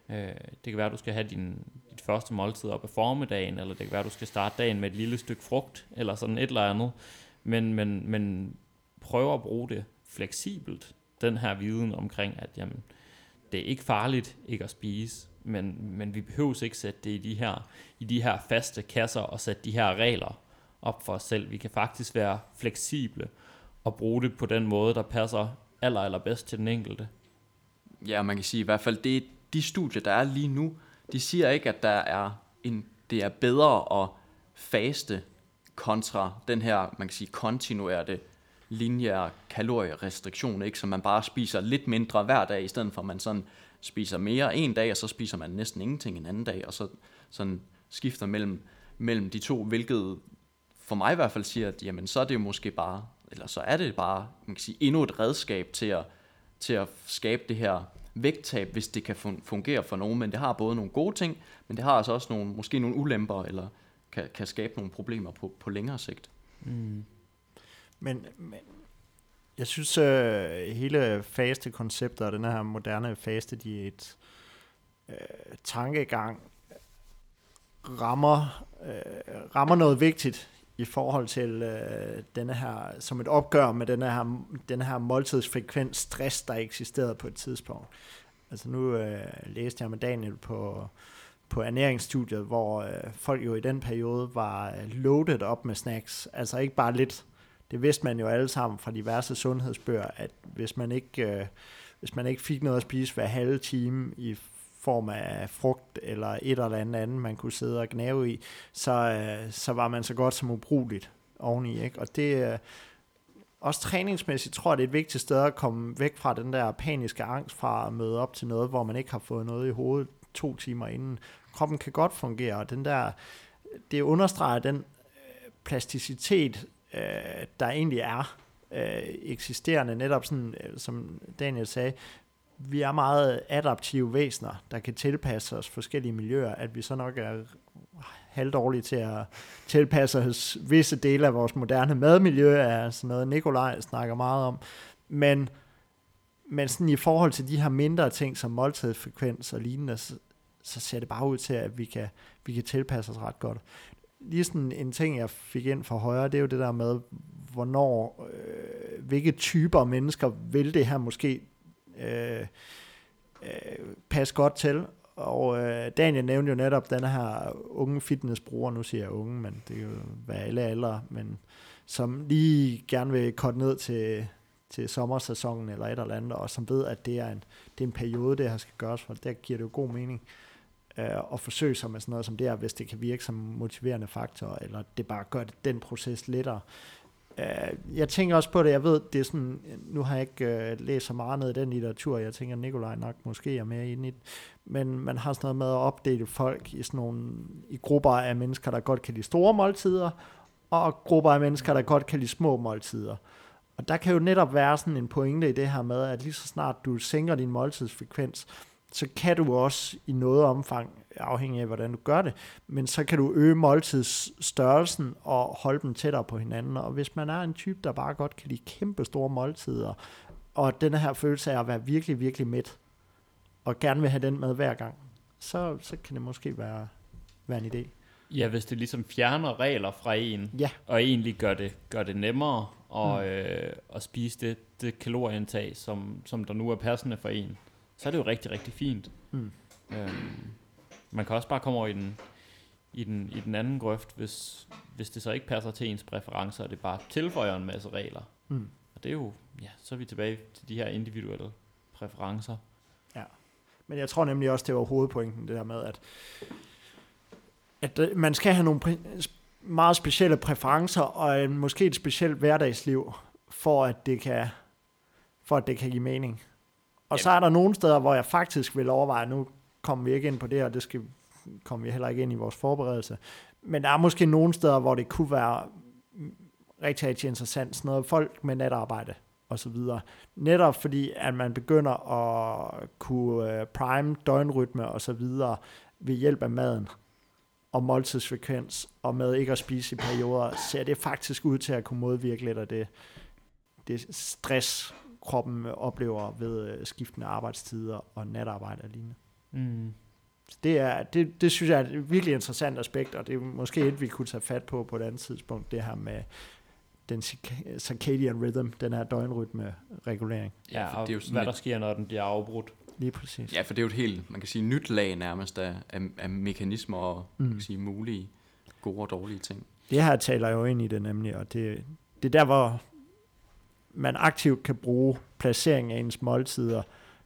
Det kan være, at du skal have din, dit første måltid op ad formiddagen, eller det kan være, at du skal starte dagen med et lille stykke frugt, eller sådan et eller andet. Men, men, men prøv at bruge det fleksibelt, den her viden omkring, at jamen, det er ikke farligt ikke at spise, men, men vi behøver ikke sætte det i de, her, i de her faste kasser og sætte de her regler op for os selv. Vi kan faktisk være fleksible og bruge det på den måde, der passer aller, aller bedst til den enkelte. Ja, man kan sige i hvert fald, det de studier, der er lige nu, de siger ikke, at der er en, det er bedre at faste kontra den her, man kan sige, kontinuerte lineære kalorierestriktion, ikke? Så man bare spiser lidt mindre hver dag, i stedet for at man sådan spiser mere en dag, og så spiser man næsten ingenting en anden dag, og så sådan skifter mellem, mellem de to, hvilket for mig i hvert fald siger, at jamen, så er det jo måske bare, eller så er det bare, man kan sige, endnu et redskab til at, til at skabe det her vægttab, hvis det kan fungere for nogen, men det har både nogle gode ting, men det har altså også nogle, måske nogle ulemper, eller kan, kan skabe nogle problemer på, på længere sigt. Mm. Men, men jeg synes, øh, hele faste-konceptet og den her moderne faste-diæt øh, tankegang rammer, øh, rammer noget vigtigt i forhold til øh, denne her, som et opgør med denne her, denne her måltidsfrekvens stress, der eksisterede på et tidspunkt. Altså nu øh, læste jeg med Daniel på, på ernæringsstudiet, hvor øh, folk jo i den periode var loaded op med snacks. Altså ikke bare lidt. Det vidste man jo alle sammen fra diverse sundhedsbøger, at hvis man ikke, øh, hvis man ikke fik noget at spise hver halve time i form af frugt eller et eller andet andet, man kunne sidde og gnave i, så, øh, så var man så godt som ubrugeligt oveni, ikke? Og det øh, også træningsmæssigt tror jeg, det er et vigtigt sted at komme væk fra den der paniske angst fra at møde op til noget, hvor man ikke har fået noget i hovedet to timer inden. Kroppen kan godt fungere, og den der, det understreger den plasticitet, øh, der egentlig er øh, eksisterende, netop sådan, som Daniel sagde, vi er meget adaptive væsener, der kan tilpasse os forskellige miljøer, at vi så nok er halvdårlige til at tilpasse os visse dele af vores moderne madmiljø, er sådan noget, Nikolaj snakker meget om. Men, men sådan i forhold til de her mindre ting, som måltidsfrekvens og lignende, så, så ser det bare ud til, at vi kan, vi kan tilpasse os ret godt. Lige sådan en ting, jeg fik ind fra højre, det er jo det der med, hvornår, øh, hvilke typer mennesker vil det her måske Øh, øh, pas godt til. Og øh, Daniel nævnte jo netop den her unge fitnessbruger, nu siger jeg unge, men det kan jo være alle aldre, men som lige gerne vil korte ned til, til sommersæsonen eller et eller andet, og som ved, at det er en, det er en periode, det her skal gøres for. Der giver det jo god mening øh, at forsøge sig med sådan noget som det her, hvis det kan virke som motiverende faktor, eller det bare gør det, den proces lettere. Uh, jeg tænker også på det, jeg ved, det er sådan, nu har jeg ikke uh, læst så meget ned i den litteratur, jeg tænker, Nikolaj nok måske er mere inde i det, men man har sådan noget med at opdele folk i sådan nogle, i grupper af mennesker, der godt kan lide store måltider, og grupper af mennesker, der godt kan lide små måltider. Og der kan jo netop være sådan en pointe i det her med, at lige så snart du sænker din måltidsfrekvens, så kan du også i noget omfang, afhængig af hvordan du gør det, men så kan du øge måltidsstørrelsen og holde dem tættere på hinanden. Og hvis man er en type, der bare godt kan lide kæmpe store måltider, og den her følelse af at være virkelig, virkelig mæt, og gerne vil have den med hver gang, så, så kan det måske være, være en idé. Ja, hvis det ligesom fjerner regler fra en, ja. og egentlig gør det, gør det nemmere at, mm. øh, at spise det, det kalorieindtag, som, som der nu er passende for en, så er det jo rigtig, rigtig fint. Mm. Øhm, man kan også bare komme over i den, i den, i den anden grøft, hvis, hvis det så ikke passer til ens præferencer, og det bare tilføjer en masse regler. Mm. Og det er jo, ja, så er vi tilbage til de her individuelle præferencer. Ja, men jeg tror nemlig også, det var hovedpointen, det der med, at, at man skal have nogle præ- meget specielle præferencer, og en, måske et specielt hverdagsliv, for at det kan, for at det kan give mening. Og så er der nogle steder, hvor jeg faktisk vil overveje, nu kommer vi ikke ind på det, og det skal kommer vi heller ikke ind i vores forberedelse, men der er måske nogle steder, hvor det kunne være rigtig, rigtig interessant, sådan noget folk med natarbejde og så videre. Netop fordi, at man begynder at kunne prime døgnrytme og så videre ved hjælp af maden og måltidsfrekvens, og med ikke at spise i perioder, ser det faktisk ud til at kunne modvirke lidt af det, det stress, kroppen oplever ved skiftende arbejdstider og natarbejde og lignende. Mm. Det, er, det, det synes jeg er et virkelig interessant aspekt, og det er måske et, vi kunne tage fat på på et andet tidspunkt, det her med den circadian rhythm, den her døgnrytme-regulering. Ja, og det er jo sådan hvad der sker, når den bliver afbrudt. Lige præcis. Ja, for det er jo et helt, man kan sige, nyt lag nærmest af, af, af mekanismer og mm. man kan sige, mulige gode og dårlige ting. Det her taler jo ind i det nemlig, og det, det er der, hvor man aktivt kan bruge placering af ens måltider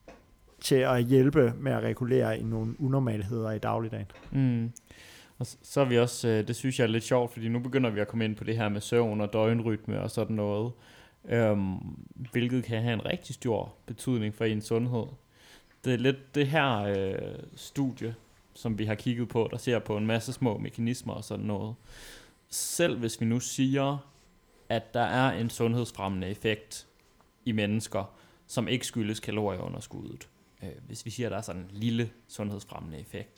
til at hjælpe med at regulere i nogle unormalheder i dagligdagen. Mm. Og så er vi også, det synes jeg er lidt sjovt, fordi nu begynder vi at komme ind på det her med søvn og døgnrytme og sådan noget, øhm, hvilket kan have en rigtig stor betydning for ens sundhed. Det er lidt det her øh, studie, som vi har kigget på, der ser på en masse små mekanismer og sådan noget. Selv hvis vi nu siger, at der er en sundhedsfremmende effekt i mennesker, som ikke skyldes kalorieunderskuddet. Hvis vi siger, at der er sådan en lille sundhedsfremmende effekt,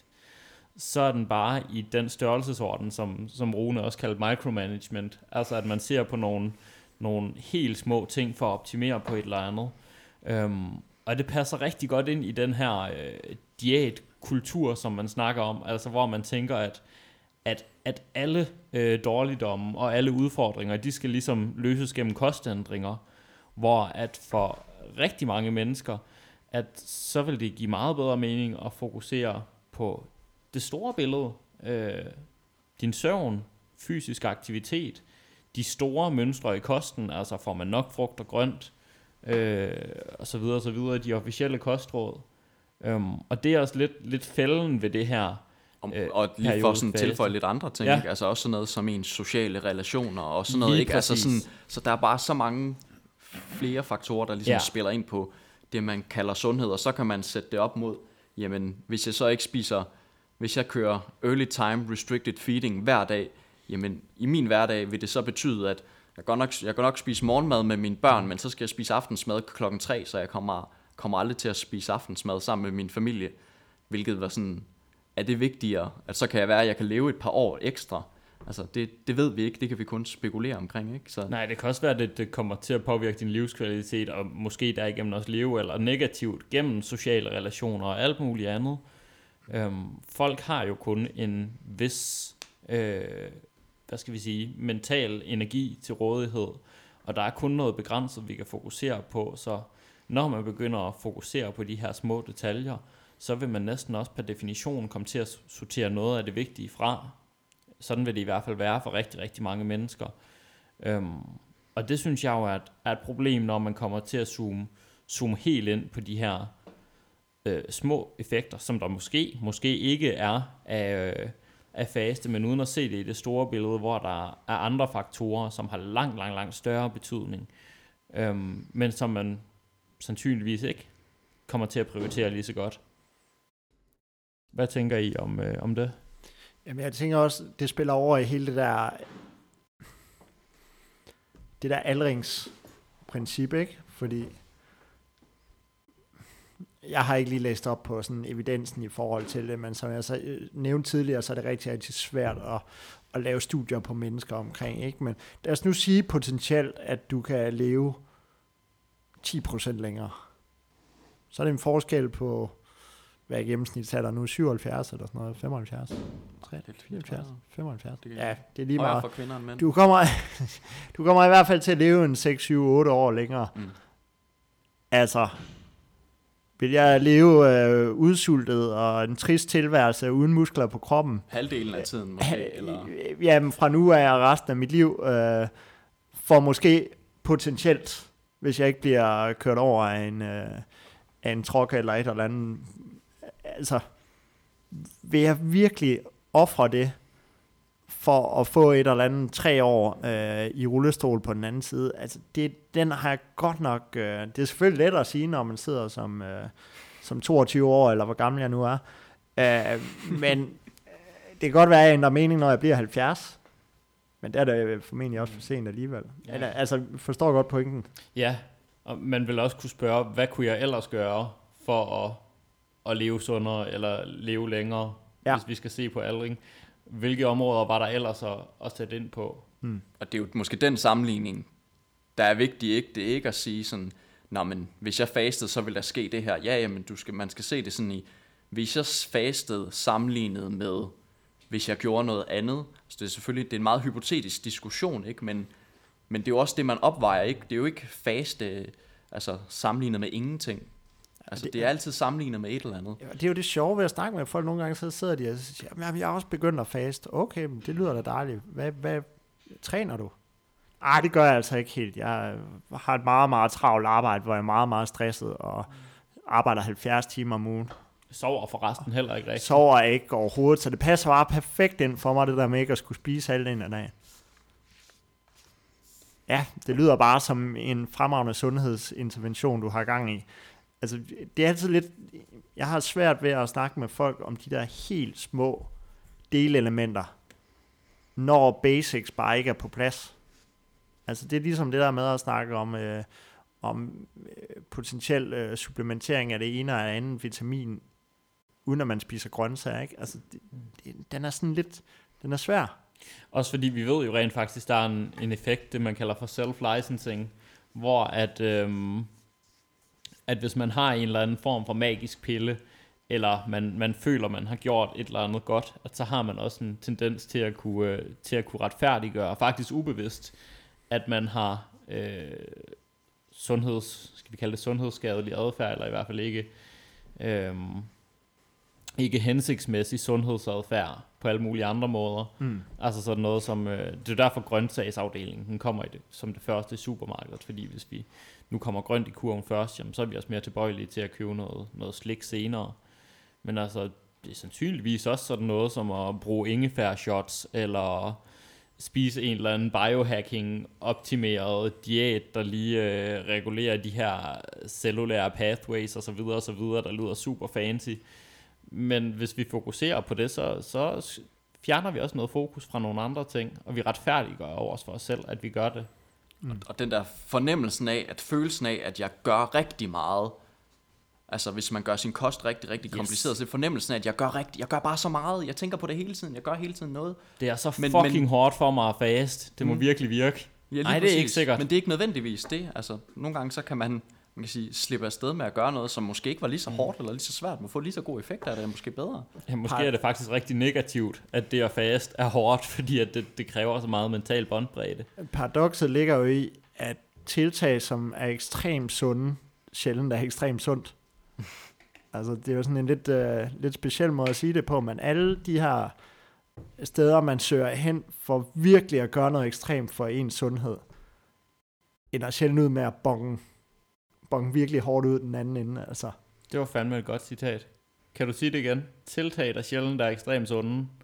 så er den bare i den størrelsesorden, som, som Rune også kaldte micromanagement. Altså at man ser på nogle, nogle helt små ting for at optimere på et eller andet. Øhm, og det passer rigtig godt ind i den her øh, diætkultur, som man snakker om. Altså hvor man tænker, at, at, at alle øh, dårligdomme og alle udfordringer, de skal ligesom løses gennem kostændringer. Hvor at for rigtig mange mennesker, at så vil det give meget bedre mening at fokusere på det store billede, øh, din søvn, fysisk aktivitet, de store mønstre i kosten, altså får man nok frugt og grønt, øh, og så videre og så videre, de officielle kostråd. Um, og det er også lidt, lidt fælden ved det her. Øh, og lige for sådan tilføje lidt andre ting, ja. Ikke? Altså også sådan noget som ens sociale relationer, og sådan noget, ikke? Altså sådan, så der er bare så mange flere faktorer, der ligesom ja. spiller ind på det, man kalder sundhed, og så kan man sætte det op mod, jamen, hvis jeg så ikke spiser, hvis jeg kører early time restricted feeding hver dag, jamen, i min hverdag vil det så betyde, at jeg kan nok, jeg kan nok spise morgenmad med mine børn, men så skal jeg spise aftensmad klokken tre, så jeg kommer, kommer aldrig til at spise aftensmad sammen med min familie, hvilket var sådan, er det vigtigere, at så kan jeg være, at jeg kan leve et par år ekstra. Altså, det, det ved vi ikke, det kan vi kun spekulere omkring, ikke? Så. Nej, det kan også være, at det, det kommer til at påvirke din livskvalitet, og måske derigennem også leve, eller negativt, gennem sociale relationer og alt muligt andet. Øhm, folk har jo kun en vis, øh, hvad skal vi sige, mental energi til rådighed, og der er kun noget begrænset, vi kan fokusere på, så når man begynder at fokusere på de her små detaljer, så vil man næsten også per definition komme til at sortere noget af det vigtige fra. Sådan vil det i hvert fald være for rigtig, rigtig mange mennesker. Øhm, og det synes jeg jo er et, er et problem, når man kommer til at zoome, zoome helt ind på de her øh, små effekter, som der måske, måske ikke er af, øh, af faste, men uden at se det i det store billede, hvor der er andre faktorer, som har langt, langt, langt større betydning, øhm, men som man sandsynligvis ikke kommer til at prioritere lige så godt. Hvad tænker I om, øh, om det? Jamen, jeg tænker også, det spiller over i hele det der, det der aldringsprincip, ikke? Fordi jeg har ikke lige læst op på sådan evidensen i forhold til det, men som jeg så nævnte tidligere, så er det rigtig, rigtig svært at, at lave studier på mennesker omkring, ikke? Men lad os nu sige potentielt, at du kan leve ti procent længere. Så er det en forskel på, hvad gennemsnit er der nu, syvoghalvfjerds eller sådan noget, femoghalvfjerds, fireoghalvfjerds, femoghalvfjerds. Ja, det er lige meget. For kvinder end mænd. Du kommer, du kommer i hvert fald til at leve en seks, syv, otte år længere. Mm. Altså, vil jeg leve øh, udsultet og en trist tilværelse uden muskler på kroppen? Halvdelen af tiden måske? Eller? Jamen, fra nu af og resten af mit liv, øh, for måske potentielt, hvis jeg ikke bliver kørt over af en, øh, af en truck eller et eller andet. Altså, vil jeg virkelig ofre det for at få et eller andet tre år øh, i rullestol på den anden side? Altså, det, den har jeg godt nok... Øh, det er selvfølgelig lettere at sige, når man sidder som, øh, som toogtyve år, eller hvor gammel jeg nu er. Øh, men det kan godt være, at jeg ændrer mening, når jeg bliver halvfjerds. Men det er da formentlig også for sent alligevel. Ja. Eller, altså, forstår godt pointen. Ja, og man vil også kunne spørge, hvad kunne jeg ellers gøre for at, at leve sundere, eller leve længere, ja. Hvis vi skal se på aldring. Hvilke områder var der ellers at, at sætte ind på? Hmm. Og det er jo måske den sammenligning, der er vigtig, ikke? Det er ikke at sige sådan, nå, men hvis jeg fastede, så vil der ske det her. Ja, jamen, du skal, man skal se det sådan i, hvis jeg fastede sammenlignet med, hvis jeg gjorde noget andet. Så det er selvfølgelig, det er en meget hypotetisk diskussion, ikke? Men, men det er jo også det, man opvejer, ikke? Det er jo ikke faste, altså sammenlignet med ingenting. Altså, det, det er altid sammenlignet med et eller andet. Ja, det er jo det sjove ved at snakke med folk. Nogle gange så sidder de og siger, jamen, jeg har også begyndt at faste. Okay, men det lyder da dejligt. Hvad, hvad træner du? Ej, det gør jeg altså ikke helt. Jeg har et meget, meget travlt arbejde, hvor jeg er meget, meget stresset og arbejder halvfjerds timer om ugen. Sover forresten heller ikke rigtigt. Sover ikke overhovedet, så det passer bare perfekt ind for mig, det der med ikke at skulle spise halvdelen af dagen. Ja, det lyder bare som en fremragende sundhedsintervention, du har gang i. Altså, det er altid lidt... Jeg har svært ved at snakke med folk om de der helt små delelementer, når basics bare ikke er på plads. Altså, det er ligesom det der med at snakke om, øh, om øh, potentiel øh, supplementering af det ene og andet vitamin, uden at man spiser grøntsager, ikke? Altså, det, det, den er sådan lidt... Den er svær. Også fordi vi ved jo rent faktisk, der er en, en effekt, det man kalder for self-licensing, hvor at... Øhm at hvis man har en eller anden form for magisk pille, eller man, man føler, man har gjort et eller andet godt, at så har man også en tendens til at kunne, øh, til at kunne retfærdiggøre, faktisk ubevidst, at man har øh, sundheds, skal vi kalde det sundhedsskadelig adfærd, eller i hvert fald ikke, øh, ikke hensigtsmæssig sundhedsadfærd på alle mulige andre måder. Mm. Altså sådan noget som, øh, det er derfor grøntsagsafdelingen, den kommer i det, som det første i supermarkedet, fordi hvis vi nu kommer grønt i kurven først, jamen, så er vi også mere tilbøjelige til at købe noget, noget slik senere. Men altså, det er sandsynligvis også sådan noget som at bruge ingefær-shots, eller spise en eller anden biohacking-optimeret diæt, der lige øh, regulerer de her cellulære pathways osv. osv., der lyder super fancy. Men hvis vi fokuserer på det, så, så fjerner vi også noget fokus fra nogle andre ting, og vi retfærdiggør over os for os selv, at vi gør det. Mm. Og den der fornemmelsen af, at følelsen af, at jeg gør rigtig meget, altså hvis man gør sin kost rigtig, rigtig yes. kompliceret, så er fornemmelsen af, at jeg gør, rigtig, jeg gør bare så meget, jeg tænker på det hele tiden, jeg gør hele tiden noget. Det er så men, fucking men, hårdt for mig at faste, det må mm. virkelig virke. Ja, nej, det er ikke sikkert. Men det er ikke nødvendigvis det, altså nogle gange så kan man, man kan sige, slippe afsted med at gøre noget, som måske ikke var lige så hårdt, eller lige så svært, men få lige så god effekt af det, er måske bedre. Ja, måske er det faktisk rigtig negativt, at det at fast er hårdt, fordi at det, det kræver så meget mental båndbredde. Paradokset ligger jo i, at tiltag, som er ekstremt sunde, sjældent er ekstremt sundt. Altså, det er jo sådan en lidt, uh, lidt speciel måde at sige det på, men alle de her steder, man søger hen for virkelig at gøre noget ekstremt for ens sundhed, ender sjældent ud med at bonge, bonge virkelig hårdt ud den anden ende, altså. Det var fandme et godt citat. Kan du sige det igen? Tiltag, der sjældent er ekstremt sunde,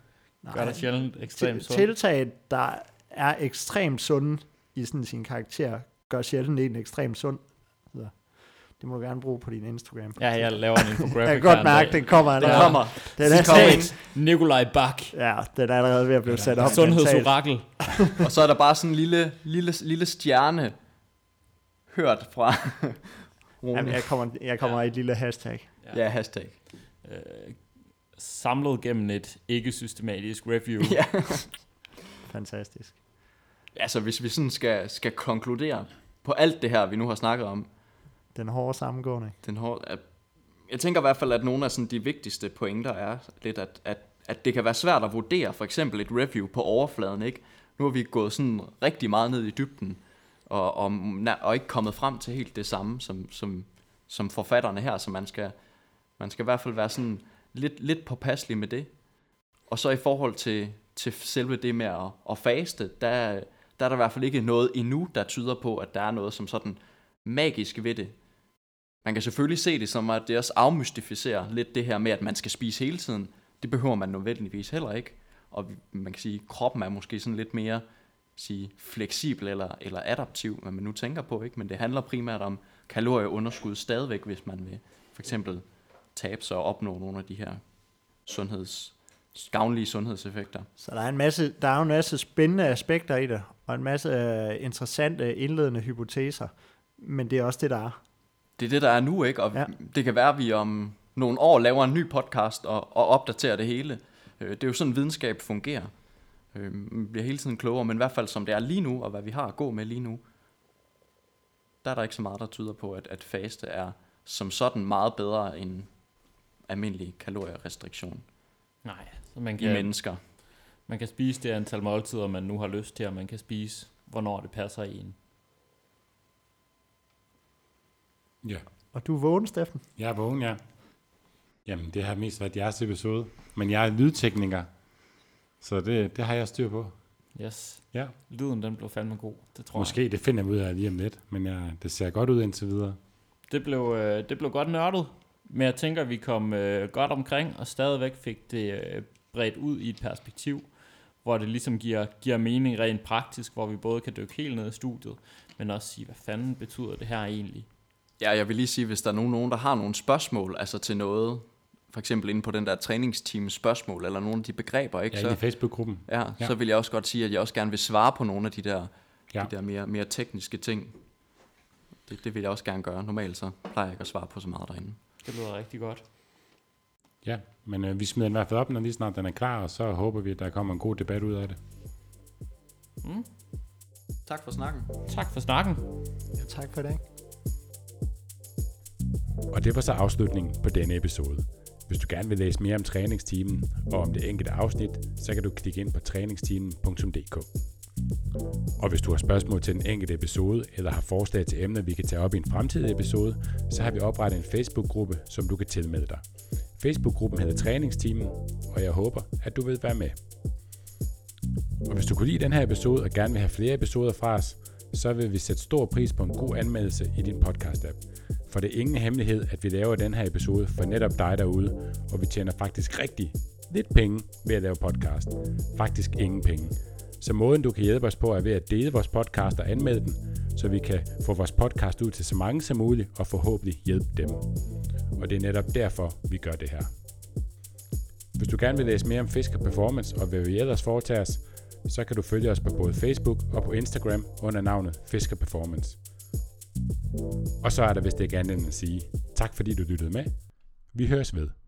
gør dig sjældent ekstremt sund. Tiltag, der er ekstremt sunde i sådan sin karakter, gør sjældent en ekstremt sund. Så det må du gerne bruge på din Instagram. Ja, jeg laver en infographic. Jeg kan godt mærke, den kommer. Den kommer. Den er Citat Nikolaj Bak. Ja, den er allerede ved at blive sat op. Sundhedsorakel. Og så er der bare sådan en lille, lille, lille stjerne hørt fra Jamen, jeg kommer, jeg kommer ja. i et lille hashtag. Ja, ja hashtag. Øh, samlet gennem et ikke-systematisk review. Ja. Fantastisk. Altså, hvis vi sådan skal, skal konkludere på alt det her, vi nu har snakket om. Den hårde samgående. Den hårde, at, jeg tænker i hvert fald, at nogle af sådan de vigtigste pointer er lidt, at, at, at det kan være svært at vurdere for eksempel et review på overfladen, ikke? Nu har vi gået sådan rigtig meget ned i dybden, og, og, og ikke kommet frem til helt det samme som, som, som forfatterne her, så man skal, man skal i hvert fald være sådan lidt, lidt påpasselig med det. Og så i forhold til, til selve det med at, at faste, der, der er der i hvert fald ikke noget endnu, der tyder på, at der er noget som sådan magisk ved det. Man kan selvfølgelig se det som, at det også afmystificerer lidt det her med, at man skal spise hele tiden. Det behøver man nødvendigvis heller ikke. Og man kan sige, at kroppen er måske sådan lidt mere sige, fleksibel eller, eller adaptiv, hvad man nu tænker på, ikke? Men det handler primært om kalorieunderskud stadigvæk, hvis man vil for eksempel tabe sig og opnå nogle af de her sundheds, gavnlige sundhedseffekter. Så der er, en masse, der er jo en masse spændende aspekter i det, og en masse uh, interessante indledende hypoteser, men det er også det, der er. Det er det, der er nu, ikke? Og ja. Det kan være, at vi om nogle år laver en ny podcast og, og opdaterer det hele. Det er jo sådan, videnskab fungerer. Vi bliver hele tiden klogere, men i hvert fald som det er lige nu, og hvad vi har at gå med lige nu, der er der ikke så meget, der tyder på, at, at faste er som sådan meget bedre end almindelig kalorierestriktion. Nej, så man kan, i mennesker. Man kan spise det antal måltider, man nu har lyst til, og man kan spise, hvornår det passer i en. Ja. Og du er vågen, Steffen? Jeg er vågen, ja. Jamen, det har mest været jeres episode. Men jeg er lydtekniker, så det, det har jeg styr på. Yes. Ja. Lyden, den blev fandme god, det tror Måske, jeg. det finder jeg ud af lige om lidt, men jeg, det ser godt ud indtil videre. Det blev, øh, det blev godt nørdet, men jeg tænker, at vi kom øh, godt omkring, og stadigvæk fik det øh, bredt ud i et perspektiv, hvor det ligesom giver, giver mening rent praktisk, hvor vi både kan dykke helt ned i studiet, men også sige, hvad fanden betyder det her egentlig? Ja, jeg vil lige sige, hvis der er nogen, nogen der har nogle spørgsmål, altså til noget, for eksempel inde på den der træningsteam spørgsmål, eller nogle af de begreber, ikke? Ja, så, i Facebook-gruppen. Ja, ja, så vil jeg også godt sige, at jeg også gerne vil svare på nogle af de der, ja. de der mere, mere tekniske ting. Det, det vil jeg også gerne gøre. Normalt så plejer jeg ikke at svare på så meget derinde. Det lyder rigtig godt. Ja, men øh, vi smider den i hvert fald op, når lige snart den er klar, og så håber vi, at der kommer en god debat ud af det. Mm. Tak for snakken. Tak for snakken. Ja, tak for det. Og det var så afslutningen på denne episode. Hvis du gerne vil læse mere om træningsteamen og om det enkelte afsnit, så kan du klikke ind på træningsteamen punktum d k. Og hvis du har spørgsmål til den enkelte episode, eller har forslag til emner, vi kan tage op i en fremtidig episode, så har vi oprettet en Facebook-gruppe, som du kan tilmelde dig. Facebook-gruppen hedder Træningsteamen, og jeg håber, at du vil være med. Og hvis du kunne lide den her episode og gerne vil have flere episoder fra os, så vil vi sætte stor pris på en god anmeldelse i din podcast-app. For det er ingen hemmelighed, at vi laver den her episode for netop dig derude, og vi tjener faktisk rigtig lidt penge ved at lave podcast. Faktisk ingen penge. Så måden du kan hjælpe os på er ved at dele vores podcast og anmelde den, så vi kan få vores podcast ud til så mange som muligt og forhåbentlig hjælpe dem. Og det er netop derfor, vi gør det her. Hvis du gerne vil læse mere om Fisker Performance og hvad vi ellers foretager os, så kan du følge os på både Facebook og på Instagram under navnet Fisker Performance. Og så er der vist ikke andet end at sige tak fordi du lyttede med. Vi høres ved.